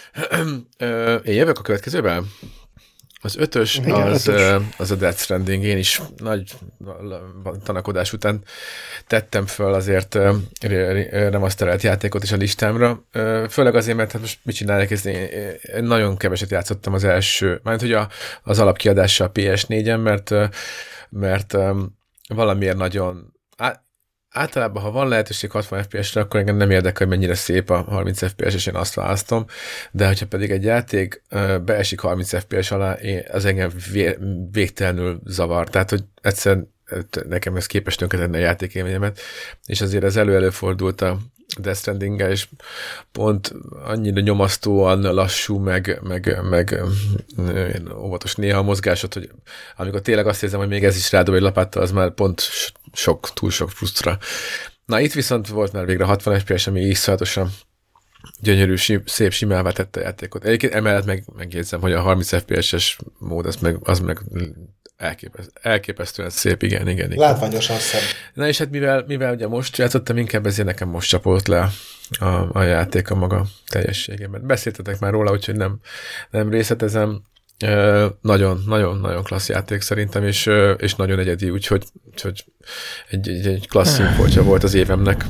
Én jövök a következőben? Az ötös, igen, az, ötös. Az a Death Stranding. Én is nagy tanakodás után tettem föl azért remasterelt játékot is a listámra. Főleg azért, mert hát most mit csinálják, ezt én, én nagyon keveset játszottam az első, mármint hogy a, az alapkiadással a pé es négyen, mert, mert valamiért nagyon... Általában, ha van lehetőség hatvan ef pé es-re, akkor engem nem érdekel, hogy mennyire szép a harminc ef pé es, és én azt választom, de hogyha pedig egy játék beesik harminc ef pé es alá, az engem végtelenül zavar. Tehát, hogy egyszerűen nekem ez képes tönkretenni a játékélményemet, és azért ez elő-előfordult a Death Stranding-gel, és pont annyira nyomasztóan lassú, meg, meg, meg óvatos néha a mozgásod, hogy amikor tényleg azt érzem, hogy még ez is rádob egy lapáttal, az már pont sok, túl sok frusztra. Na, itt viszont volt már végre hatvan ef pé es, ami iszonyatosan gyönyörű, szép, simává tette a játékot. Egyébként emellett meg, megjegyzem, hogy a harminc ef pé es-es mód, az meg, az meg elképesztő, elképesztően szép, igen, igen. igen. Látványosan szebb. Na és hát mivel, mivel ugye most játszottam, inkább ezért nekem most csapott le a, a játék a maga teljességében. Beszéltetek már róla, úgyhogy nem, nem részletezem. Nagyon-nagyon-nagyon klassz játék szerintem, és, és nagyon egyedi, úgyhogy, úgyhogy egy, egy, egy klassz színfoltja volt az évemnek.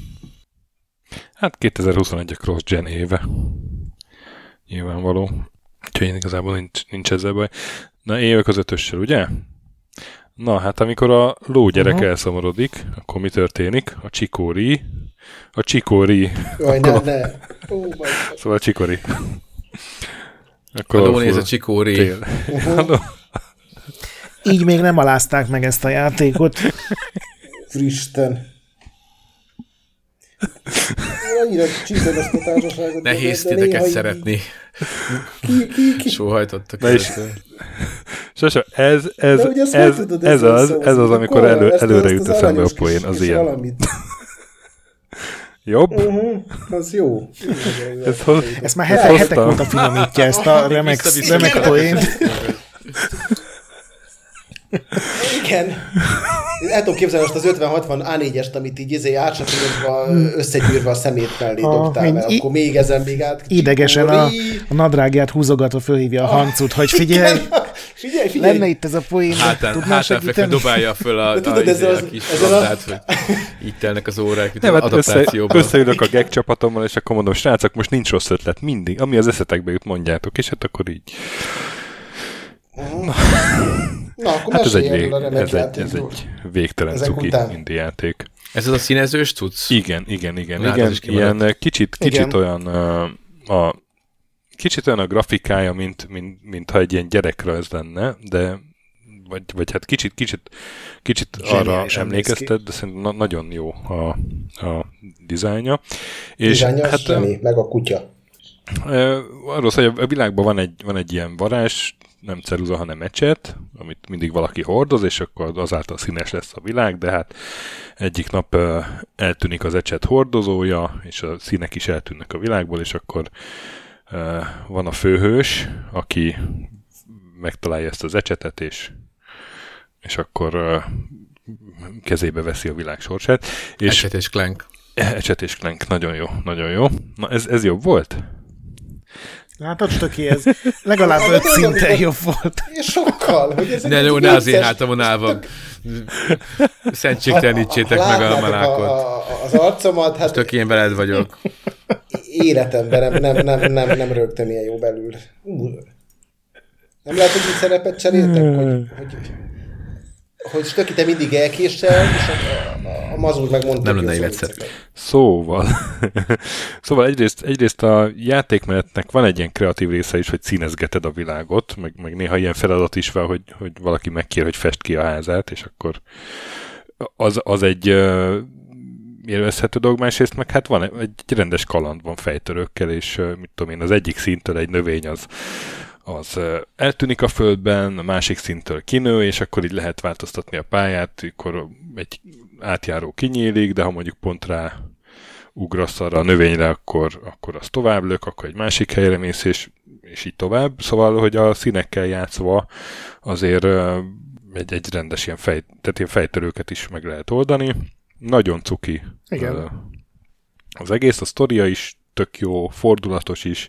Hát kétezer-huszonegy a cross-gen éve. Nyilvánvaló. Úgyhogy én igazából nincs, nincs ezzel baj. Na, én jövök az ötössel, ugye? Na, hát amikor a lógyerek uh-huh. elszomorodik, akkor mi történik? A csikóri. A csikóri. Jaj, ne, ne. Oh, szóval a csikori. Akkor a lónéz a csikóri. Uh-huh. Így még nem alázták meg ezt a játékot. Fristen. Annyira csípem ezt a társaságot. Nehéz titeket szeretni. Ki, ki, ki? Sóhajtottak. Sose, ez, ez, ez, ez, tudod, ez, az, ez az, amikor elő, előre jut eszembe a poén, az ilyen. Valamit. Jobb? Uh-huh, az jó. Ez hoz, ezt már hetek, hetek óta finomítja ezt a remek, remek poént. Igen. El tudom képzelni most az ötven hatvan á négyest, amit így izé átsatírozva, összegyűrve a szemét mellé A, dobtál, mert i- akkor még ezen még át... Idegesen a, a nadrágját húzogatva fölhívja a Hancut, hogy figyelj, Figyelj, figyelj! lenne itt ez a poén, Hátán, tudnál hátán fekve segíteni? dobálja föl a, De tudod, a, ezzel a, az- a kis ezzel a- labdát, hogy így telnek az órák, mint Nem, az hát össze, adaptációban. összeülök a gag csapatommal, és akkor mondom, srácok, most nincs rossz ötlet, mindig, ami az eszetekbe jut, mondjátok, és hát akkor így. Na, akkor Hát ez egy, mesélj vég, erről a remek ez, egy, ez játékról. egy végtelen Ezek cuki után. indie játék. Ez az a színezős tudsz? Igen, igen, igen. Hát, igen az is kimaradt. ilyen kicsit, kicsit Igen. olyan uh, a kicsit olyan a grafikája, mint, mint, mint ha egy ilyen gyerekrajz lenne, de vagy, vagy hát kicsit, kicsit, kicsit arra Zseniálisan néz emlékeztet, de szerintem na- nagyon jó a, a dizájnja. És Dizájnja hát zseni, meg a kutya. uh, arról szól, hogy a világban van egy, van egy ilyen varázs, nem ceruza, hanem ecset, amit mindig valaki hordoz, és akkor azáltal színes lesz a világ, de hát egyik nap uh, eltűnik az ecset hordozója, és a színek is eltűnnek a világból, és akkor uh, van a főhős, aki megtalálja ezt az ecsetet, és, és akkor uh, kezébe veszi a világ sorsát. És Ecset és Clank. Ecset és Clank, nagyon jó, nagyon jó. Na, ez, ez jobb volt? Hát ott töké ez. Legalább öt szinten jobb volt. És sokkal, hogy ezek Ne, így ne, ne az én vicces. hátamon állva. Szentségtelenítsétek Ha- ha meg a látnátok malákot. A, a, az arcomat, hát Tök én veled vagyok. életemben nem, nem, nem, nem, nem rögtem ilyen jó belül. Ú. Nem lehet, hogy így szerepet cseréltek, hogy, hogy, hogy Stöki, te mindig elkésel, és a, a, a mazur megmondta, Nem hogy lenne az életszerű. vicceket. Szóval, szóval egyrészt, egyrészt a játékmenetnek van egy ilyen kreatív része is, hogy színezgeted a világot, meg, meg néha ilyen feladat is van, hogy, hogy valaki megkér, hogy fest ki a házát, és akkor az, az egy uh, élvezhető dolog, másrészt meg hát van egy rendes kaland, van fejtörőkkel, és uh, mit tudom én, az egyik szintől egy növény az az eltűnik a földben, a másik szinttől kinő, és akkor így lehet változtatni a pályát, akkor egy átjáró kinyílik, de ha mondjuk pont rá ugrasz arra a növényre, akkor, akkor az tovább lök, akkor egy másik helyre mész, és, és így tovább. Szóval, hogy a színekkel játszva azért egy, egy rendes ilyen, fej, tehát ilyen fejtörőket is meg lehet oldani. Nagyon cuki. Igen. Az egész, a sztoria is tök jó, fordulatos is.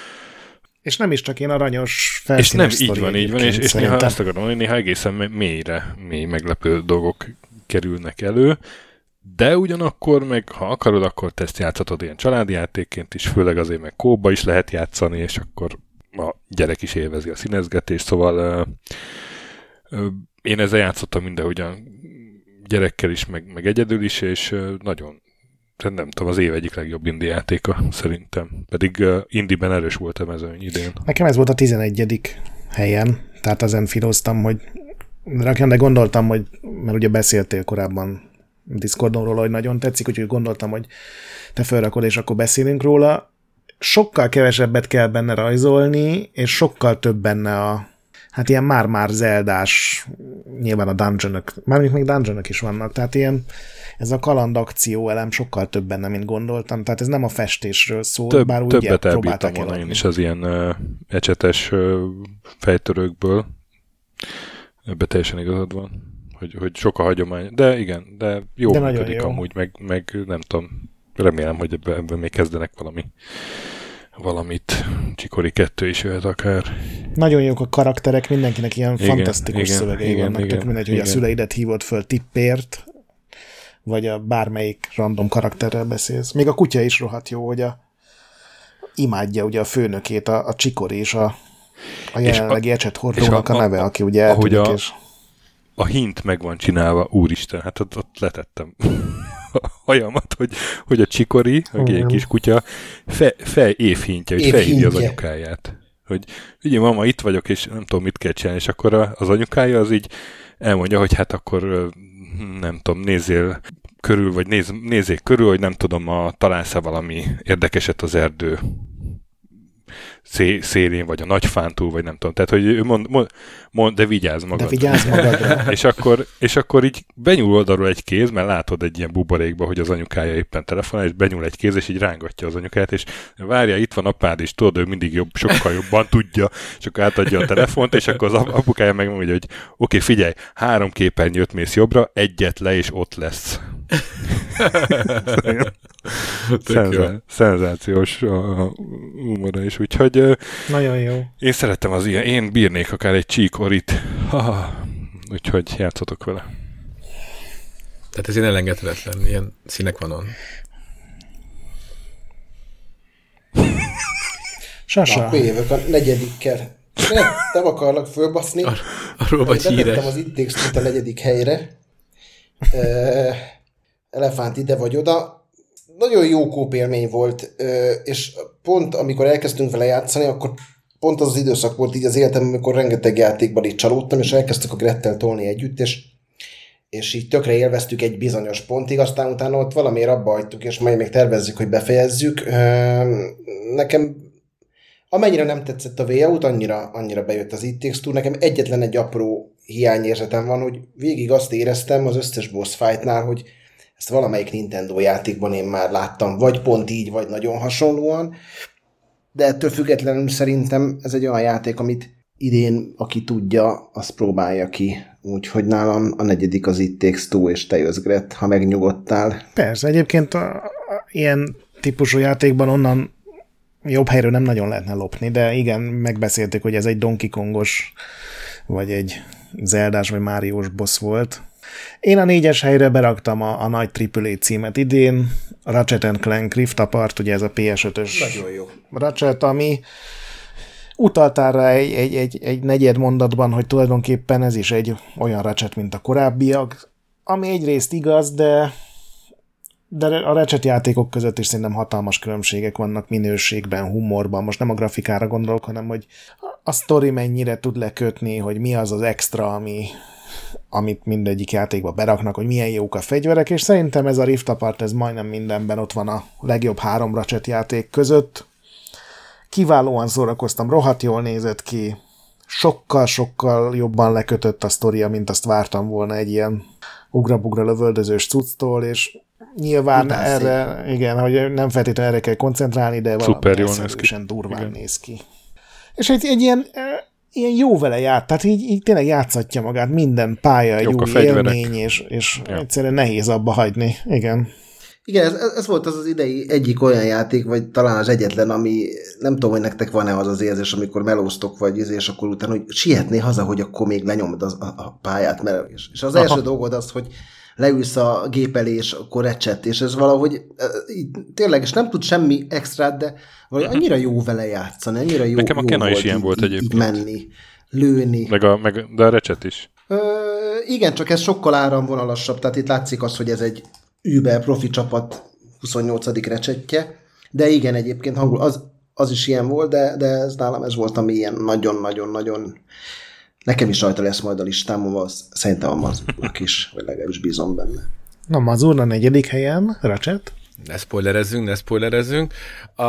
És nem is csak én aranyos És felszínes nem, így van, így van, és, és néha szerintem. azt akarom mondani, néha egészen mélyre, mély meglepő dolgok kerülnek elő, de ugyanakkor meg, ha akarod, akkor te ezt játszhatod ilyen családi játékként is, főleg azért meg kóba is lehet játszani, és akkor a gyerek is élvezi a színezgetést, szóval uh, uh, én ezzel játszottam mindenhogyan gyerekkel is, meg, meg egyedül is, és uh, nagyon, nem tudom, az év egyik legjobb indie játéka szerintem. Pedig uh, indiben erős volt a mezőny idén. Nekem ez volt a tizenegyedik helyen, tehát ezen filóztam, hogy rakjam, de gondoltam, hogy, mert ugye beszéltél korábban Discordon róla, hogy nagyon tetszik, úgyhogy gondoltam, hogy te felrakod, és akkor beszélünk róla. Sokkal kevesebbet kell benne rajzolni, és sokkal több benne a hát ilyen már-már zeldás, nyilván a dungeonok, mármint még dungeonok is vannak, tehát ilyen ez a kalandakció elem sokkal több benne, mint gondoltam, tehát ez nem a festésről szól, Több, bár úgy többet elbírtam próbálták volna eladni. én is az ilyen uh, ecsetes uh, fejtörőkből. Ebbe teljesen igazad van, hogy, hogy sok a hagyomány. De igen, de jó De nagyon működik jó. amúgy, meg, meg nem tudom, remélem, hogy ebben ebbe még kezdenek valami valamit. Csikori kettő is jöhet akár. Nagyon jók a karakterek, mindenkinek ilyen Igen, fantasztikus igen, szövegei igen, vannak, igen, tök mindegy, hogy igen. a szüleidet hívod föl tippért, vagy a bármelyik random karakterrel beszélsz. Még a kutya is rohadt jó, hogy a imádja ugye a főnökét, a, a Csikori és a, a jelenlegi ecset hordónak a, a neve, aki ugye ahogy eltűnik, a, és... a hint meg van csinálva, úristen, hát ott, ott letettem a hajamat, hogy, hogy a Csikori, a Igen. ilyen kis kutya, fe, fej évhintje, hogy Évhintje. felhívja az anyukáját. Hogy ugye mama, itt vagyok, és nem tudom, mit kell csinálni, és akkor a- az anyukája az így elmondja, hogy hát akkor ö, nem tudom, nézzél körül, vagy néz, nézzék körül, hogy nem tudom, a, találsz-e valami érdekeset az erdő szé- szélén, vagy a nagyfántúl, vagy nem tudom. Tehát, hogy ő mond, mond, mond de vigyázz magadra. De vigyázz magadra. és, akkor, és akkor így benyúl oldalról egy kéz, mert látod egy ilyen buborékba, hogy az anyukája éppen telefonál, és benyúl egy kéz, és így rángatja az anyukáját, és várja, itt van apád, és tudod, ő mindig jobb, sokkal jobban tudja, és akkor átadja a telefont, és akkor az apukája megmondja, hogy oké, okay, figyelj, három képernyőt mész jobbra, egyet le, és ott lesz. Szenza- szenzációs a humora is, úgyhogy nagyon jó. Én szerettem az ilyen, én bírnék akár egy csíkorit, úgyhogy játszotok vele. Tehát ez ilyen elengedhetetlen, ilyen színek van on. Sasa. Na, akkor jövök a negyedikkel. Nem, nem akarlak fölbaszni. Ar- arról vagy híres. Betettem az It Takes Two-t a negyedik helyre. Uh, Elefánt ide vagy oda. Nagyon jó kópélmény volt, uh, és pont amikor elkezdtünk vele játszani, akkor pont az az időszak volt így az életemben, amikor rengeteg játékban így csalódtam, és elkezdtük a Grettel tolni együtt, és, és így tökre élveztük egy bizonyos pontig, aztán utána ott valamiért abba hagytuk, és majd még tervezzük, hogy befejezzük. Uh, nekem amennyire nem tetszett a Way Out, annyira, annyira bejött az It Takes Two. Nekem egyetlen egy apró hiányérzetem van, hogy végig azt éreztem az összes boss fightnál, hogy ezt valamelyik Nintendo játékban én már láttam, vagy pont így, vagy nagyon hasonlóan, de ettől függetlenül szerintem ez egy olyan játék, amit idén, aki tudja, azt próbálja ki. Úgyhogy nálam a negyedik az It Takes Two, és te jössz, Gret, ha megnyugodtál. Persze, egyébként a, a, ilyen típusú játékban onnan jobb helyről nem nagyon lehetne lopni, de igen, megbeszélték, hogy ez egy Donkey Kongos, vagy egy Zeldás, vagy Máriós boss volt. Én a négyes helyre beraktam a, a nagy triple A címet idén, a Ratchet and Clank Rift Apart, ugye ez a P S ötös Nagyon jó. Ratchet, ami utaltál rá egy, egy, egy, egy negyed mondatban, hogy tulajdonképpen ez is egy olyan Ratchet, mint a korábbiak, ami egyrészt igaz, de de a Ratchet játékok között is szerintem hatalmas különbségek vannak minőségben, humorban. Most nem a grafikára gondolok, hanem hogy a sztori mennyire tud lekötni, hogy mi az az extra, ami, amit mindegyik játékba beraknak, hogy milyen jók a fegyverek, és szerintem ez a Rift Apart, ez majdnem mindenben ott van a legjobb három Ratchet játék között. Kiválóan szórakoztam, rohadt jól nézett ki, sokkal-sokkal jobban lekötött a sztoria, mint azt vártam volna egy ilyen ugra-bugra lövöldözős cucctól, és nyilván Után erre, szépen. igen, hogy nem feltétlenül erre kell koncentrálni, de valami egyszerűen durván igen. néz ki. És egy, egy ilyen, ilyen jó vele ját, tehát így, így tényleg játszatja magát, minden pálya egy Jók új élmény, és, és ja. egyszerűen nehéz abba hagyni. Igen. Igen, ez, ez volt az az idei egyik olyan játék, vagy talán az egyetlen, ami nem tudom, hogy nektek van-e az az érzés, amikor melóztok, vagy és akkor utána, hogy sietné haza, hogy akkor még lenyomod az, a, a pályát. Mert, és az első Aha. dolgod az, hogy leülsz a gép elé, és akkor recsett, és ez valahogy így, tényleg, és nem tud semmi extrát, de valahogy annyira jó vele játszani, annyira jó, Nekem a jó Kena volt is ilyen így, volt így, így menni, lőni. Meg a, meg, de a Ratchet is. Ö, igen, csak ez sokkal áramvonalasabb, tehát itt látszik az, hogy ez egy über profi csapat huszonnyolcadik recsetje, de igen, egyébként hangul, az, az is ilyen volt, de, de ez nálam ez volt, ami ilyen nagyon-nagyon-nagyon nekem is rajta lesz majd a listámon, az, szerintem a Mazurnak is, vagy legalábbis bízom benne. Na, Mazur a negyedik helyen, Ratchet. Ne spoilerezzünk, ne spoilerezzünk. A...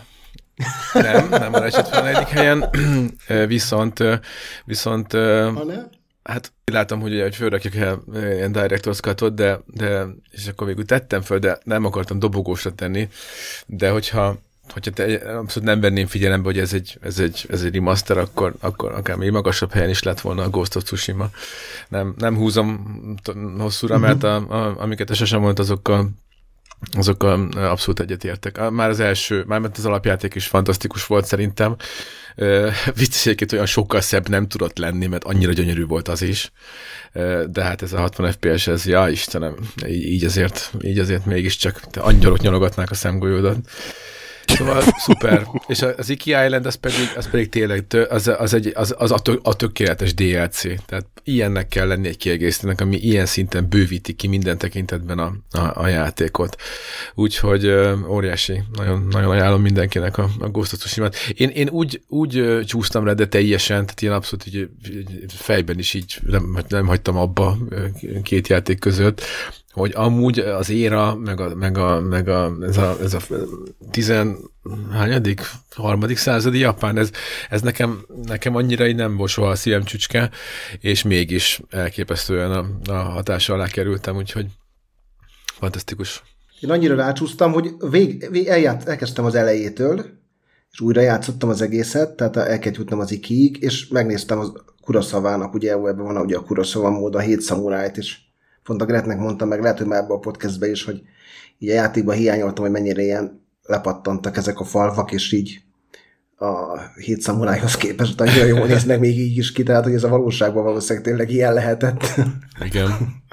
Nem, nem a Ratchet van a negyedik helyen, viszont viszont hát láttam, hogy, hogy fölrakjuk el ilyen Director's Cut-ot, de, de, és akkor végül tettem föl, de nem akartam dobogósra tenni, de hogyha, hogyha te abszolút nem venném figyelembe, hogy ez egy, ez egy, ez egy remaster, akkor, akkor akár még magasabb helyen is lett volna a Ghost of Tsushima. Nem, nem húzom hosszúra, uh-huh. mert a, a, amiket sosem mondta, azokkal azokkal abszolút egyetértek. Már az első, már mert az alapjáték is fantasztikus volt szerintem. Uh, vicces egyébként olyan sokkal szebb nem tudott lenni, mert annyira gyönyörű volt az is. Uh, de hát ez a hatvan ef pé es, ez, ja Istenem, így azért, így azért mégiscsak te angyalok nyalogatnák a szemgolyódat. Szóval szuper. És az Iki Island az pedig, az pedig tényleg az, az, egy, az, az a, tök, a tökéletes dé el cé. Tehát ilyennek kell lenni egy kiegészítőnek, ami ilyen szinten bővíti ki minden tekintetben a, a, a játékot. Úgyhogy uh, óriási. Nagyon, nagyon ajánlom mindenkinek a, a Ghost of Tsushima-t. Én, én úgy, úgy uh, csúsztam rá, de teljesen, tehát ilyen abszolút így, fejben is így nem, nem hagytam abba két játék között, hogy amúgy az éra, meg a, meg a, meg a ez a, ez a tizen, hányadik, harmadik századi Japán, ez, ez nekem, nekem annyira így nem volt soha a szívem csücske, és mégis elképesztően a, a hatása alá kerültem, úgyhogy fantasztikus. Én annyira rácsúsztam, hogy vég, vég, elját, elkezdtem az elejétől, és újra játszottam az egészet, tehát el kellett jutnom az ikiig, és megnéztem az Kurosavának, ugye ebben van ugye a Kurosawa mód, a hét szamurájt, és pont a Gretnek mondtam meg, lehet, hogy már ebben a podcastben is, hogy így a játékban hiányoltam, hogy mennyire ilyen lepattantak ezek a falvak, és így a hét szamurájhoz képest annyira jól néznek még így is ki, tehát hogy ez a valóságban valószínűleg tényleg ilyen lehetett. Igen.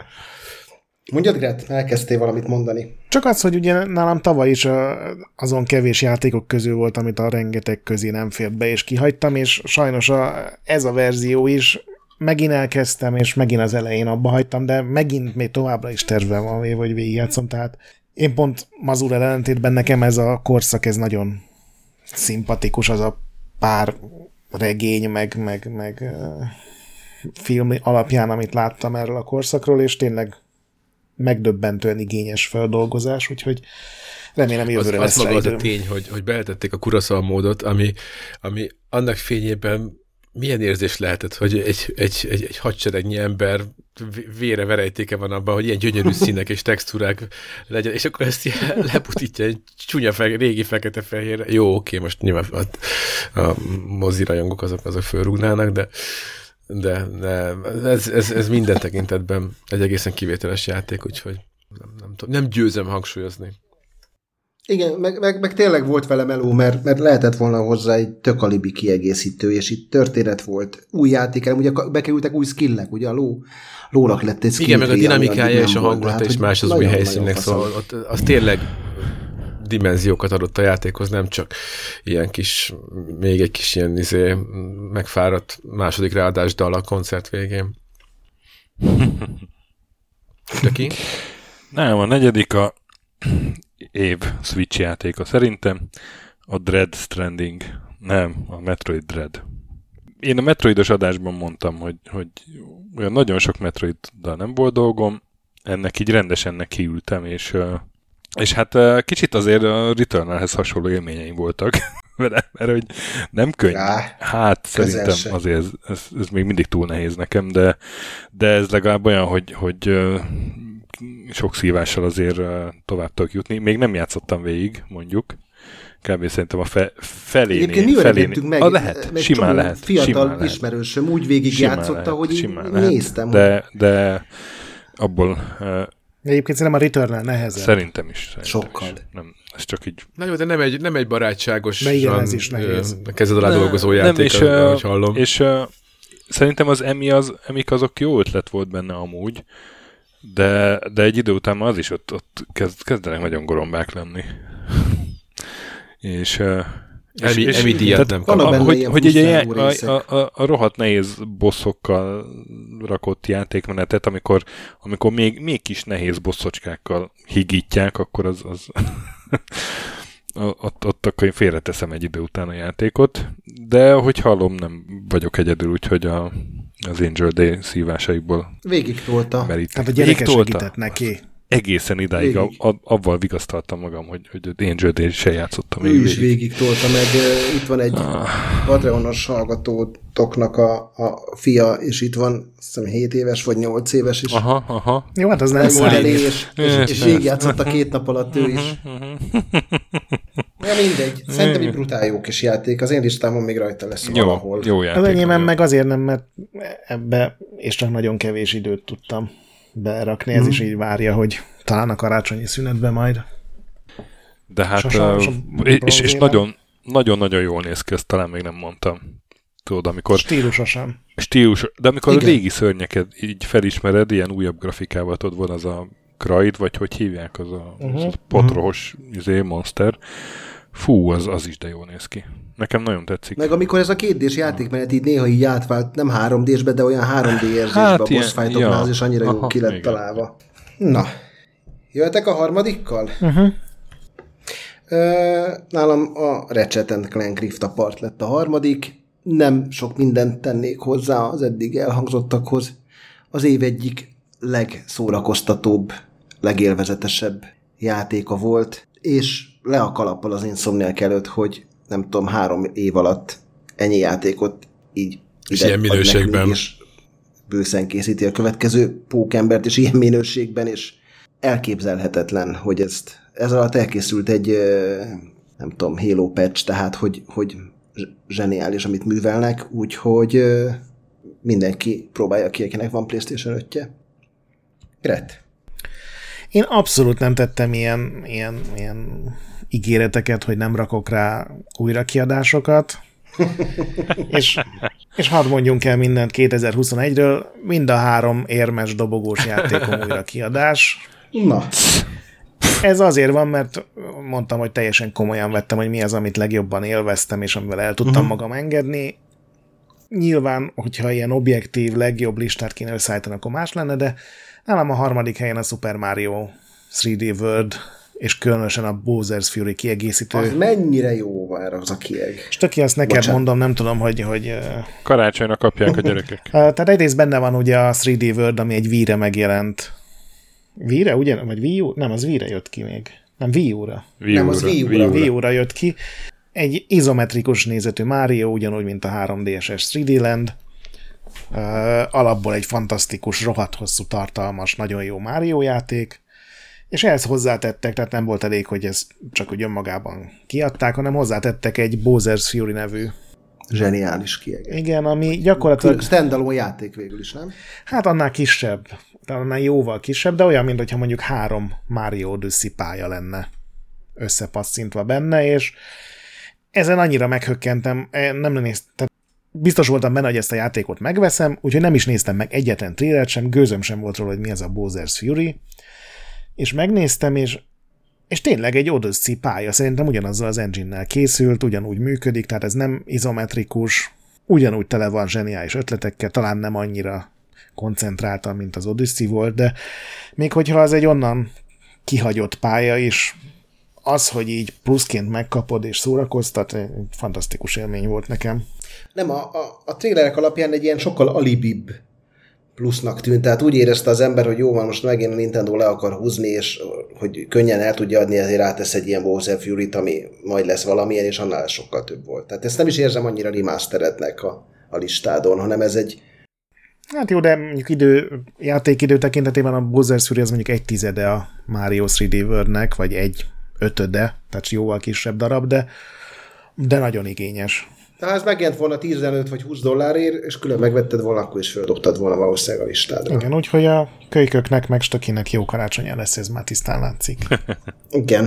Mondjad, Gret, elkezdtél valamit mondani. Csak az, hogy ugye nálam tavaly is azon kevés játékok közül volt, amit a rengeteg közé nem fért be, és kihagytam, és sajnos a, ez a verzió is megint elkezdtem, és megint az elején abba hagytam, de megint még továbbra is tervben van véve, hogy végigjátszom, tehát én pont Mazur ellentétben nekem ez a korszak, ez nagyon szimpatikus, az a pár regény, meg, meg, meg uh, film alapján, amit láttam erről a korszakról, és tényleg megdöbbentően igényes feldolgozás, úgyhogy remélem jövőre lesz rá időm. Az időm. a tény, hogy, hogy beletették a Kurosawa módot, ami, ami annak fényében milyen érzés lehetett, hogy egy, egy, egy, egy hadseregnyi ember vére verejtéke van abban, hogy ilyen gyönyörű színek és textúrák legyen, és akkor ezt leputítja egy csúnya fe, régi fekete-fehér. Jó, oké, most nyilván a, a mozirajongók azok, azok fölrúgnának, de de, de ez, ez, ez minden tekintetben egy egészen kivételes játék, úgyhogy nem, nem, tudom, nem győzem hangsúlyozni. Igen, meg, meg, meg tényleg volt vele meló, mert, mert lehetett volna hozzá egy tök alibi kiegészítő, és itt történet volt, új játékelem, ugye bekerültek új skillek, ugye a ló, lónak lett egy skill. Igen, meg a dinamikája és a hangulata is más az új helyszínnek, szóval ott, az tényleg dimenziókat adott a játékhoz, nem csak ilyen kis, még egy kis ilyen izé, megfáradt második ráadás dal a koncert végén. De ki? Nem, a negyedik a év Switch játéka szerintem a Dread Stranding. Nem, a Metroid Dread. Én a Metroidos adásban mondtam, hogy, hogy olyan nagyon sok Metroiddal nem volt dolgom, ennek így rendesen nekiültem, és És hát kicsit azért a Returnalhez hasonló élményeim voltak vele, mert hogy nem könnyű. Hát szerintem azért ez, ez, ez még mindig túl nehéz nekem, de, de ez legalább olyan, hogy, hogy sok szívással azért tovább tudok jutni. Még nem játszottam végig, mondjuk. Kb. Szerintem a fe, felénél. Egyébként mi verekedtünk meg? A lehet, simán lehet. Fiatal simán ismerősöm úgy végig játszotta, lehet, hogy így néztem. De, de abból... Egyébként szerintem a Returnal nehezebb. Szerintem is. Szerintem Sokkal. Is. Nem, ez csak így... Na jó, de nem egy, nem egy barátságos, de igen, ez is nehéz. Kezed alá dolgozó játék, nem, és, ahogy hallom. És uh, szerintem az Emi az, Emik azok jó ötlet volt benne amúgy, de, de egy idő után az is ott, ott kezd, kezdenek nagyon gorombák lenni. és... Uh, Emi, és, Emi díjat nem kap. A, hogy, hogy egy ilyen, a, a, a, a rohadt nehéz bossokkal rakott játékmenetet, amikor, amikor még, még kis nehéz bosszocskákkal higítják, akkor az, az ott, ott akkor én félreteszem egy idő után a játékot, de hogy hallom, nem vagyok egyedül, úgyhogy a, az Angel Day szívásaikból végig tolta. Hát a gyereke segített neki. Egészen idáig a, a, avval vigasztaltam magam, hogy, hogy Angel Day se játszottam még végig. Ő is végig tolta meg. Uh, itt van egy ah. Patreonos hallgatótoknak a, a fia, és itt van, azt hiszem, hét éves vagy nyolc éves is. Aha, aha. Jó, hát az nem számít. És, és, és végigjátszott a két nap alatt ő is. Ja, mindegy. Szerintem egy brutál jó kis játék. Az én listámon még rajta lesz jó, valahol. Jó játék. Az enyémben meg azért nem, mert ebbe és csak nagyon kevés időt tudtam berakni, ez hmm. is így várja, hogy talán a karácsonyi szünetben majd. De hát, Sasa, uh, és, és nagyon, nagyon-nagyon jól néz ki, ezt talán még nem mondtam. Tudod, amikor... Stílusosan. Stílus, de amikor igen. A régi szörnyeket így felismered, ilyen újabb grafikával, tudod, van az a Kraid, vagy hogy hívják, az a, uh-huh. az a potrohos uh-huh. izé, monster. Fú, az, az is de jól néz ki. Nekem nagyon tetszik. Meg amikor ez a kétdés játékmenet így néha így átvált, nem három désbe, de olyan három dé érzésbe hát a boss fightoknál, ja. Az is annyira jó ki lett találva. Na, jöhetek a harmadikkal? Uh-huh. Nálam a Ratchet and Clank Rift Apart lett a harmadik. Nem sok mindent tennék hozzá az eddig elhangzottakhoz. Az év egyik legszórakoztatóbb legélvezetesebb játéka volt, és le a kalappal az Insomniac előtt, hogy nem tudom, három év alatt ennyi játékot így és ilyen minőségben. És bőszen készíti a következő pókembert, és ilyen minőségben, és elképzelhetetlen, hogy ezt, ez alatt elkészült egy, nem tudom, Halo patch, tehát, hogy, hogy zseniális, amit művelnek, úgyhogy mindenki próbálja ki, akinek van PlayStation ötje. Gret. Én abszolút nem tettem ilyen, ilyen, ilyen ígéreteket, hogy nem rakok rá újrakiadásokat, és, és hadd mondjunk el mindent kétezer-huszonegyről, mind a három érmes dobogós játékom újrakiadás. Na. Ez azért van, mert mondtam, hogy teljesen komolyan vettem, hogy mi az, amit legjobban élveztem, és amivel el tudtam uh-huh. magam engedni. Nyilván, hogyha ilyen objektív, legjobb listát kéne összeállítani, akkor más lenne, de nálam a harmadik helyen a Super Mario három dé World, és különösen a Bowser's Fury kiegészítő. Az mennyire jó már az a kieg. És töki azt neked Bocsán. mondom, nem tudom, hogy... hogy karácsonyra kapják a gyerekek. Tehát egyrészt benne van ugye a három dé World, ami egy Wii-re megjelent. Wii-re, ugye? Vagy Wii U? Nem, az Wii-re jött ki még. Nem, Wii U-ra. Wii nem, az Wii U-ra. Wii U-ra jött ki. Egy izometrikus nézetű Mario, ugyanúgy, mint a három dé es-es három dé Land. Uh, alapból egy fantasztikus, rohadt hosszú, tartalmas, nagyon jó Mario játék, és ehhez hozzátettek, tehát nem volt elég, hogy ez csak úgy önmagában kiadták, hanem hozzátettek egy Bowser's Fury nevű zseniális kieg. Igen, ami gyakorlatilag... Standalone játék végül is, nem? Hát annál kisebb, annál jóval kisebb, de olyan, mint hogyha mondjuk három Mario Odyssey pálya lenne összepasszintva benne, és ezen annyira meghökkentem, nem néztem, biztos voltam benne, hogy ezt a játékot megveszem, úgyhogy nem is néztem meg egyetlen trailert sem, gőzöm sem volt róla, hogy mi az a Bowser's Fury, és megnéztem, és, és tényleg egy Odyssey pálya, szerintem ugyanazzal az engine-nel készült, ugyanúgy működik, tehát ez nem izometrikus, ugyanúgy tele van zseniális ötletekkel, talán nem annyira koncentráltan, mint az Odyssey volt, de még hogyha az egy onnan kihagyott pálya is, az, hogy így pluszként megkapod és szórakoztat, egy fantasztikus élmény volt nekem. Nem, a, a, a trailerek alapján egy ilyen sokkal alibibb plusznak tűnt, tehát úgy érezte az ember, hogy jó van, most megint a Nintendo le akar húzni, és hogy könnyen el tudja adni, ezért rátesz egy ilyen Bowser Fury-t, ami majd lesz valamilyen, és annál sokkal több volt. Tehát ezt nem is érzem annyira remasterednek a, a listádon, hanem ez egy... Hát jó, de mondjuk idő, játékidő tekintetében a Bowser's Fury az mondjuk egy tizede a Mario három dé World-nek, vagy egy ötöde, tehát jóval kisebb darab, de, de nagyon igényes. Ha ez megjelent volna tizenöt vagy húsz dollárért, és külön megvetted volna, akkor is földobtad volna valószínűleg a listádra. Igen, úgyhogy a kölyköknek meg Stökinek jó karácsonya lesz, ez már tisztán látszik. Igen.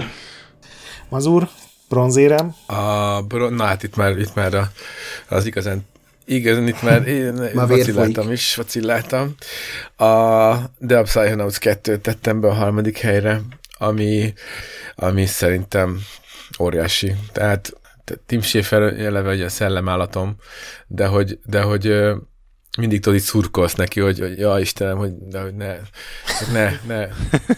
Mazur, bronzérem? A bron- Na hát itt már, itt már a, az igazán Igen, itt már én vacilláltam is, vacilláltam. A, de a Psychonauts kettőt tettem be a harmadik helyre, ami, ami szerintem óriási. Tehát Tim Schafer eleve egy a szellemállatom, de hogy, de hogy mindig tudod, így szurkolsz neki, hogy, hogy ja, Istenem, hogy, de, hogy ne, ne, ne.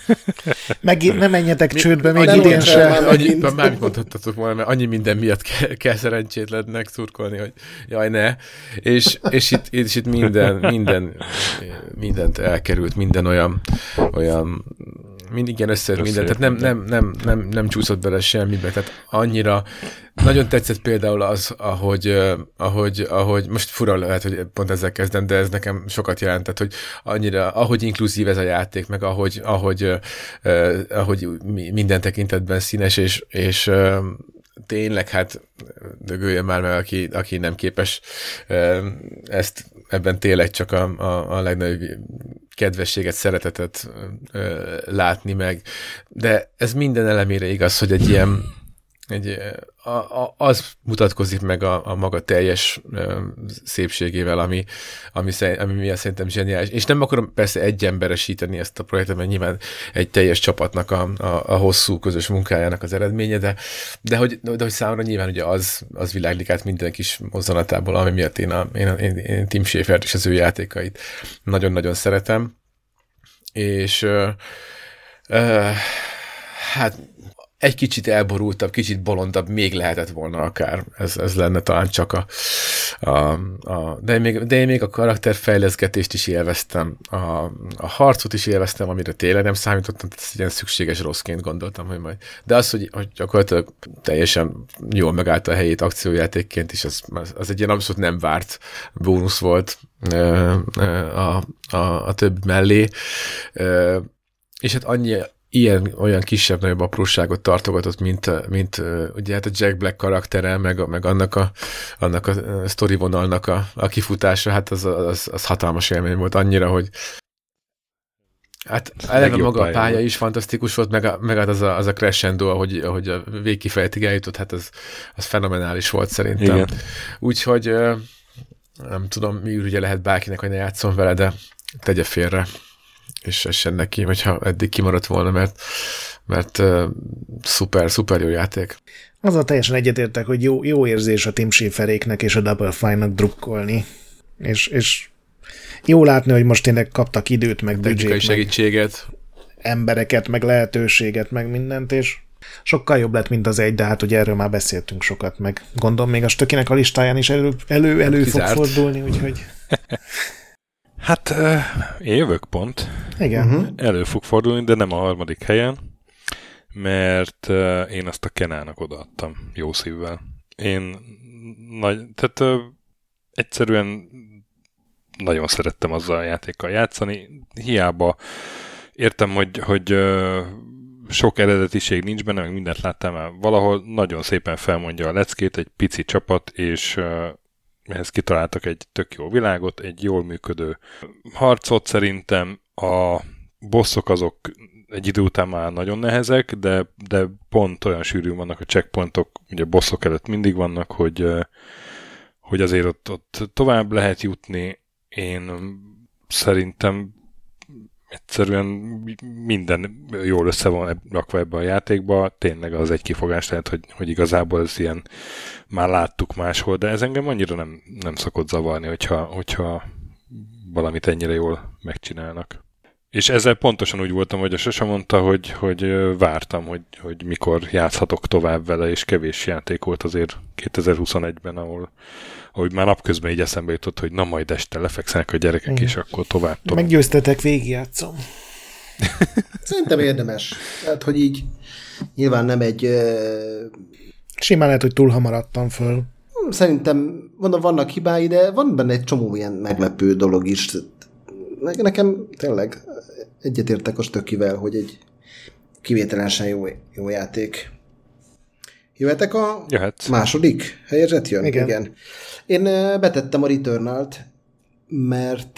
Megint ne menjetek Mi, csődbe, még idén sem. Már mit mondhattatok volna, mert annyi minden miatt kell, kell szerencsétlennek szurkolni, hogy jaj, ne. És, és, itt, és itt minden, minden, mindent elkerült, minden olyan, olyan mindig igen összejött minden, tehát nem, nem, nem, nem, nem csúszott bele semmibe, tehát annyira, nagyon tetszett például az, ahogy, ahogy, ahogy most fura lehet, hogy pont ezzel kezdem, de ez nekem sokat jelentett, hogy annyira, ahogy inkluzív ez a játék, meg ahogy, ahogy, eh, ahogy minden tekintetben színes, és, és eh, tényleg hát dögöljön már meg, aki, aki nem képes eh, ezt ebben tényleg csak a, a, a legnagyobb kedvességet, szeretetet ö, látni meg. De ez minden elemére igaz, hogy egy ilyen egy, a, a, az mutatkozik meg a, a maga teljes ö, szépségével, ami, ami, ami miatt szerintem zseniális. És nem akarom persze egyemberesíteni ezt a projektet, mert nyilván egy teljes csapatnak a, a, a hosszú közös munkájának az eredménye, de, de, hogy, de hogy számomra nyilván ugye az, az világlik át minden kis mozzanatából, ami miatt én, a, én, én, én Tim Schafert és az ő játékait nagyon-nagyon szeretem. És ö, ö, hát egy kicsit elborultabb, kicsit bolondabb még lehetett volna akár. Ez, ez lenne talán csak a, A, a, de, én még, de én még a karakterfejleszgetést is élveztem, a, a harcot is élveztem, amire tényleg nem számítottam, tehát ilyen szükséges rosszként gondoltam, hogy majd. De az, hogy, hogy gyakorlatilag teljesen jól megállta a helyét akciójátékként is, az, az egy ilyen abszolút nem várt bónusz volt a, a, a több mellé. És hát annyi ilyen, olyan kisebb-nagyobb apróságot tartogatott, mint, mint ugye hát a Jack Black karaktere, meg, meg annak a, annak a sztori vonalnak a, a kifutása, hát az, az, az hatalmas élmény volt annyira, hogy hát eleve maga a pálya is fantasztikus volt, meg, a, meg az, a, az a crescendo, ahogy, ahogy a végkifejletig eljutott, hát az, az fenomenális volt szerintem. Igen. Úgyhogy nem tudom, mi ürügye lehet bárkinek, hogy ne játszom vele, de tegye félre, és essen neki, hogyha eddig kimaradt volna, mert, mert uh, szuper, szuper jó játék. Azzal teljesen egyetértek, hogy jó, jó érzés a Tim Schaferéknek és a Double Fine-nak drukkolni, és, és jó látni, hogy most tényleg kaptak időt, meg büdzsét, segítséget, meg embereket, meg lehetőséget, meg mindent, és sokkal jobb lett, mint az egy, de hát ugye erről már beszéltünk sokat, meg gondolom még a Stökinek a listáján is elő, elő, elő fog fordulni, úgyhogy... Hát én jövök pont. Igen. Uh-huh. Elő fog fordulni, de nem a harmadik helyen, mert én azt a Kenának odaadtam jó szívvel. Én nagy, tehát egyszerűen nagyon szerettem azzal a játékkal játszani. Hiába értem, hogy, hogy sok eredetiség nincs benne, meg mindent láttam már valahol, nagyon szépen felmondja a leckét, egy pici csapat, és ehhez kitaláltak egy tök jó világot, egy jól működő harcot szerintem. A bosszok azok egy idő után már nagyon nehezek, de, de pont olyan sűrűn vannak a checkpointok, ugye bosszok előtt mindig vannak, hogy, hogy azért ott, ott tovább lehet jutni. Én szerintem egyszerűen minden jól össze van rakva ebbe a játékba, tényleg az egy kifogás lehet, hogy, hogy igazából ez ilyen már láttuk máshol, de ez engem annyira nem, nem szokott zavarni, hogyha, hogyha valamit ennyire jól megcsinálnak. És ezzel pontosan úgy voltam, hogy a Sasa mondta, hogy, hogy vártam, hogy, hogy mikor játszhatok tovább vele, és kevés játék volt azért kétezer-huszonegyben, ahol ahogy már napközben így eszembe jutott, hogy na majd este lefekszenek a gyerekek, mm. és akkor tovább tovább. Meggyőztetek, végigjátszom. Szerintem érdemes. Tehát, hogy így nyilván nem egy... Uh... Simán lehet, hogy túl hamar adtam föl. Szerintem mondom, vannak hibái, de van benne egy csomó ilyen meglepő dolog is. Nekem tényleg egyetértek a Stökivel, hogy egy kivételesen jó, jó játék. Jöhetek a Jöhet. második helyezett jön? Igen. Igen. Én betettem a Returnalt, mert...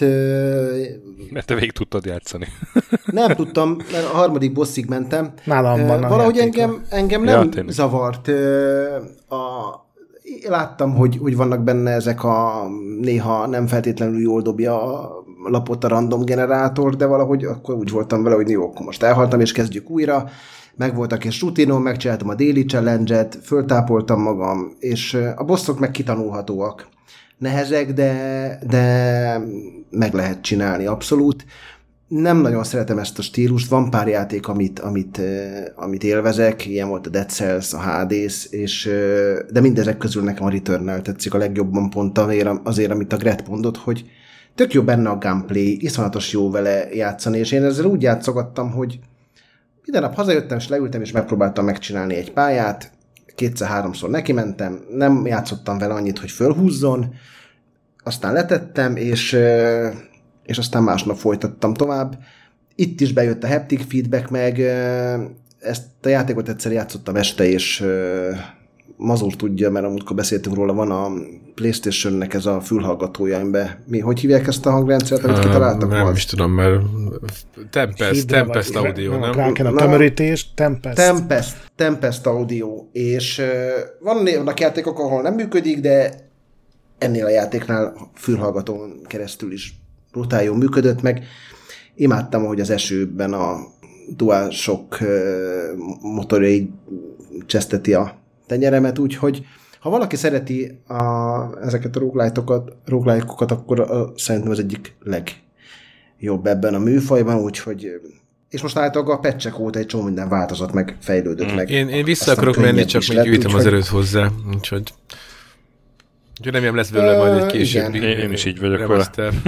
Mert te végig tudtad játszani. Nem tudtam, mert a harmadik bosszig mentem. Nálam van Valahogy engem, engem nem ja, zavart. A, láttam, hogy, hogy vannak benne ezek a néha nem feltétlenül jól dobja a lapot a random generátor, de valahogy akkor úgy voltam vele, hogy jó, akkor most elhaltam, és kezdjük újra. Megvoltak és rutinom, megcsináltam a daily challenge-et, föltápoltam magam, és a bosszok meg kitanulhatóak. Nehezek, de, de meg lehet csinálni abszolút. Nem nagyon szeretem ezt a stílust, van pár játék, amit, amit, amit élvezek, ilyen volt a Dead Cells, a Hades, és, de mindezek közül nekem a Returnal tetszik a legjobban pont azért, amit a Gret mondott, hogy tök jó benne a gameplay, iszonyatos jó vele játszani, és én ezzel úgy játszogattam, hogy minden nap hazajöttem, és leültem, és megpróbáltam megcsinálni egy pályát, kétszer-háromszor neki mentem, nem játszottam vele annyit, hogy fölhúzzon, aztán letettem, és, és aztán másnap folytattam tovább. Itt is bejött a haptic feedback, meg ezt a játékot egyszer játszottam este, és Mazur tudja, mert amikor beszéltünk róla, van a PlayStation-nek ez a fülhallgatója, amiben mi, hogy hívják ezt a hangrendszert, amit kitaláltak? Nem van? Is tudom, mert Tempest, Tempest vagy, Audio, nem? Kráken a tömörítés, Tempest. Tempest, Tempest Audio, és uh, vannak játékok, ahol nem működik, de ennél a játéknál fülhallgatón keresztül is brutál jól működött, meg imádtam, hogy az esőben a DualShock uh, motorja így cseszteti a tenyeremet, úgyhogy ha valaki szereti a, ezeket a roguelike-okat, roguelike-okat, akkor a, szerintem az egyik legjobb ebben a műfajban, úgyhogy és most általában a patch-ek óta egy csomó minden változott, meg fejlődött mm. meg. Én, én vissza akarok menni, csak még gyűjtöm az erőt hozzá, úgyhogy Úgyhogy remélem lesz belőle majd egy későbbi. Én, én is így vagyok vele.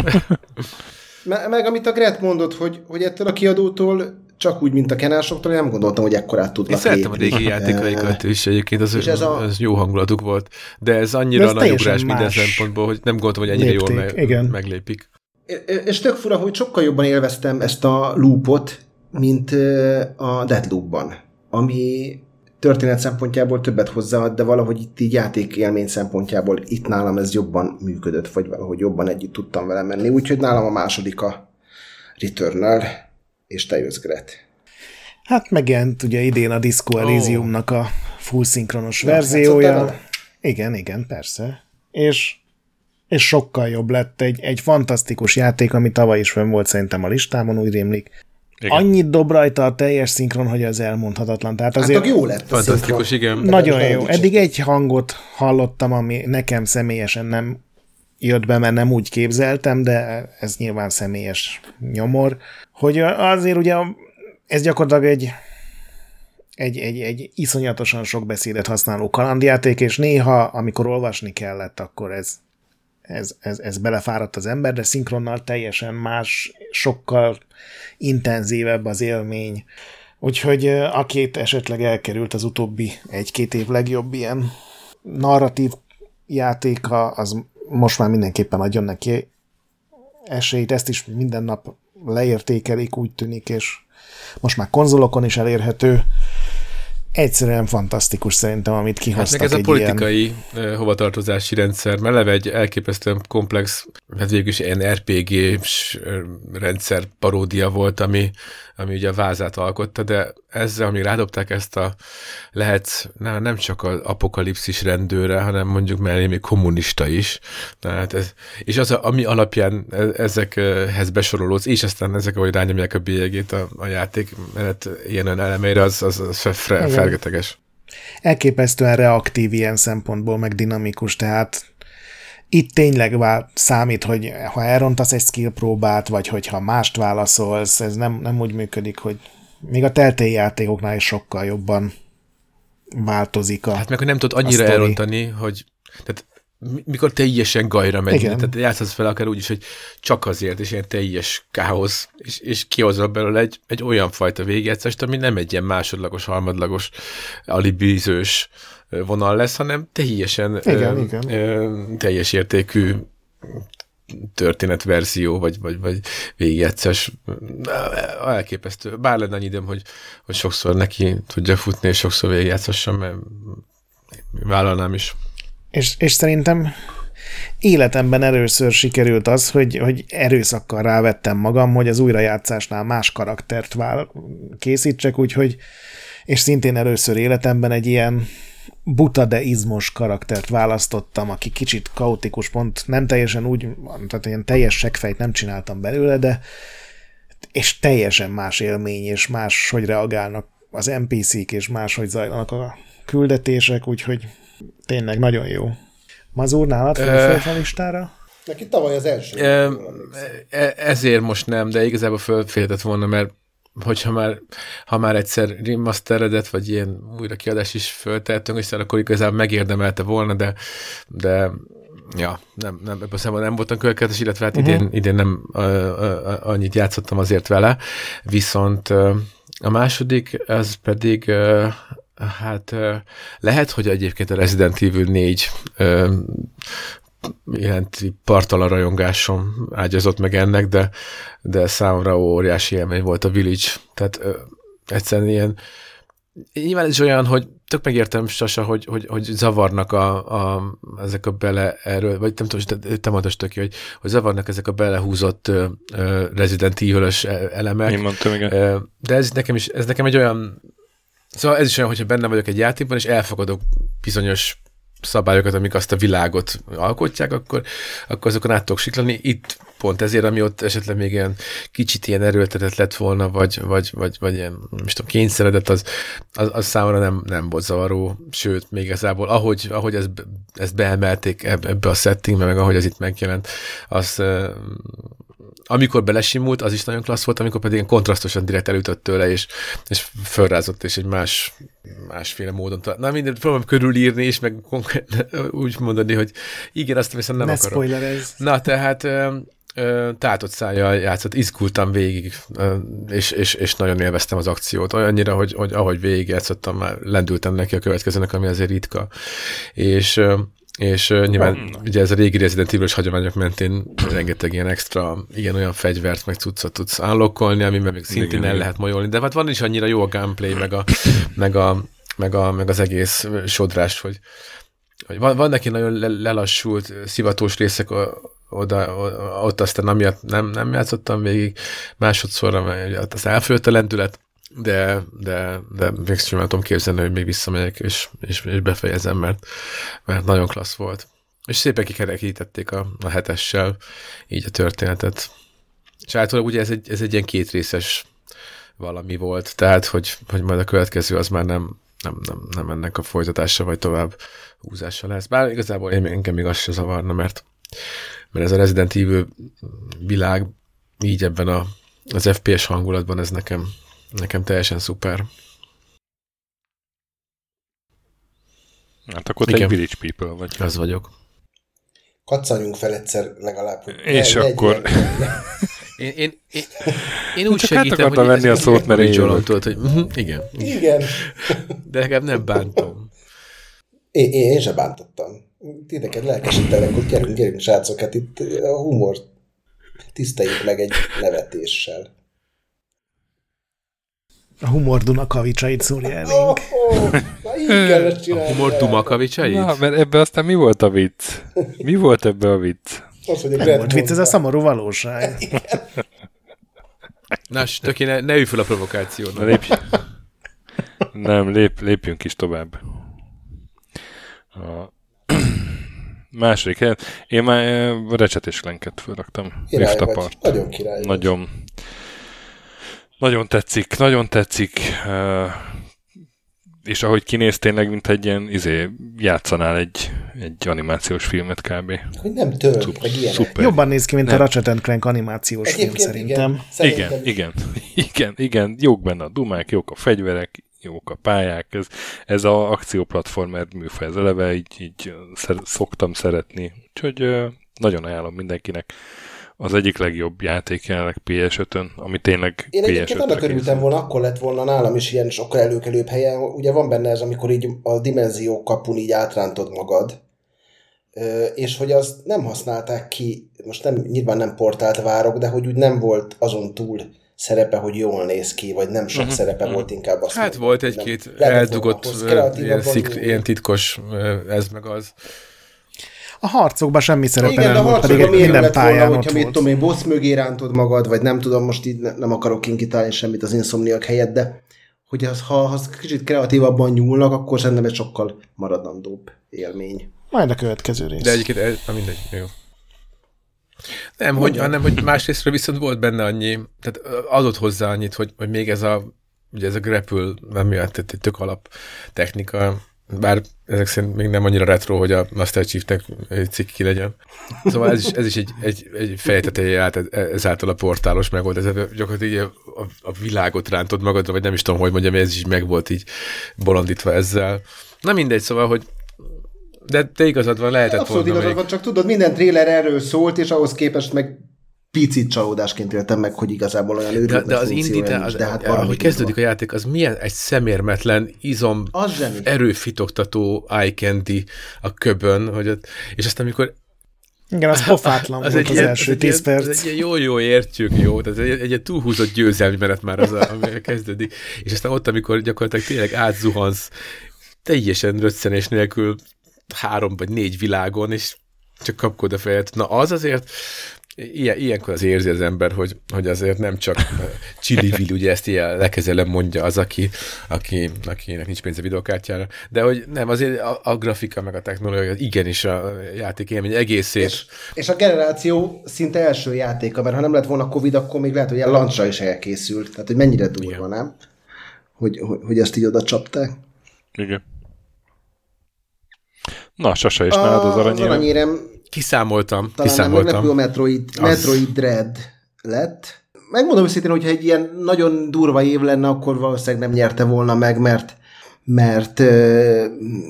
Me- meg amit a Gret mondott, hogy, hogy ettől a kiadótól csak úgy, mint a kenásoktól, nem gondoltam, hogy ekkorát tudnak lépni. Én szeretem a régi játékaikat is egyébként, az, az a... jó hangulatuk volt, de ez annyira de nagy ugrás minden szempontból, hogy nem gondoltam, hogy ennyire lépték, jól me- meglépik. És tök fura, hogy sokkal jobban élveztem ezt a loopot, mint a Deathloopban, ami történet szempontjából többet hozzáad, de valahogy itt így játékélmény szempontjából itt nálam ez jobban működött, vagy valahogy jobban együtt tudtam vele menni, úgyhogy nálam a második a Returnal, és te jössz, Gret. Hát megjelent ugye idén a Disco Elysiumnak a full szinkronos verziója. Igen, igen, persze. És, és sokkal jobb lett. Egy, egy fantasztikus játék, ami tavaly is fönn volt szerintem a listámon, úgy rémlik. Igen. Annyit dob rajta a teljes szinkron, hogy az elmondhatatlan. Tehát azért hát jó lett a fantasztikus, szinkron. igen. Nagyon jó. jó. Eddig egy hangot hallottam, ami nekem személyesen nem jött be, mert nem úgy képzeltem, de ez nyilván személyes nyomor, hogy azért ugye ez gyakorlatilag egy, egy, egy, egy iszonyatosan sok beszédet használó kalandjáték, és néha, amikor olvasni kellett, akkor ez, ez, ez, ez belefáradt az ember, de szinkronnal teljesen más, sokkal intenzívebb az élmény. Úgyhogy akit esetleg elkerült az utóbbi egy-két év legjobb ilyen narratív játéka, az most már mindenképpen adjon neki esélyt, ezt is minden nap leértékelik, úgy tűnik, és most már konzolokon is elérhető. Egyszerűen fantasztikus szerintem, amit kihoztak. Hát meg ez egy a politikai ilyen... hovatartozási rendszer, mert eleve egy elképesztően komplex, hát végül is ilyen er pé gés rendszer paródia volt, ami, ami ugye a vázát alkotta, de ezzel, amíg rádobták ezt a lehet, na, nem csak az apokalipszis rendőre, hanem mondjuk mellé még kommunista is. Tehát ez, és az, ami alapján ezekhez besorolódsz, és aztán ezek, ahogy rányomják a bélyegét a, a játék menet ilyen elemeire, az, az, az fe, felgeteges. Elképesztően reaktív ilyen szempontból, meg dinamikus, tehát itt tényleg vál, számít, hogy ha elrontasz egy skill próbát, vagy hogyha mást válaszolsz, ez nem, nem úgy működik, hogy még a Telltale játékoknál is sokkal jobban változik a Hát meg, hogy nem tudod annyira elrontani, hogy tehát mikor teljesen gajra megy, tehát játszhatsz fel akár úgy is, hogy csak azért, és ilyen teljes káosz, és, és kihozol belőle egy, egy olyan fajta végjátszást, ami nem egy ilyen másodlagos, harmadlagos, alibizős vonal lesz, hanem teljesen igen, ö, igen. Ö, teljes értékű történetverzió, vagy, vagy, vagy végigjátszás. Elképesztő. Bár lenne annyi időm, hogy, hogy sokszor neki tudja futni, és sokszor végigjátszássam, mert vállalnám is. És, és szerintem életemben először sikerült az, hogy, hogy erőszakkal rávettem magam, hogy az újrajátszásnál más karaktert vál, készítsek, úgyhogy és szintén először életemben egy ilyen buta, de izmos karaktert választottam, aki kicsit kaotikus, pont nem teljesen úgy, tehát ilyen teljes seggfejt nem csináltam belőle, de és teljesen más élmény, és más, hogy reagálnak az en pé cék, és más, hogy zajlanak a küldetések, úgyhogy tényleg nagyon jó. Mazur, nálad fölfőtt a listára? Neki tavaly az első. E, ezért most nem, de igazából fölférhetett volna, mert hogyha már, ha már egyszer remasteredet, vagy ilyen újra kiadás is föltettünk, és akkor igazából megérdemelte volna, de, de ja, nem, nem, ebből szemben nem voltam következetes, illetve hát uh-huh. idén, idén nem a, a, a, annyit játszottam azért vele, viszont a második, az pedig hát lehet, hogy egyébként a Resident Evil négy ilyen parttalan rajongásom ágyazott meg ennek, de, de számomra óriási élmény volt a Village. Tehát ö, egyszerűen ilyen nyilván ez olyan, hogy tök megértem, Sasa, hogy, hogy, hogy zavarnak a, a, ezek a bele erről, vagy nem tudom, te, te mondtad tök ki, hogy, hogy zavarnak ezek a belehúzott ö, ö, Resident Evil-ös elemek. Én mondtam, igen. De ez nekem is, ez nekem egy olyan, szóval ez is olyan, hogyha benne vagyok egy játékban, és elfogadok bizonyos szabályokat, amik azt a világot alkotják, akkor, akkor azokon át tudok siklani. Itt pont ezért, ami ott esetleg még ilyen kicsit ilyen erőltetett lett volna, vagy, vagy, vagy, vagy ilyen, nem tudom, kényszeredett, az, az, az számomra nem, nem volt zavaró, sőt, még igazából, ahogy, ahogy ezt, ezt beemelték ebbe, ebbe a settingbe, meg ahogy ez itt megjelent, az, amikor belesimult, az is nagyon klassz volt, amikor pedig kontrasztosan direkt elütött tőle, és, és fölrázott, és egy más, másféle módon. Na mindent próbálom körülírni, és meg úgy mondani, hogy igen, azt viszont nem ne akarom. Spoilerez. Na, tehát tátott szájjal játszott, izgultam végig, és, és, és nagyon élveztem az akciót. Olyannyira, hogy, hogy ahogy végig játszottam, már lendültem neki a következőnek, ami azért ritka. És és uh, nyilván oh, ugye ez a régi Resident Evil-os hagyományok mentén rengeteg ilyen extra, ilyen olyan fegyvert, meg cuccot tudsz unlockolni, amiben még szintén igen, el igen. lehet majolni, de hát van is annyira jó a gameplay, meg, a, meg, a, meg, a, meg az egész sodrás, hogy, hogy van, van neki nagyon lelassult, szivatós részek oda, ott aztán amiatt nem, nem játszottam végig, másodszorra, mert az elfogyott a lendület, de, de, de még sem tudom képzelni, hogy még visszamegyek, és, és, és befejezem, mert, mert nagyon klassz volt. És szépen kikerekítették a, a hetessel így a történetet. És általában ugye ez egy, ez egy ilyen kétrészes valami volt, tehát, hogy, hogy majd a következő az már nem, nem, nem, nem ennek a folytatása, vagy tovább húzása lesz. Bár igazából én engem még azt se zavarna, mert, mert ez a Resident Evil világ így ebben a, az ef pé es hangulatban ez nekem Nekem teljesen szuper. Hát akkor te egy Village People vagy. Az vagyok. Kaccaljunk fel egyszer legalább. Hogy és ne, akkor... én, én, én, én úgy segítem, hát hogy venni a szót, mert én jövök. Hogy uh-huh, igen. Igen. De legalább nem bántom. Én, én, én sem bántottam. Titeket lelkesítenek, hogy gyerünk, gyerünk, srácok, hát itt a humor tiszteljük meg egy nevetéssel. A humor Dunakavicsait szúrja elénk. Oh, oh, na így kellett csinálni. A humor Dunakavicsait? Na, mert ebbe aztán mi volt a vicc? Mi volt ebbe a vicc? Az, hogy nem volt vicc, ez a szomorú valóság. Na, töké, ne, ne ülj fel a provokációt. Na, lépj... Nem, lép, lépjünk is tovább. A második helyet. Én már Ratchet és Clanket fölraktam. Király vagy. Nagyon király vagy. Nagyon... Nagyon tetszik, nagyon tetszik, uh, és ahogy kinéz tényleg, mint egy ilyen, izé, játszanál egy, egy animációs filmet kb. Hogy nem tört, meg ilyenek. Szuper. Jobban néz ki, mint nem. a Ratchet and Clank animációs Egyébként film, szerintem. Igen, szerintem. igen, igen, igen, igen, jók benne a dumák, jók a fegyverek, jók a pályák, ez, ez a akcióplatformer műfaj, ez eleve így, így szer- szoktam szeretni, úgyhogy uh, nagyon ajánlom mindenkinek. Az egyik legjobb játék jelenleg pé es ötön, ami tényleg Én egyébként annak örültem volna, akkor lett volna nálam is ilyen sokkal előkelőbb helyen. Ugye van benne ez, amikor így a dimenzió kapun így átrántod magad, és hogy azt nem használták ki, most nem, nyilván nem portált várok, de hogy úgy nem volt azon túl szerepe, hogy jól néz ki, vagy nem sok uh-huh. szerepe uh-huh. volt, inkább azt Hát mondom, volt egy-két eldugott, ilyen, szikr, ilyen titkos ez meg az. A harcokban semmi szerepe igen, nem volt, pedig minden pályán volna, hogyha mit tudom én, boss mögé rántod magad, vagy nem tudom, most így nem akarok kinkitálni semmit az Insomniac helyett, de hogy az, ha az kicsit kreatívabban nyúlnak, akkor szerintem egy sokkal maradandóbb élmény. Majd a következő rész. De egyébként, el, na mindegy, jó. Nem, hogy, hanem, hogy másrésztről viszont volt benne annyi, tehát adott hozzá annyit, hogy, hogy még ez a, ugye ez a grapple, nem jött egy tök alap technika, bár ezek szerint még nem annyira retro, hogy a Master Chiefnek egy cikk ki legyen. Szóval ez is, ez is egy, egy, egy fejtetéje állt ezáltal a portálos megoldás. Ez gyakorlatilag a, a világot rántod magadra, vagy nem is tudom, hogy mondjam, ez is meg volt így bolondítva ezzel. Na mindegy, szóval, hogy de te igazad van, lehetett abszolút volna igazad van, csak tudod, minden tréler erről szólt, és ahhoz képest meg picit csalódásként éltem meg, hogy igazából olyan őrült. De, de az indítás, az, de hát ahogy kezdődik van. A játék, az milyen egy szemérmetlen, izom, erőfitoktató eye candy a köbön, hogy ott, és aztán amikor igen, az pofátlan az volt az első tíz perc. Ez egy jó-jó értjük, jó, tehát egy, egy, egy túlhúzott győzelmi menet már az, a, ami kezdődik, és aztán ott, amikor gyakorlatilag tényleg átzuhansz teljesen röccenés nélkül három vagy négy világon, és csak kapkod a fejet. Na az azért Ilyen, ilyenkor az érzi az ember, hogy, hogy azért nem csak Chili-Will, ugye ezt ilyen lekezelem mondja az, aki, aki, akinek nincs pénze videokártyára, de hogy nem, azért a, a grafika meg a technológia igenis a játék élmény egészét. És, és a generáció szinte első játéka, mert ha nem lett volna Covid, akkor még lehet, hogy ilyen launchra is elkészült. Tehát, hogy mennyire durva, nem? Hogy, hogy, hogy ezt így oda csapták. Igen. Na, Sasa, és nálad az aranyérem? Az aranyérem Kiszámoltam, talán kiszámoltam. nem meglepő, a Metroid, az... Metroid Dread lett. Megmondom őszintén, hogyha egy ilyen nagyon durva év lenne, akkor valószínűleg nem nyerte volna meg, mert, mert euh,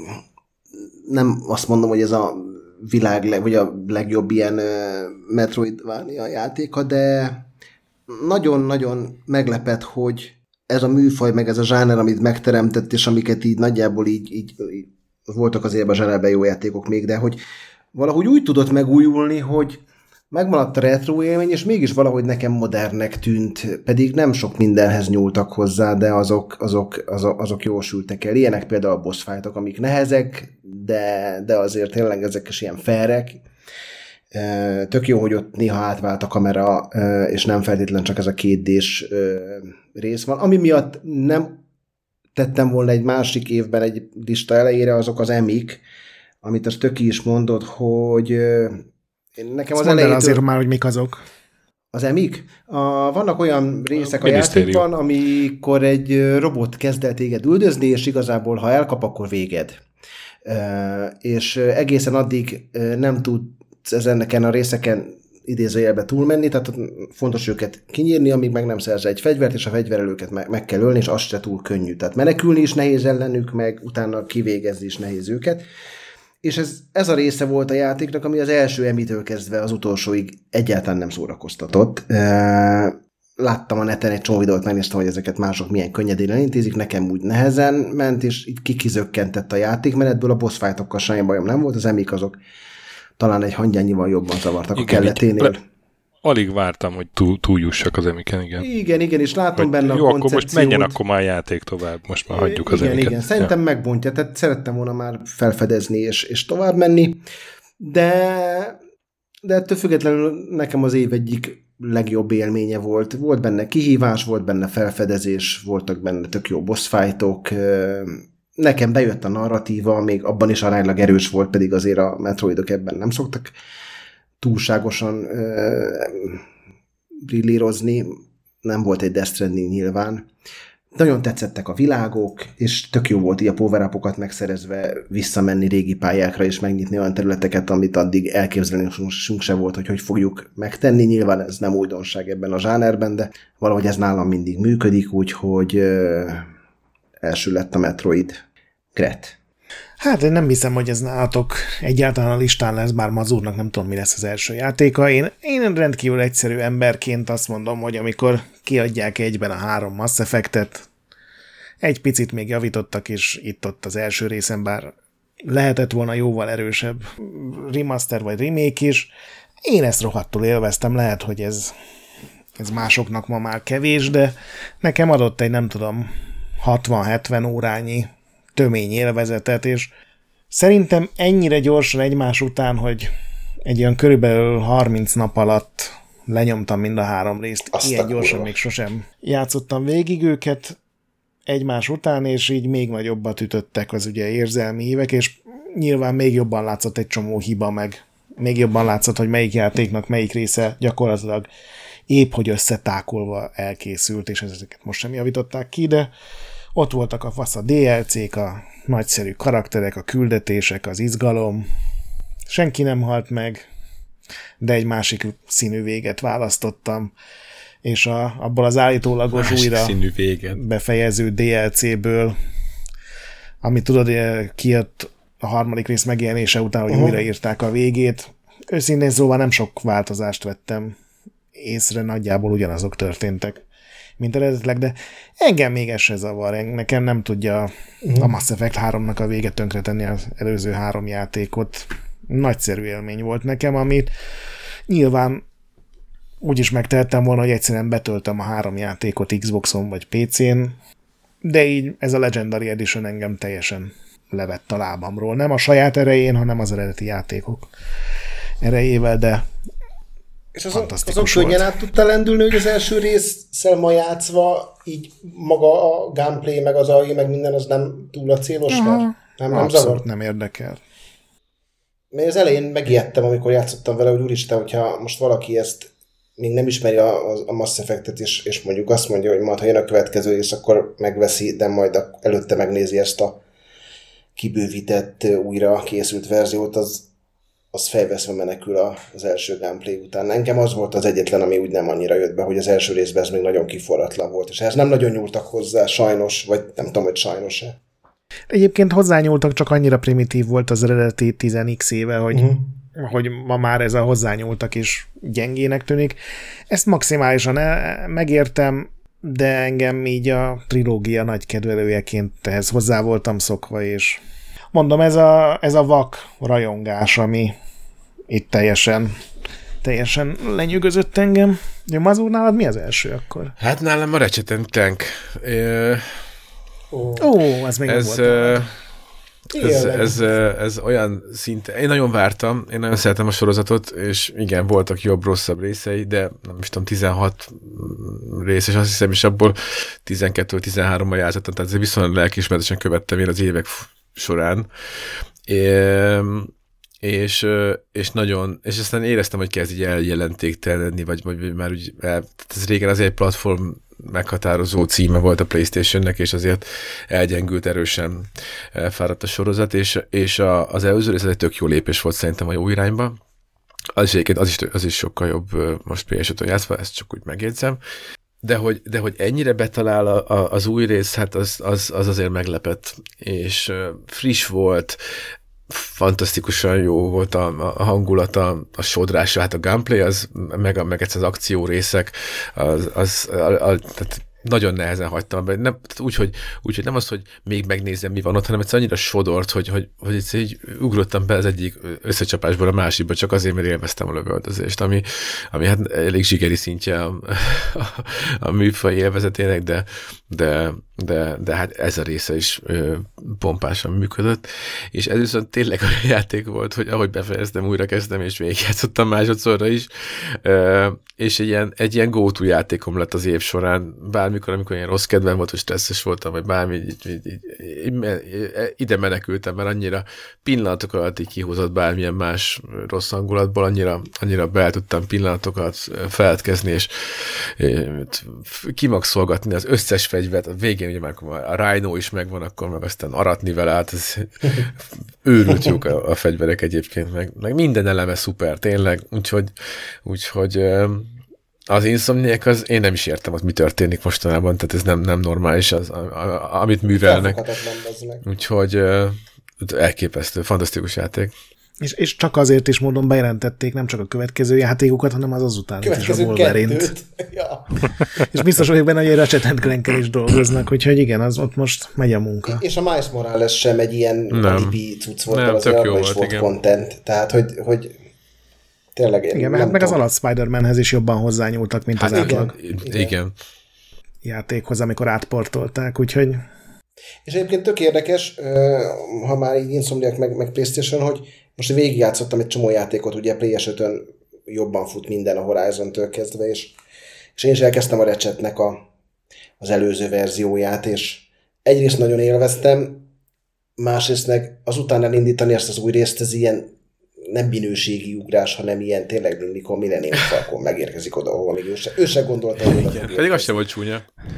nem azt mondom, hogy ez a világ, vagy a legjobb ilyen uh, Metroidvania játéka, de nagyon-nagyon meglepett, hogy ez a műfaj, meg ez a zsáner, amit megteremtett, és amiket így nagyjából így, így, így voltak azért a zsánerben jó játékok még, de hogy valahogy úgy tudott megújulni, hogy megmaradt a retro élmény, és mégis valahogy nekem modernnek tűnt, pedig nem sok mindenhez nyúltak hozzá, de azok, azok, azok, azok jól sültek el. Ilyenek például a boss fightok, amik nehezek, de, de azért tényleg ezek is ilyen fairek. Tök jó, hogy ott néha átvált a kamera, és nem feltétlen csak ez a kétdés rész van. Ami miatt nem tettem volna egy másik évben egy lista elejére, azok az emik, amit az Töki is mondott, hogy nekem az elejétől... azért már, hogy mik azok. Az emik? A, vannak olyan részek a, a játékban, amikor egy robot kezd el téged üldözni, és igazából, ha elkap, akkor véged. E, és egészen addig nem tudsz ezeken a részeken idézőjelbe túlmenni, tehát fontos őket kinyírni, amíg meg nem szerzel egy fegyvert, és a fegyverelőket meg, meg kell ölni, és az se túl könnyű. Tehát menekülni is nehéz ellenük, meg utána kivégezni is nehéz őket. És ez, ez a része volt a játéknak, ami az első emitől kezdve az utolsóig egyáltalán nem szórakoztatott. Láttam a neten egy csomó videót, megnéztem, hogy ezeket mások milyen könnyedén elintézik, nekem úgy nehezen ment, és így kikizökkentett a játékmenetből, a boss fightokkal semmi bajom nem volt, az emik azok talán egy hangyányival jobban zavartak igen, a kelleténél. Alig vártam, hogy túl, túljussak az emiken, igen. Igen, igen, és látom hogy benne jó, a koncepciót. Jó, akkor most menjen akkor már a játék tovább, most már hagyjuk az igen, emiket. Igen, szerintem ja. megbontja, tehát szerettem volna már felfedezni és, és tovább menni, de, de ettől függetlenül nekem az év egyik legjobb élménye volt. Volt benne kihívás, volt benne felfedezés, voltak benne tök jó boss fightok, nekem bejött a narratíva, még abban is aránylag erős volt, pedig azért a Metroidok ebben nem szoktak túlságosan uh, brillírozni, nem volt egy Death Stranding nyilván. Nagyon tetszettek a világok, és tök jó volt így a power-upokat megszerezve visszamenni régi pályákra, és megnyitni olyan területeket, amit addig elképzelni se volt, hogy hogy fogjuk megtenni. Nyilván ez nem újdonság ebben a zsánerben, de valahogy ez nálam mindig működik, úgyhogy uh, első lett a Metroid Dread. Hát én nem hiszem, hogy ez nálatok egyáltalán a listán lesz, bár Mazurnak nem tudom, mi lesz az első játéka. Én, én rendkívül egyszerű emberként azt mondom, hogy amikor kiadják egyben a három Mass Effectet, egy picit még javítottak is itt-ott az első részen, bár lehetett volna jóval erősebb remaster vagy remake is. Én ezt rohadtul élveztem, lehet, hogy ez, ez másoknak ma már kevés, de nekem adott egy nem tudom hatvan-hetven órányi tömény élvezetet, és szerintem ennyire gyorsan egymás után, hogy egy olyan körülbelül harminc nap alatt lenyomtam mind a három részt. Azt ilyen gyorsan még sosem játszottam végig őket egymás után, és így még nagyobbat ütöttek az ugye érzelmi hívek, és nyilván még jobban látszott egy csomó hiba, meg még jobban látszott, hogy melyik játéknak melyik része gyakorlatilag épp hogy összetákolva elkészült, és ezeket most sem javították ki, de ott voltak a fasz a dé el cék, a nagyszerű karakterek, a küldetések, az izgalom. Senki nem halt meg, de egy másik színű véget választottam, és a, abból az állítólagos másik újra befejező dé el céből, ami tudod, kijött a harmadik rész megjelenése után, hogy uh-huh. újraírták a végét. Őszintén szóval nem sok változást vettem észre, nagyjából ugyanazok történtek, mint eredetileg, de engem még ez se zavar. Nekem nem tudja uh-huh. a Mass Effect háromnak a vége tönkretenni az előző három játékot. Nagyszerű élmény volt nekem, amit nyilván úgy is megtehettem volna, hogy egyszerűen betöltöm a három játékot Xboxon vagy pé cén, de így ez a Legendary Edition engem teljesen levett a lábamról. Nem a saját erején, hanem az eredeti játékok erejével, de és azon, azon könnyen át tudtál lendülni, hogy az első résszel ma játszva így maga a gameplay, meg az á i, meg minden, az nem túl a célos már? Nem, nem zavar? Nem érdekel. Mert az elején megijedtem, amikor játszottam vele, hogy úristen, hogyha most valaki ezt még nem ismeri a, a Mass Effectet, és, és mondjuk azt mondja, hogy majd ha jön a következő rész, akkor megveszi, de majd előtte megnézi ezt a kibővített, újra készült verziót, az az fejveszve menekül az első gameplay után. Engem az volt az egyetlen, ami úgy nem annyira jött be, hogy az első részben ez még nagyon kiforratlan volt, és ehhez nem nagyon nyúltak hozzá, sajnos, vagy nem tudom, hogy sajnos-e. Egyébként hozzányúltak, csak annyira primitív volt az eredeti tíz x éve, hogy, uh-huh. hogy ma már ez a hozzányúltak is gyengének tűnik. Ezt maximálisan megértem, de engem így a trilógia nagy kedvelőjeként ehhez hozzá voltam szokva, és mondom, ez a, ez a vak rajongás, ami itt teljesen, teljesen lenyűgözött engem. Jó, Mazur, nálad mi az első akkor? Hát nálam a Ratchet and Clank. Ó, oh, ez még ez, volt. Ez, ez, ez olyan szinte, én nagyon vártam, én nagyon szeretem a sorozatot, és igen, voltak jobb-rosszabb részei, de nem is tudom, tizenhat rész, és azt hiszem, és abból tizenkettő-tizenhárommal játszottam, tehát viszonylag lelkiismeretesen követtem én az évek során. É, és, és nagyon, és aztán éreztem, hogy kezd így eljelentéktelenni, vagy, vagy már úgy, el, ez régen azért egy platform meghatározó címe volt a PlayStationnek, és azért elgyengült erősen, elfáradt a sorozat, és, és a, az előző rész egy tök jó lépés volt szerintem a jó irányba. Az, az, is, az is sokkal jobb most pé es ötön játszva, ezt csak úgy megjegyzem. De hogy, de hogy ennyire betalál a, a, az új rész, hát az, az, az azért meglepett, és friss volt, fantasztikusan jó volt a, a hangulata, a sodrása, hát a gameplay, az, meg, a, meg az akció részek, az, az a, a, tehát nagyon nehezen hagytam be. Nem, úgy, hogy, úgy, hogy nem az, hogy még megnézem, mi van ott, hanem egyszerűen annyira sodort, hogy, hogy, hogy egyszer így ugrottam be az egyik összecsapásból a másikba, csak azért, mert élveztem a lövöldözést, ami, ami hát elég zsigeri szintje a, a, a műfaj élvezetének, de, de, de, de hát ez a része is ö, pompásan működött, és ez viszont tényleg a játék volt, hogy ahogy befejeztem, újra kezdtem, és végigjátszottam másodszorra is, ö, és egy ilyen, egy ilyen go-to játékom lett az év során, bármikor, amikor ilyen rossz kedvem volt, vagy stresszes voltam, vagy bármi, így, így, így, így, ide menekültem, mert annyira pillanatok alatt így kihúzott bármilyen más rossz hangulatból, annyira, annyira be tudtam pillanatokat feledkezni, és kimaxolgatni az összes fegyvert, a végén ugye már a Rhino is megvan, akkor meg aztán aratni vele, hát ez őrült jók a, a fegyverek egyébként, meg, meg minden eleme szuper, tényleg, úgyhogy, úgyhogy az Insomniac, az én nem is értem, hogy mi történik mostanában, tehát ez nem, nem normális, az, a, a, amit művelnek. Úgyhogy elképesztő, fantasztikus játék. És, és csak azért is mondom, bejelentették nem csak a következő játékokat, hanem az azután is a Wolverine-t. Ja. És biztos vagyok benne, hogy egy Ratchet and Clank-kel is dolgoznak, úgyhogy igen, az ott most megy a munka. És a Miles Morales sem egy ilyen alibi cucc volt, nem, az tök jó volt, volt, volt igen. content. Tehát, hogy, hogy tényleg én igen, mert meg tudom. Az alatt Spider-Manhez is jobban hozzányúltak, mint hát az átlag igen. igen. játékhoz, amikor átportolták, úgyhogy... És egyébként tök érdekes, ha már így Insomniac meg, meg PlayStation, hogy most végigjátszottam egy csomó játékot, ugye pé es ötön jobban fut minden a Horizon-től kezdve, és, és én is elkezdtem a Ratchetnek a, az előző verzióját, és egyrészt nagyon élveztem, másrészt meg azután elindítani ezt az új részt, ez ilyen nem minőségi ugrás, hanem ilyen tényleg, mint mikor Millennium Falcon megérkezik oda, ahol még ő se, ő se gondolta, hogy oda Pedig az sem volt csúnya.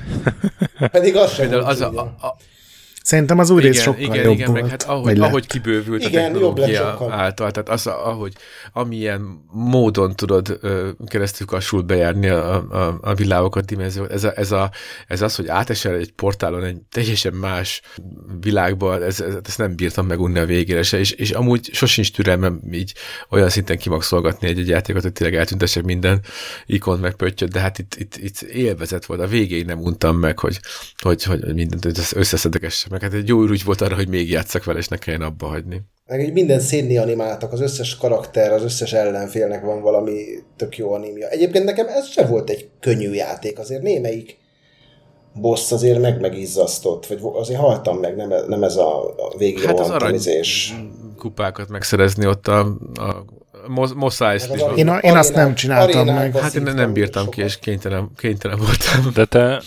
Pedig az sem volt az csúnya. A, a, Szerintem az új rész sokkal igen, jobb igen, volt. Meg hát ahogy, ahogy kibővült igen, a technológia által, tehát az, ahogy amilyen módon tudod keresztül kassul bejárni a, a, a világokat, dimenziókat, ez, a, ez, a, ez az, hogy átesel egy portálon egy teljesen más világba, ez, ez, ezt nem bírtam megunni a végére se, és, és amúgy sosincs türelmem így olyan szinten kimaxolgatni egy, egy játékot, hogy tényleg eltüntesek minden ikont meg pöttyöt, de hát itt, itt, itt élvezet volt, a végéig nem untam meg, hogy, hogy, hogy mindent összeszedek, meg hát egy jó ürügy volt arra, hogy még játsszak vele, és ne kelljen abba hagyni. Meg így minden szénni animáltak, az összes karakter, az összes ellenfélnek van valami tök jó animja. Egyébként nekem ez se volt egy könnyű játék, azért némelyik boss azért meg megizzasztott, vagy azért haltam meg, nem, nem ez a, a végig hát az arany kupákat megszerezni ott a, a Mos Eisley. Hát én, én azt nem csináltam meg. Hát én nem bírtam sokat. Ki, és kénytelen, kénytelen voltam. De te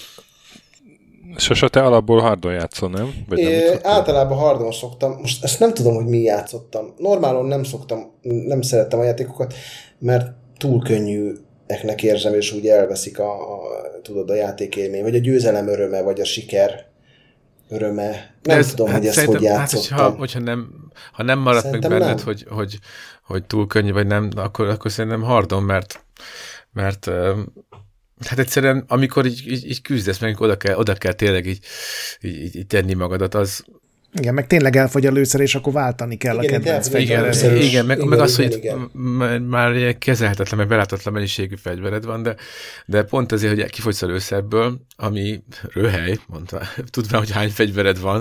Sose, te alapból hardon játszol, nem? Vagy é, nem általában hardon szoktam. Most ezt nem tudom, hogy mi játszottam. Normálon nem szoktam, nem szerettem a játékokat, mert túl könnyűeknek érzem, és úgy elveszik a, a, tudod, a játékélmény, vagy a győzelem öröme, vagy a siker öröme. Nem ez, tudom, hát hogy ezt hogy játszottam. Hát, hogyha, hogyha nem, ha nem maradt Szerintem meg benned, nem. hogy, hogy, hogy túl könnyű, vagy nem, akkor, akkor szerintem hardon, mert, mert hát egyszerűen, amikor így, így, így küzdesz, meg oda kell, oda kell tényleg így, így, így tenni magadat, az... Igen, meg tényleg elfogy a lőszer, és akkor váltani kell Igen, a kedvenc igen, fegyvered. Igen, fegyveres. igen, meg, Igen, meg az, igen, hogy igen. m- már ilyen kezelhetetlen, meg beláthatatlan mennyiségű fegyvered van, de, de pont azért, hogy kifogysz a lőszerből, ami röhely, mondta, tudván, hogy hány fegyvered van,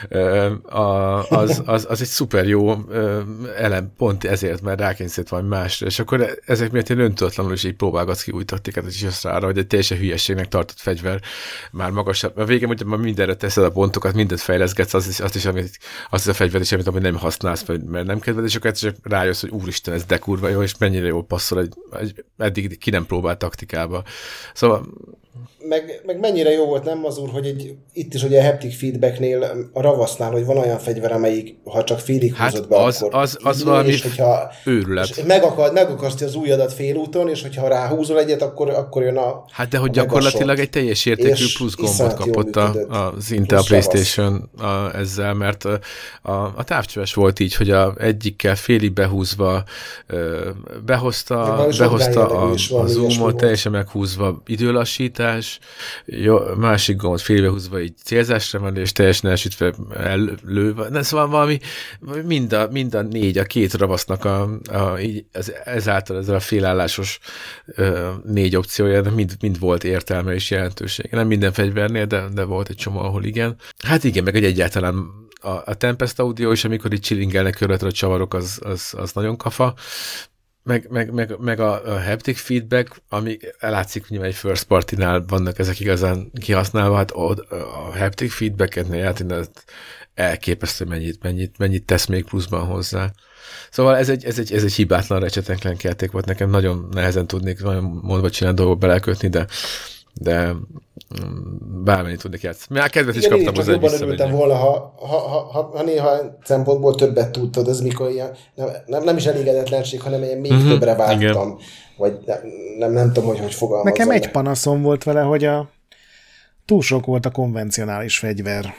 az, az, az egy szuper jó elem, pont ezért, mert rákényszerít valami másra, és akkor ezek miatt én öntudatlanul is így próbálgatsz ki új taktikát, és jössz rá arra, hogy egy teljesen hülyességnek tartott fegyver már magasabb. A végén, hogy mindenre teszed a pontokat, mindent fejleszgetsz, az is, azt is, amit azt a fegyvert is, amit, amit nem használsz, mert nem kedved, és akkor csak rájössz, hogy úristen, ez de kurva jó, és mennyire jól passzol egy, egy eddig ki nem próbált taktikába. Szóval... Meg, meg mennyire jó volt, nem az úr, hogy egy, itt is ugye a haptic feedbacknél, a ravasznál, hogy van olyan fegyver, amelyik, ha csak félig hát húzod be, az, akkor az, az így, valami és hogyha, őrület. És megakad, megakasztja az ujjadat félúton, és hogyha ráhúzol egyet, akkor, akkor jön a Hát de hogy a gyakorlatilag megasort. egy teljes értékű És plusz gombot iszonyat jól kapott a, működött. az Intel Plusz PlayStation a, ezzel, mert a, a, a távcsöves volt így, hogy a egyikkel félig behúzva ö, behozta, behozta a, a zoomot, teljesen meghúzva időlassítás, jó, másik gombot félig behúzva így célzásra van, és teljesen elsütve ellőve. De szóval valami, mind a, mind a négy, a két ravasznak a, a, így, az, ezáltal ezzel a félállásos ö, négy opciója, de mind, mind volt értelme és jelentősége. Nem minden fegyvernél, de, de volt egy csomó, ahol igen. Hát igen, meg egy egyáltalán a, a Tempest Audio is, amikor itt csilingelnek körülöttre a csavarok, az, az, az nagyon kafa. Meg, meg, meg, meg a, a haptic feedback, ami látszik, hogy egy first party-nál vannak ezek igazán kihasználva, hát a, a haptic feedback-etnél játéknál elképesztő, mennyit, mennyit, mennyit tesz még pluszban hozzá. Szóval ez egy, ez egy, ez egy hibátlan Ratchet and Clank játék volt, nekem nagyon nehezen tudnék nagyon mondva csinálni dolgok belekötni, de, de bármennyit tudnék játszani. Már kedvet is kaptam hozzá, hogy jobban örültem volna, ha, ha, ha, ha, ha néha szempontból többet tudtad, ez mikor ilyen, nem, nem, nem is elégedetlenség, hanem ilyen még mm-hmm, többre vártam. Igen. Vagy nem, nem, nem tudom, hogy hogy fogalmazzam. Nekem egy panaszom volt vele, hogy a túl sok volt a konvencionális fegyver.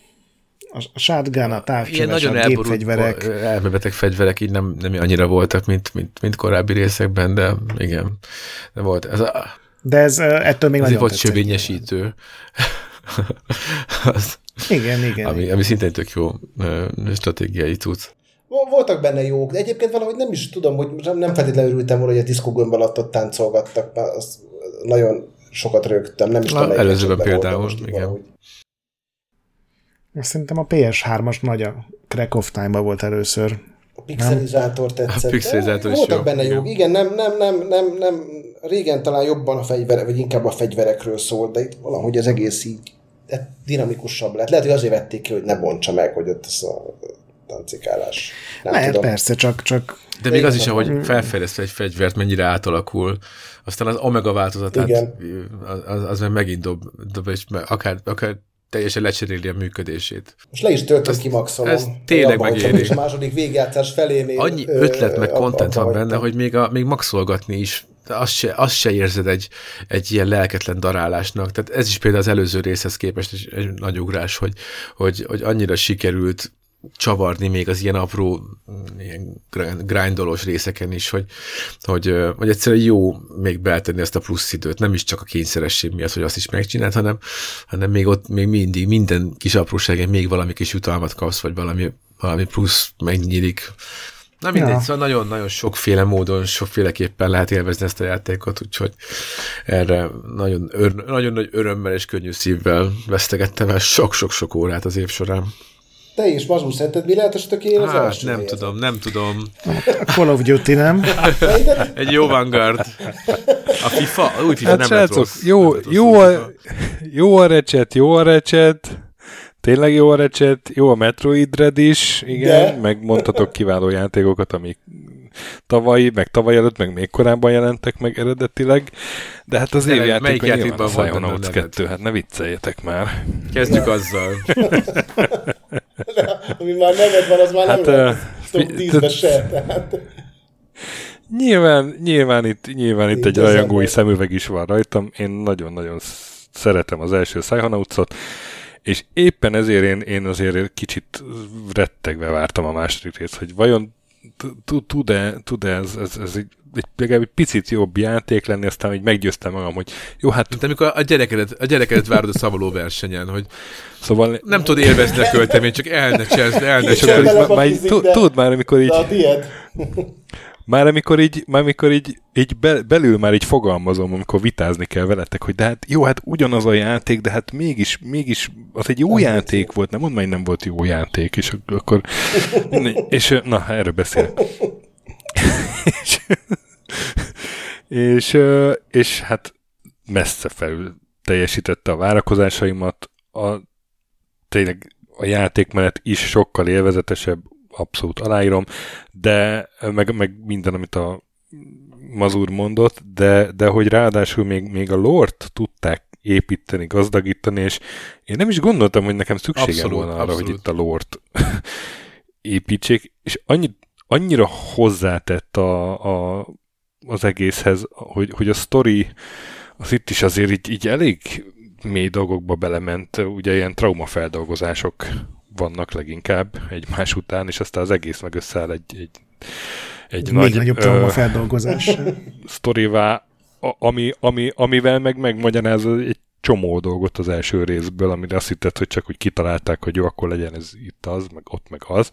A shotgun, a távcsöves, a gépfegyverek. Elmebeteg fegyverek így nem, nem annyira voltak, mint, mint, mint korábbi részekben, de igen. De volt ez a... De ez ettől még nagyon volt sövényesítő. az, igen, igen. Ami, igen. ami szintén tök jó stratégiai tudsz. Voltak benne jók, de egyébként valahogy nem is tudom, hogy nem feltétlenül örültem volna, hogy a diszkógömb alatt ott táncolgattak, mert az nagyon sokat rögtem, nem is tudom. Előzőben például, igen. Szerintem a pé es hármas nagy a Crack of Time-ban volt először. A pixelizátor tetszett. A pixelizátor is voltak jó. benne jók. Igen, nem, nem, nem, nem, nem. Régen talán jobban a fegyverek, vagy inkább a fegyverekről szól, de itt valahogy az egész így dinamikusabb lett. Lehet, hogy azért vették ki, hogy ne bontsa meg, hogy ott ez a tancikálás. Nem Mert tudom. persze, csak... csak... De még az is, ahogy felfejlesztve egy fegyvert, mennyire átalakul. Aztán az Omega változatát, az, az, az meg megint dob, dob és akár, akár teljesen lecseréli a működését. Most le is töltöm ki maximum. Ez tényleg megéri. A második végjátszás felénél. Annyi ötlet meg content van benne, hogy még, a, még maxolgatni is, azt se, azt se érzed egy, egy ilyen lelketlen darálásnak. Tehát ez is például az előző részhez képest egy, egy nagy ugrás, hogy, hogy, hogy annyira sikerült csavarni még az ilyen apró ilyen grindolós részeken is, hogy, hogy, hogy egyszerűen jó még beletenni ezt a plusz időt, nem is csak a kényszeresség miatt, hogy azt is megcsinált, hanem, hanem még ott még mindig minden kis apróságen még valami kis jutalmat kapsz, vagy valami, valami plusz megnyílik. Na mindegy, ja. Szóval nagyon-nagyon sokféle módon, sokféleképpen lehet élvezni ezt a játékot, úgyhogy erre nagyon, ör, nagyon nagy örömmel és könnyű szívvel vesztegettem el sok-sok-sok órát az év során. Te is, Mazur, szerinted mi lehet esetleg én az hát, első nem helyezet? tudom, nem tudom. A Call of Duty, nem? Egy jó Vanguard. A FIFA, új FIFA hát nem srácok, lett rossz. Jó, lett rossz jó, a, jó a Ratchet, jó a Ratchet, tényleg jó a Ratchet, jó a Metroid Dread is, igen, de? Meg mondhatok kiváló játékokat, amik tavaly, meg tavaly előtt, meg még korábban jelentek meg eredetileg, de hát az évjáték, hogy nyilván a Psychonauts kettő, hát ne vicceljetek már. Kezdjük azzal. De, ami már neved van, az már hát, nem uh, top tízbe se. Tehát. Nyilván, nyilván itt, nyilván itt egy rajongói szemüveg is van rajtam. Én nagyon-nagyon szeretem az első Psychonautsot, És éppen ezért én, én azért kicsit rettegve vártam a második részt, hogy vajon tud-e, tud-e ez, ez, ez egy, egy, legalább egy picit jobb játék lenni, aztán hogy meggyőztem magam, hogy jó, hát... De amikor a gyerekedet, a gyerekedet várod a szavaló versenyen, hogy szóval... nem tud élvezni a költeményt, csak el ne cseszd, el ne cseszd. Tudod már, amikor így... Már amikor így, már amikor így, így be, belül már így fogalmazom, amikor vitázni kell veletek, hogy de hát jó, hát ugyanaz a játék, de hát mégis, mégis az egy jó nem játék nem volt, nem mondd már, hogy nem volt jó játék, és akkor... és na, erről beszél. és, és, és hát messze felül teljesítette a várakozásaimat, a, tényleg a játékmenet is sokkal élvezetesebb, abszolút aláírom, de meg, meg minden, amit a Mazur mondott, de, de hogy ráadásul még, még a lore-t tudták építeni, gazdagítani, és én nem is gondoltam, hogy nekem szükségem abszolút, volna arra, abszolút. Hogy itt a lore-t építsék, és annyi, annyira hozzátett a, a, az egészhez, hogy, hogy a sztori az itt is azért így, így elég mély dolgokba belement, ugye ilyen traumafeldolgozások vannak leginkább egymás után, és aztán az egész meg összeáll egy, egy, egy még nagy nagyobb traumafeldolgozás sztorivá, ami, ami, amivel meg megmagyaráz egy csomó dolgot az első részből, amire azt hitted, hogy csak úgy kitalálták, hogy jó, akkor legyen ez itt az, meg ott meg az.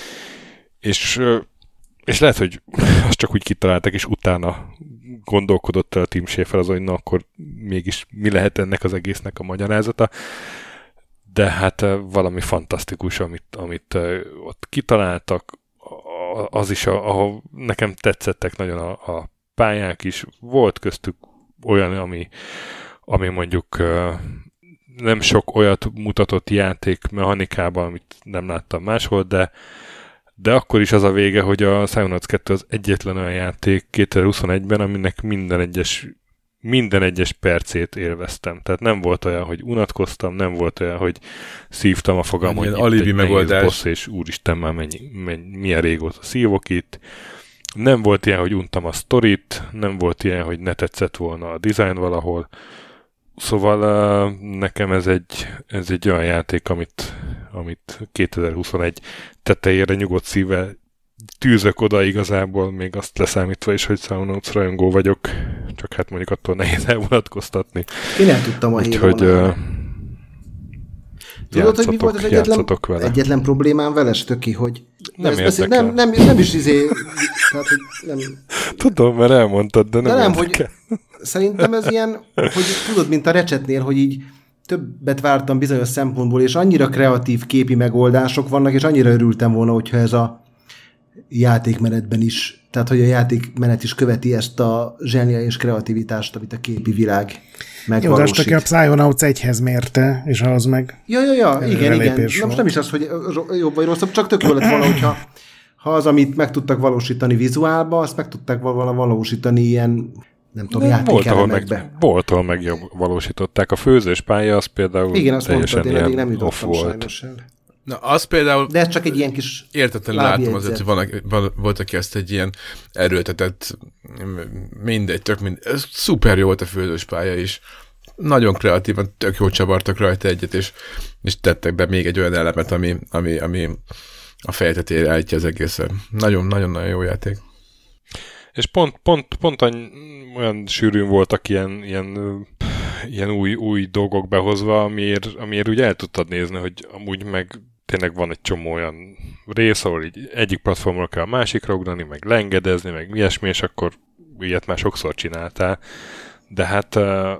És, és lehet, hogy azt csak úgy kitalálták, és utána gondolkodott el a Tim Schafer az, hogy na, akkor mégis mi lehet ennek az egésznek a magyarázata. De hát valami fantasztikus, amit, amit ott kitaláltak, az is, ahol nekem tetszettek nagyon a, a pályák is. Volt köztük olyan, ami, ami mondjuk nem sok olyat mutatott játék mechanikában, amit nem láttam máshol, de, de akkor is az a vége, hogy a Psychonauts kettő az egyetlen olyan játék kétezer-huszonegyben, aminek minden egyes minden egyes percét élveztem. Tehát nem volt olyan, hogy unatkoztam, nem volt olyan, hogy szívtam a fogam, hogy itt egy nehéz boss, és úristen, már mennyi, mennyi, milyen régóta szívok itt. Nem volt ilyen, hogy untam a sztorit, nem volt ilyen, hogy ne tetszett volna a design valahol. Szóval uh, nekem ez egy, ez egy olyan játék, amit, amit kétezer-huszonegy tetejére nyugodt szívvel tűzök oda igazából, még azt leszámítva is, hogy Psychonauts rajongó vagyok, csak hát mondjuk attól nehéz elvonatkoztatni. Én el tudtam a híron. Úgyhogy uh, tudod, hogy mi volt az egyetlen, egyetlen problémám vele, Stöki, hogy nem, beszél, nem, nem, nem is izé, tehát, hogy nem... Tudom, mert elmondtad, de nem, de nem hogy szerintem ez ilyen, hogy tudod, mint a Ratchetnél, hogy így többet vártam bizonyos szempontból, és annyira kreatív képi megoldások vannak, és annyira örültem volna, hogyha ez a játékmenetben is, tehát hogy a játékmenet is követi ezt a zseniális kreativitást, amit a képi világ megvalósít. Jó, de a Psychonauts egyhez mérte, és ahhoz meg... Ja, ja, ja, igen, igen. Na, most nem is az, hogy jobb vagy rosszabb, csak tök jó lett volna, hogyha ha az, amit meg tudtak valósítani vizuálba, azt meg tudták volna valósítani ilyen, nem tudom, játékelemekbe. Meg, volt, ahol megvalósították. A főzős pálya, az például igen, azt teljesen mondtad, én eddig nem jutottam sajnos el. Na, az például... De ez csak egy ilyen kis... Értetlen látom azért, hogy van, van, volt, aki ezt egy ilyen erőltetett, mindegy, tök mindegy. Ez szuper jó volt a főzős pálya is. Nagyon kreatívan, tök jól csavartak rajta egyet, és, és tettek be még egy olyan elemet, ami, ami, ami a fejtetére állítja az egészet. Nagyon-nagyon-nagyon jó játék. És pont, pont, pont olyan sűrűn voltak ilyen, ilyen, ilyen új, új dolgok behozva, amiért, amiért úgy el tudtad nézni, hogy amúgy meg tényleg van egy csomó olyan rész, ahol így egyik platformra kell a másikra ugrani, meg lengedezni, meg ilyesmi, és akkor ilyet már sokszor csináltál. De hát...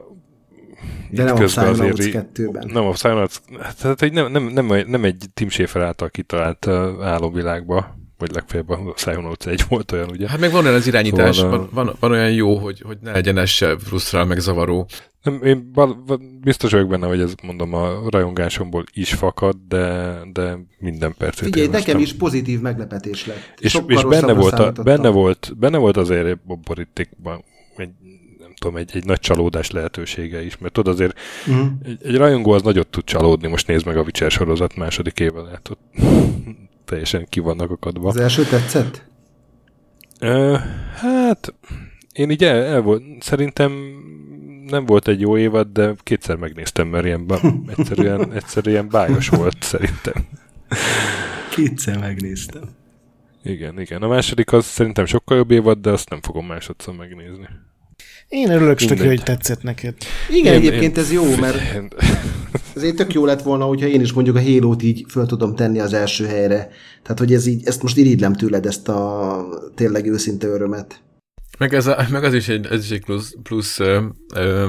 De nem a Psychonauts kettőben. Nem a Psychonauts... Tehát nem, nem, nem, nem egy Tim Schafer által kitalált álomvilágba, vagy legfeljebb a Psychonauts egy volt olyan, ugye? Hát meg van olyan az irányítás, szóval, van, van, van olyan jó, hogy, hogy ne legyen ez se frusztrál, meg zavaró. Nem, én biztos vagyok benne, hogy ez mondom a rajongásomból is fakad, de, de minden percet figyelj, élveztem. Nekem is pozitív meglepetés lett. És, és benne, volt a, benne, volt, benne volt azért a borítékban egy, nem tudom, egy, egy nagy csalódás lehetősége is, mert tudod azért uh-huh. egy, egy rajongó az nagyot tud csalódni, most nézd meg a Witcher sorozat második éve lehet, ott teljesen ki vannak akadva. Az első tetszett? Uh, hát én így el, el volt, szerintem nem volt egy jó évad, de kétszer megnéztem, mert ilyen ba- egyszerűen, egyszerűen bájos volt szerintem. Kétszer megnéztem. Igen, igen. A második az szerintem sokkal jobb évad, de azt nem fogom másodszor megnézni. Én örülök, Stöki, Mindegy. hogy tetszett neked. Igen, Én- egyébként én- ez jó, mert Én- ezért tök jó lett volna, hogyha én is mondjuk a Halo-t így föl tudom tenni az első helyre. Tehát, hogy ez így, ezt most irigylem tőled, ezt a tényleg őszinte örömet. Meg, ez a, meg az is egy, ez is egy plusz, plusz ö, ö,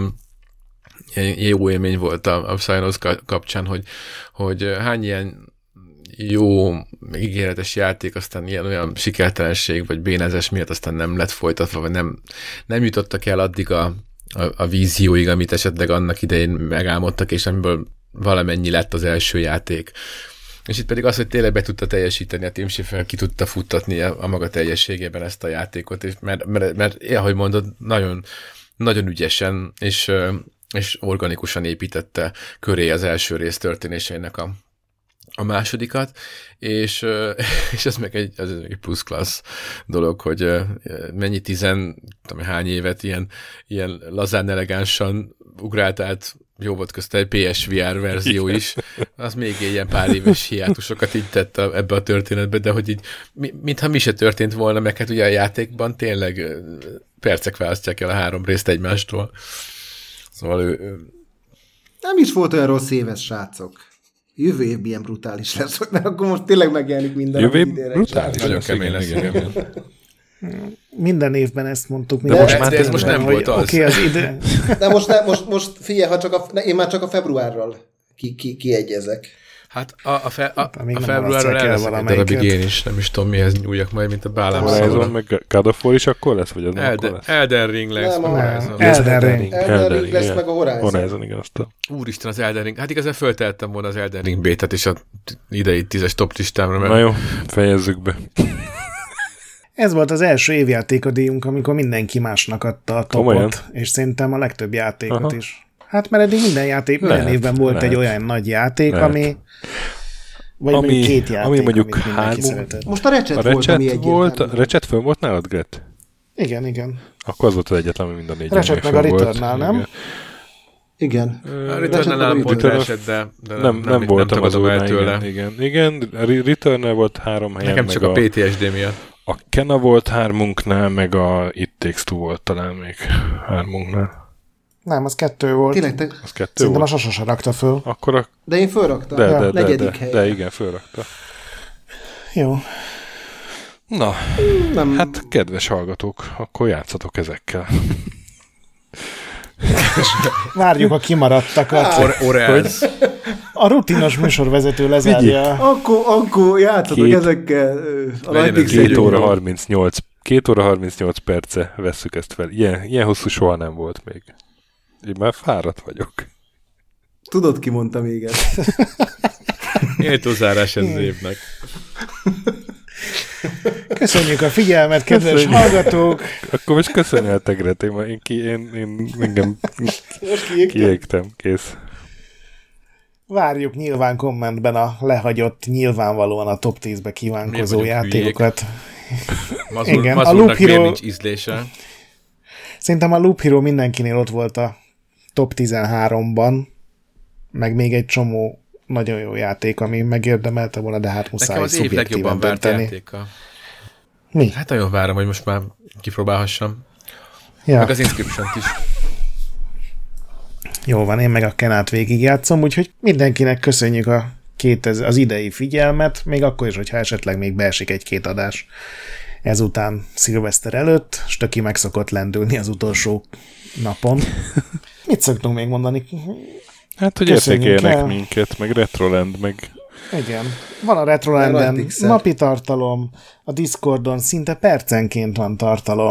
jó élmény volt a, a Psychonauts kapcsán, hogy, hogy hány ilyen jó, ígéretes játék, aztán ilyen olyan sikertelenség, vagy bénázás miatt aztán nem lett folytatva, vagy nem, nem jutottak el addig a, a, a vízióig, amit esetleg annak idején megálmodtak, és amiből valamennyi lett az első játék. És itt pedig az, hogy tényleg be tudta teljesíteni, a Tim Schafer ki tudta futtatni a, a maga teljességében ezt a játékot, és mert, mert, mert ahogy mondod, nagyon, nagyon ügyesen és, és organikusan építette köré az első rész történéseinek a, a másodikat, és, és ez meg egy, ez egy plusz klassz dolog, hogy mennyi tizen, tudom, hány évet ilyen, ilyen lazán elegánsan ugrált át, jó volt közte egy pé es vé er verzió is, az még ilyen pár éves hiátusokat így tett a, ebbe a történetbe, de hogy így, mi, mintha mi se történt volna, meg hát ugye a játékban tényleg percek választják el a három részt egymástól. Szóval ő... ő... Nem is volt olyan rossz éves, srácok. Jövő évben ilyen brutális lesz, mert akkor most tényleg megjelenik minden. Jövő amit év idénre brutális. is. Nagyon kemény lesz. Igen, igen. Minden évben ezt mondtuk. De minden most- évben, de ez most hogy nem volt az. Oké, az ide... De most, ne, most, most figyelj, ha csak a, ne, én már csak a februárral ki, ki, kiegyezek. Hát a, a, fe, a, Amíg a nem februárról halasztják el el leszek egy valamelyiket. darabig én is, nem is tudom mihez nyúljak majd, mint a bálám Horizon szavara. meg God of War is akkor lesz? Vagy az nem akkor Elden, lesz? Elden Ring lesz, Nem, meg a- Horizon. El- Elden Ring. Elden Ring lesz igen. meg a Horizon. Horizon, igen, azt a... Úristen, az Elden Ring. Hát igazán fölteltem volna az Elden Ring bétet és a t- idei tízes top listámra, mert Na jó, fejezzük be. Ez volt az első évjátékodíjunk, amikor mindenki másnak adta a Komolyan? topot, és szerintem a legtöbb játékot Aha. is. Hát mert eddig minden játék, minden Lehet, évben volt lehet. egy olyan nagy játék, Lehet. ami vagy Ami- mondjuk két játék, ami mondjuk amit mindenki három- szeretett. Most a Ratchet A volt, ami Ratchet volt, a egyértelmű. Ratchet fönn volt nálad, Gret? Igen, igen. Akkor az volt az egyetlen, ami mind a négy Ratchet meg a Returnal, nem? Igen. a Ratchet Returnal meg a nálam pont Return- esett, de, de Nem, nem, nem voltam az tagadom el úrnál, tőle. igen, igen. Igen, a Re- Returnal volt három helyen, Nekem meg csak a pé té es dé miatt. a Kena volt hármunknál, meg a It Takes Two volt talán még hármunknál. Nem, az kettő volt. Tényleg, te... Az kettő Szerintem a volt? Sasa se rakta föl. Akkor a... de én fölraktam. De, de, de, negyedik de, helyen. de, igen, fölrakta. Jó. Na, Nem, hát kedves hallgatók, akkor játszatok ezekkel. Várjuk a kimaradtakat. Or- Orelsz. A rutinos műsorvezető lezárja. Akkor, akkor játszatok Két- ezekkel ö, a Legyen Lightning ez Két Szégyó. óra harmincnyolc, két óra harmincnyolc perce vesszük ezt fel. Ilyen, ilyen hosszú soha nem volt még. Én már fáradt vagyok. Tudod, ki mondta még ezt? Éltózárás ez az évnek. Köszönjük a figyelmet, kedves Köszönjük. hallgatók! Akkor most köszönj el, Tegret, én, én, ki, én, én engem Most kiégtem. kiégtem, kész. Várjuk nyilván kommentben a lehagyott, nyilvánvalóan a top tízbe kívánkozó Miért vagyunk játékokat. Mazur, Igen, a Mazurnak Loop miért Hero- nincs ízlése? Szerintem a Loop Hero mindenkinél ott volt a top tizenháromban, meg még egy csomó nagyon jó játék, ami megérdemelte volna, de hát muszáj Nekem az év legjobban szubjektíven várt dönteni. játéka. Mi? Hát nagyon várom, hogy most már kipróbálhassam. Ja, Meg az Inscription-t is. jó van, én meg a Kenát végigjátszom, úgyhogy mindenkinek köszönjük a kétezer, az idei figyelmet, még akkor is, hogyha esetleg még beesik egy-két adás ezután szilveszter előtt, Stöki meg szokott lendülni az utolsó napon. Mit szoktunk még mondani? Hát, hogy Köszönjük értékeljenek el. minket, meg Retroland, meg Igen. Van a Retrolanden Pixel. napi tartalom, a Discordon szinte percenként van tartalom.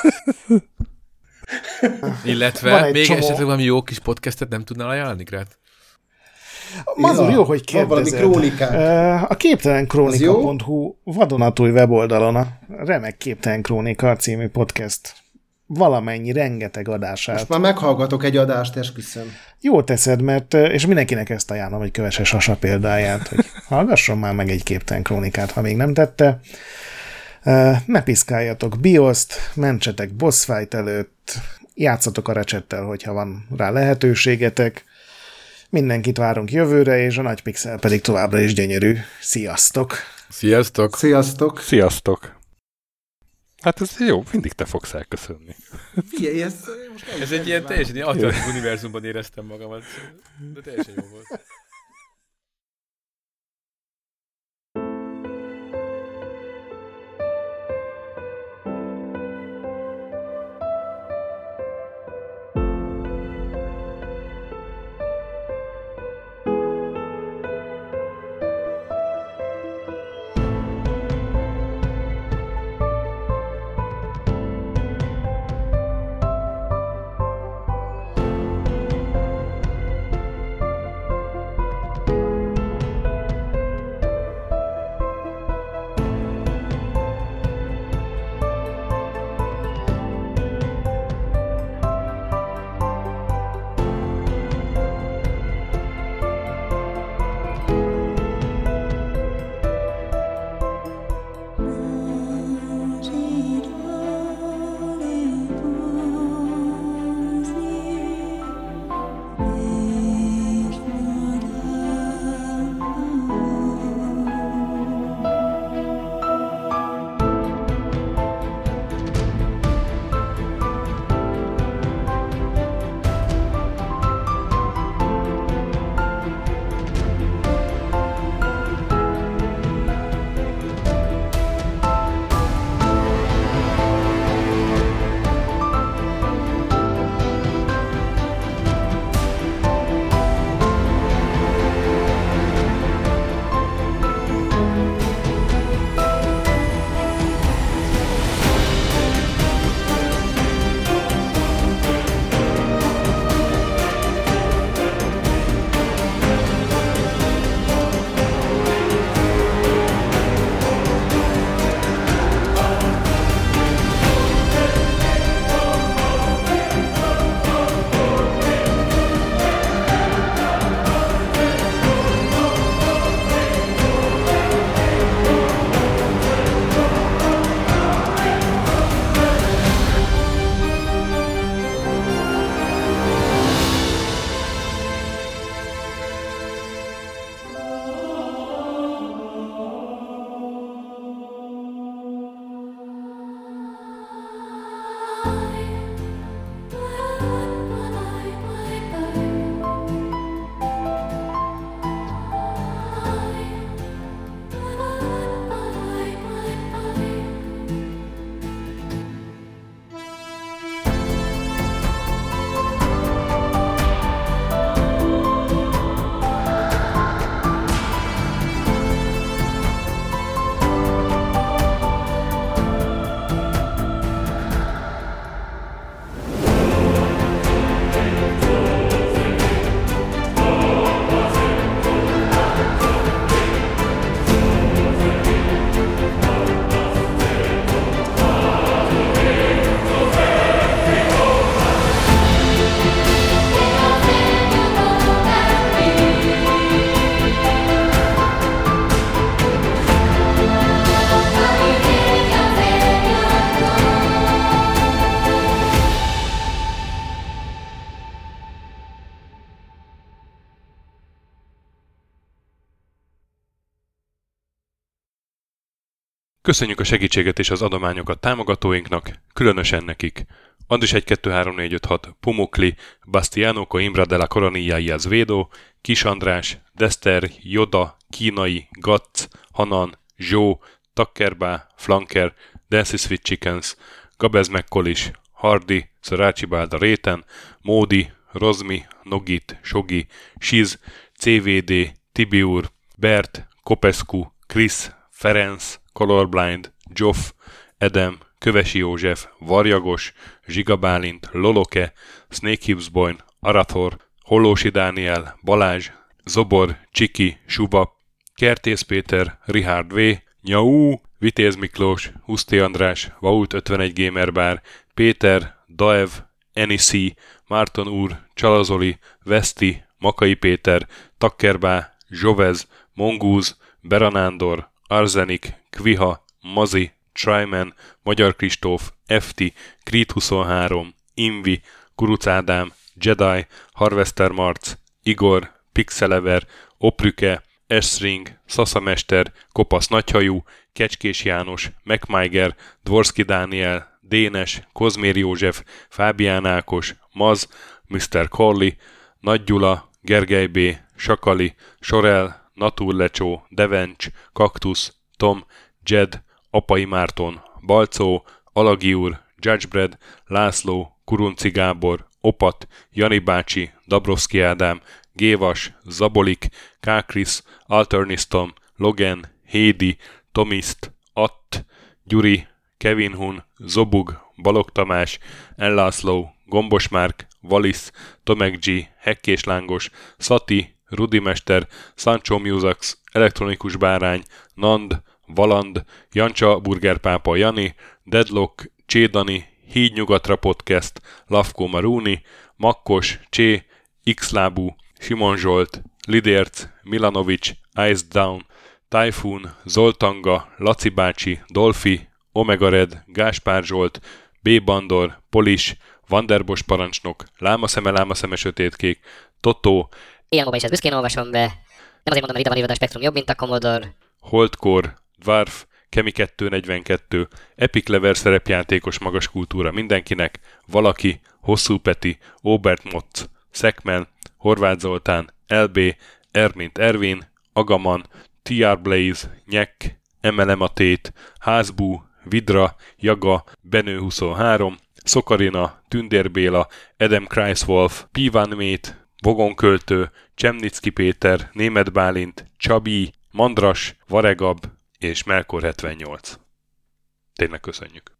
Van Illetve egy még csomó. esetleg valami jó kis podcastet nem tudnál ajánlani, Grát? Mazur, Ja, jó, hogy van valami kérdezed. krónikák. Ö, A képtelenkrónika Az pont hu vadonatúj weboldalon a remek Képtelen Krónika című podcast valamennyi, rengeteg adását. Most már meghallgatok egy adást, esküszöm. Jó teszed, mert, és mindenkinek ezt ajánlom, hogy kövesse Sasa példáját, hogy hallgasson már meg egy Képtelen Krónikát, ha még nem tette. Ne piszkáljatok bioszt, mentsetek boss fight előtt, Játszatok a Ratchettel, hogyha van rá lehetőségetek. Mindenkit várunk jövőre, és a nagy pixel pedig továbbra is gyönyörű. Sziasztok! Sziasztok! Sziasztok! Sziasztok! Hát ez jó, mindig te fogsz elköszönni. Figyelj, ez, most ez egy ilyen teljesen ilyen alternatív univerzumban éreztem magamat, de teljesen jó volt. Köszönjük a segítséget és az adományokat támogatóinknak, különösen nekik. Andris egy kettő három négy öt hat, Pumukli, Bastiano Coimbra de la Coronilla y Azvedo, Kis András, Dester, Joda, Kínai, Gatz, Hanan, Zsó, Takkerbá, Flanker, Dancy Sweet Chickens, Gabez Mekkolis, Hardy, Szarácsi Bálda Réten, Módi, Rozmi, Nogit, Sogi, Siz, cé vé dé, Tibiur, Bert, Kopescu, Krisz, Ferenc, Colorblind, Zsoff, Edem, Kövesi József, Varjagos, Zsigabálint, Loloke, Snake Hibsboyn, Arathor, Hollósi Dániel, Balázs, Zobor, Csiki, Subap, Kertész Péter, Richard V, Nyau, Vitéz Miklós, Huszti András, Vault ötvenegy Gamerbar, Péter, Daev, Enisi, Márton úr, Csalazoli, Veszti, Makai Péter, Takkerbá, Zsovez, Mongúz, Beranándor, Arzenik, Kviha, Mazi, Tryman, Magyar Kristóf, ef té, Creed huszonhárom, Invi, Kuruc Ádám, Jedi, Harvester Marc, Igor, Pixelever, Oprüke, Esring, Szaszamester, Kopasz Nagyhajú, Kecskés János, MacMiger, Dvorski Dániel, Dénes, Kozmér József, Fábián Ákos, Maz, miszter Corley, Nagy Gyula, Gergely B., Sakali, Sorel, Naturlecsó, Devencs, Kaktusz, Tom, Jed, Apai Márton, Balcó, Alagi úr, Judgebred, László, Kurunci Gábor, Opat, Jani bácsi, Dabrowski Ádám, Gévas, Zabolik, Kákris, Alternisztom, Logan, Hédi, Tomiszt, Att, Gyuri, Kevin Hun, Zobug, Balog Tamás, Ellászló, Gombos Márk, Valisz, Tomek G, Hekkés Lángos, Szati, Rudimester, Sancho Musax, Elektronikus Bárány, Nand, Valand, Jancsa Burgerpápa Jani, Deadlock, Csédani, Híd Nyugatra Podcast, Lavko Maruni, Makkos, Csé, Xlábú, Simon Zsolt, Lidérc, Milanovic, Ice Down, Typhoon, Zoltanga, Laci bácsi, Dolfi, Omega Red, Gáspár Zsolt, B. Bandor, Polis, Vanderbos parancsnok, Lámaszeme, Lámaszeme sötétkék, Totó, Ilyen is ezt büszkén olvasom be. Nem azért mondom, mert ide van írva, a Spektrum jobb, mint a Commodore. Holdcore, Dwarf, Kemi kettő negyvenkettő, Epic Lever szerepjátékos magas kultúra mindenkinek, Valaki, Hosszú Peti, Obert Motz, Szekmen, Horváth Zoltán, el bé, R mint Ervin, Agaman, té er Blaze, Nyek, em el em a Tét, Házbú, Vidra, Jaga, Benő huszonhárom, Szokarina, Tündér Béla, Adam Kreiswolf, Píván Mét, Vogonköltő, Csemnicki Péter, Németh Bálint, Csabi, Mandras, Varegab és Melkor hetvennyolc. Tényleg köszönjük!